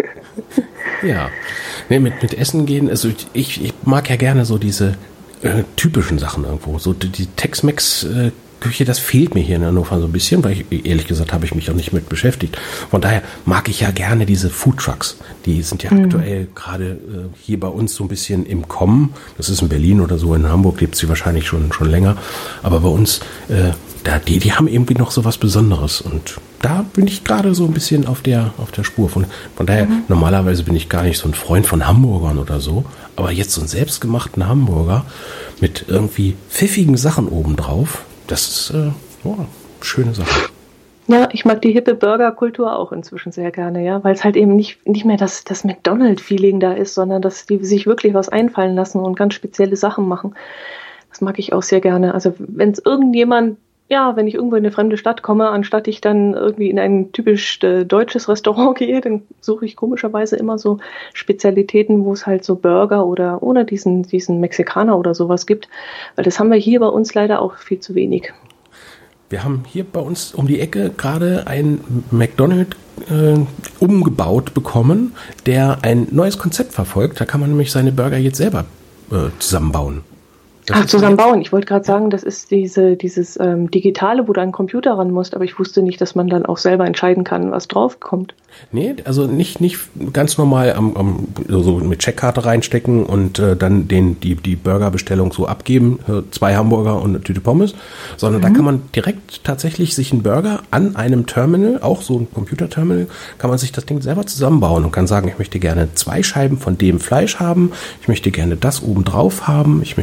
Ja, nee, mit, mit Essen gehen, also ich, ich mag ja gerne so diese äh, typischen Sachen irgendwo, so die, die Tex-Mex äh, Küche, das fehlt mir hier in Hannover so ein bisschen, weil ich, ehrlich gesagt, habe ich mich auch nicht mit beschäftigt. Von daher mag ich ja gerne diese Foodtrucks. Die sind ja mhm. aktuell gerade äh, hier bei uns so ein bisschen im Kommen. Das ist in Berlin oder so, in Hamburg gibt es sie wahrscheinlich schon, schon länger. Aber bei uns, äh, da, die, die haben irgendwie noch so was Besonderes. Und da bin ich gerade so ein bisschen auf der, auf der Spur. Von, von daher, mhm. normalerweise bin ich gar nicht so ein Freund von Hamburgern oder so. Aber jetzt so einen selbstgemachten Hamburger mit irgendwie pfiffigen Sachen obendrauf, das ist äh, oh, schöne Sache. Ja, ich mag die hippe Burger-Kultur auch inzwischen sehr gerne, ja, weil es halt eben nicht, nicht mehr das, das McDonald-Feeling da ist, sondern dass die sich wirklich was einfallen lassen und ganz spezielle Sachen machen. Das mag ich auch sehr gerne. Also wenn es irgendjemand, ja, wenn ich irgendwo in eine fremde Stadt komme, anstatt ich dann irgendwie in ein typisch äh, deutsches Restaurant gehe, dann suche ich komischerweise immer so Spezialitäten, wo es halt so Burger oder oder diesen, diesen Mexikaner oder sowas gibt, weil das haben wir hier bei uns leider auch viel zu wenig. Wir haben hier bei uns um die Ecke gerade ein McDonald's äh, umgebaut bekommen, der ein neues Konzept verfolgt. Da kann man nämlich seine Burger jetzt selber äh, zusammenbauen. Das Ach, zusammenbauen. Ich wollte gerade sagen, das ist diese, dieses ähm, Digitale, wo du einen Computer ran musst, aber ich wusste nicht, dass man dann auch selber entscheiden kann, was drauf kommt. Nee, also nicht, nicht ganz normal am, am, so mit Checkkarte reinstecken und äh, dann den, die, die Burgerbestellung so abgeben, äh, zwei Hamburger und eine Tüte Pommes, sondern mhm. da kann man direkt tatsächlich sich einen Burger an einem Terminal, auch so ein Computerterminal, kann man sich das Ding selber zusammenbauen und kann sagen, ich möchte gerne zwei Scheiben von dem Fleisch haben, ich möchte gerne das oben drauf haben, ich möchte gerne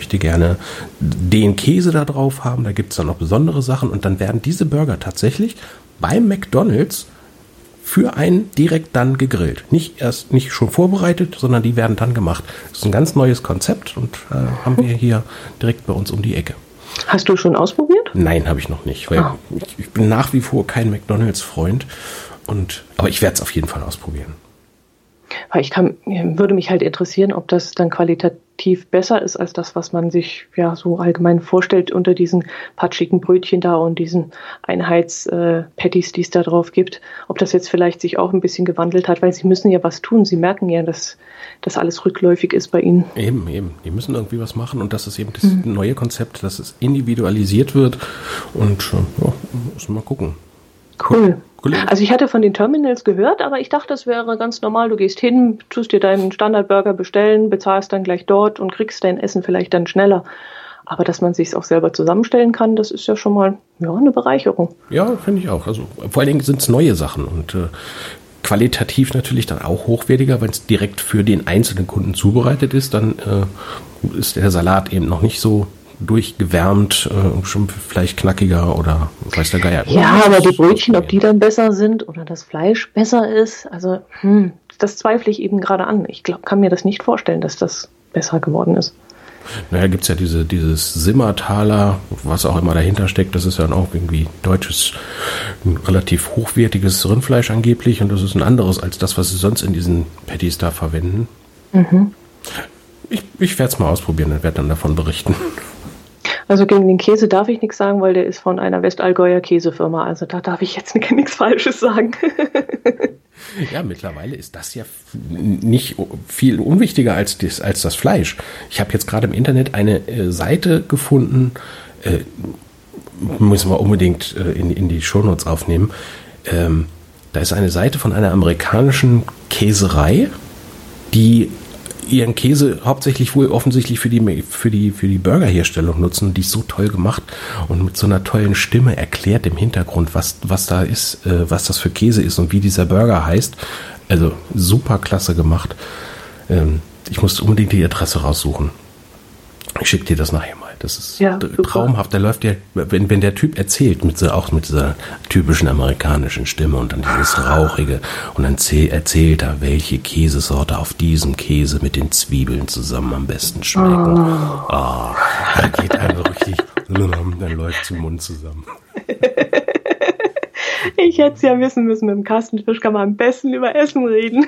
äh, den Käse da drauf haben, da gibt es dann noch besondere Sachen und dann werden diese Burger tatsächlich beim McDonald's für einen direkt dann gegrillt. Nicht erst, nicht schon vorbereitet, sondern die werden dann gemacht. Das ist ein ganz neues Konzept und äh, haben wir hier direkt bei uns um die Ecke. Hast du schon ausprobiert? Nein, habe ich noch nicht, weil ah. ich, ich bin nach wie vor kein McDonald's-Freund. Und, aber ich werde es auf jeden Fall ausprobieren. Weil ich kann, würde mich halt interessieren, ob das dann qualitativ besser ist als das, was man sich ja so allgemein vorstellt unter diesen patschigen Brötchen da und diesen Einheits-Patties, die es da drauf gibt. Ob das jetzt vielleicht sich auch ein bisschen gewandelt hat, weil sie müssen ja was tun. Sie merken ja, dass das alles rückläufig ist bei ihnen. Eben, eben. Die müssen irgendwie was machen und das ist eben das mhm. neue Konzept, dass es individualisiert wird und ja, müssen wir mal gucken. Cool. Also ich hatte von den Terminals gehört, aber ich dachte, das wäre ganz normal. Du gehst hin, tust dir deinen Standardburger bestellen, bezahlst dann gleich dort und kriegst dein Essen vielleicht dann schneller. Aber dass man sich es auch selber zusammenstellen kann, das ist ja schon mal ja, eine Bereicherung. Ja, finde ich auch. Also vor allen Dingen sind es neue Sachen und äh, qualitativ natürlich dann auch hochwertiger, wenn es direkt für den einzelnen Kunden zubereitet ist. Dann äh, ist der Salat eben noch nicht so durchgewärmt äh, und schon vielleicht knackiger oder weiß der Geier. Ja, aber die Brötchen, ob die dann besser sind oder das Fleisch besser ist, also hm, das zweifle ich eben gerade an. Ich glaub, kann mir das nicht vorstellen, dass das besser geworden ist. Naja, gibt es ja diese, dieses Simmertaler, was auch immer dahinter steckt, das ist ja auch irgendwie deutsches, ein relativ hochwertiges Rindfleisch angeblich und das ist ein anderes als das, was sie sonst in diesen Patties da verwenden. Mhm. Ich, ich werde es mal ausprobieren und werde dann davon berichten. Also gegen den Käse darf ich nichts sagen, weil der ist von einer Westallgäuer Käsefirma. Also da darf ich jetzt nichts Falsches sagen. Ja, mittlerweile ist das ja nicht viel unwichtiger als das, als das Fleisch. Ich habe jetzt gerade im Internet eine äh, Seite gefunden, äh, müssen wir unbedingt äh, in, in die Shownotes aufnehmen. Ähm, da ist eine Seite von einer amerikanischen Käserei, die ihren Käse hauptsächlich wohl offensichtlich für die, für die, für die Burgerherstellung nutzen. Die ist so toll gemacht und mit so einer tollen Stimme erklärt im Hintergrund, was, was da ist, äh, was das für Käse ist und wie dieser Burger heißt. Also super klasse gemacht. Ähm, ich musste unbedingt die Adresse raussuchen. Ich schicke dir das nachher mal. Das ist ja, traumhaft. Da läuft ja, wenn, wenn der Typ erzählt, mit so, auch mit dieser typischen amerikanischen Stimme und dann dieses Rauchige und dann zäh, erzählt er, welche Käsesorte auf diesem Käse mit den Zwiebeln zusammen am besten schmecken. Oh, oh da geht einem richtig, dann läuft zum Mund zusammen. Ich hätte es ja wissen müssen, mit dem Kastenfisch kann man am besten über Essen reden.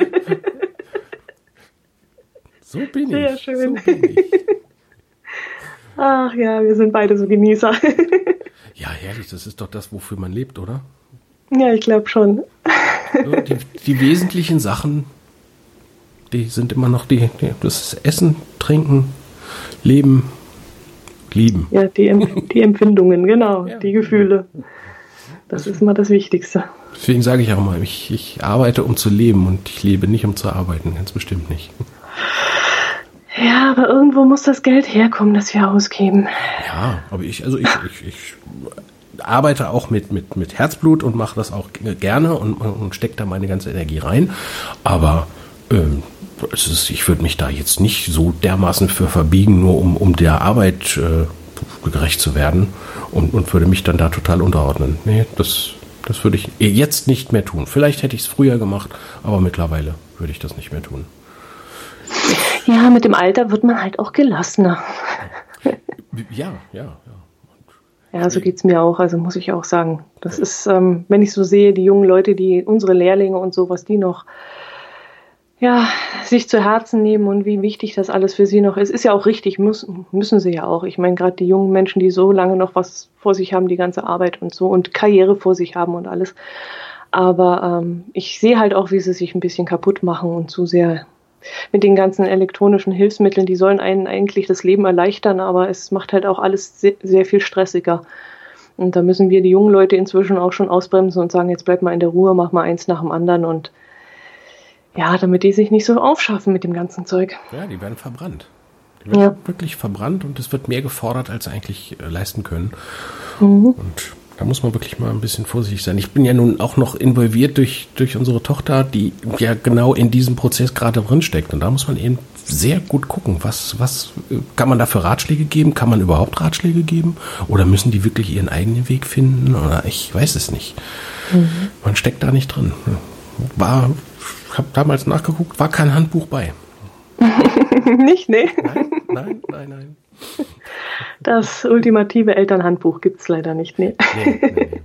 So bin ich. Sehr schön. So bin ich. Ach ja, wir sind beide so Genießer. Ja, herrlich, das ist doch das, wofür man lebt, oder? Ja, ich glaube schon. So, die, die wesentlichen Sachen, die sind immer noch die, die, das Essen, Trinken, Leben, Lieben. Ja, die, die Empfindungen, genau, ja. Die Gefühle. Das ist immer das Wichtigste. Deswegen sage ich auch mal, ich, ich arbeite, um zu leben und ich lebe nicht, um zu arbeiten, ganz bestimmt nicht. Ja, aber irgendwo muss das Geld herkommen, das wir ausgeben. Ja, aber ich, also ich, ich, ich arbeite auch mit, mit, mit Herzblut und mache das auch gerne und, und stecke da meine ganze Energie rein. Aber ähm, es ist, ich würde mich da jetzt nicht so dermaßen für verbiegen, nur um, um der Arbeit äh, gerecht zu werden und, und würde mich dann da total unterordnen. Nee, das, das würde ich jetzt nicht mehr tun. Vielleicht hätte ich es früher gemacht, aber mittlerweile würde ich das nicht mehr tun. Ja, mit dem Alter wird man halt auch gelassener. Ja, ja, ja. Ja, so geht's mir auch, also muss ich auch sagen. Das ist, ähm, wenn ich so sehe, die jungen Leute, die unsere Lehrlinge und so, was die noch ja, sich zu Herzen nehmen und wie wichtig das alles für sie noch ist, ist ja auch richtig, muss, müssen sie ja auch. Ich meine, gerade die jungen Menschen, die so lange noch was vor sich haben, die ganze Arbeit und so und Karriere vor sich haben und alles. Aber ähm, ich sehe halt auch, wie sie sich ein bisschen kaputt machen und zu sehr mit den ganzen elektronischen Hilfsmitteln, die sollen einen eigentlich das Leben erleichtern, aber es macht halt auch alles sehr, sehr viel stressiger. Und da müssen wir die jungen Leute inzwischen auch schon ausbremsen und sagen, jetzt bleib mal in der Ruhe, mach mal eins nach dem anderen und ja, damit die sich nicht so aufschaffen mit dem ganzen Zeug. Ja, die werden verbrannt. Die werden ja. wirklich verbrannt und es wird mehr gefordert, als sie eigentlich äh, leisten können. Mhm. Und da muss man wirklich mal ein bisschen vorsichtig sein. Ich bin ja nun auch noch involviert durch, durch unsere Tochter, die ja genau in diesem Prozess gerade drin steckt. Und da muss man eben sehr gut gucken, was, was kann man da für Ratschläge geben? Kann man überhaupt Ratschläge geben? Oder müssen die wirklich ihren eigenen Weg finden? Oder ich weiß es nicht. Mhm. Man steckt da nicht drin. War, ich habe damals nachgeguckt, war kein Handbuch bei. Nicht, nee. Nein, nein, nein, nein. Das ultimative Elternhandbuch gibt es leider nicht, nee. nee, nee, nee.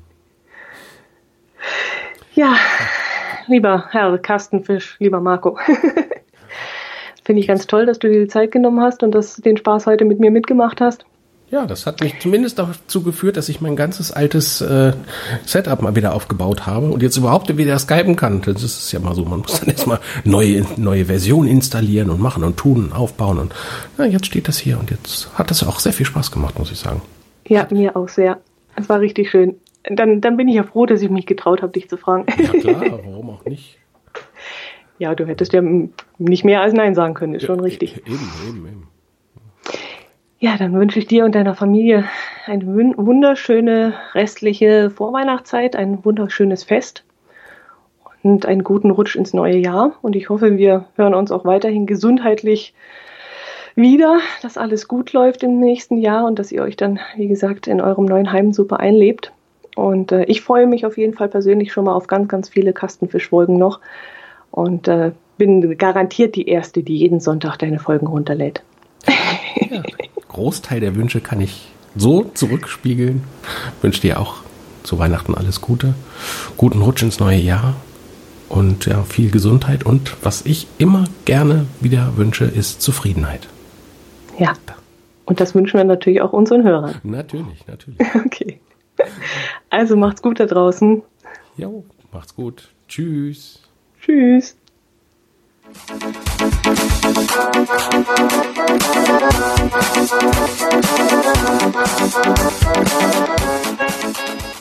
Ja, lieber Herr Kastenfisch, lieber Marco. Finde ich ganz toll, dass du dir die Zeit genommen hast und dass du den Spaß heute mit mir mitgemacht hast. Ja, das hat mich zumindest dazu geführt, dass ich mein ganzes altes äh, Setup mal wieder aufgebaut habe und jetzt überhaupt wieder skypen kann. Das ist ja mal so, man muss dann erstmal neue, neue Version installieren und machen und tun und aufbauen. Und ja, jetzt steht das hier und jetzt hat das auch sehr viel Spaß gemacht, muss ich sagen. Ja, mir auch sehr. Es war richtig schön. Dann, dann bin ich ja froh, dass ich mich getraut habe, dich zu fragen. Ja klar, warum auch nicht? Ja, du hättest ja nicht mehr als Nein sagen können, ist schon richtig. Eben, eben, eben. Ja, dann wünsche ich dir und deiner Familie eine wunderschöne restliche Vorweihnachtszeit, ein wunderschönes Fest und einen guten Rutsch ins neue Jahr. Und ich hoffe, wir hören uns auch weiterhin gesundheitlich wieder, dass alles gut läuft im nächsten Jahr und dass ihr euch dann, wie gesagt, in eurem neuen Heim super einlebt. Und äh, ich freue mich auf jeden Fall persönlich schon mal auf ganz, ganz viele Kastenfisch-Folgen noch und äh, bin garantiert die Erste, die jeden Sonntag deine Folgen runterlädt. Ja. Großteil der Wünsche kann ich so zurückspiegeln. Wünsche dir auch zu Weihnachten alles Gute, guten Rutsch ins neue Jahr und ja, viel Gesundheit. Und was ich immer gerne wieder wünsche, ist Zufriedenheit. Ja, und das wünschen wir natürlich auch unseren Hörern. Natürlich, natürlich. Okay. Also macht's gut da draußen. Jo, macht's gut. Tschüss. Tschüss. Thank you.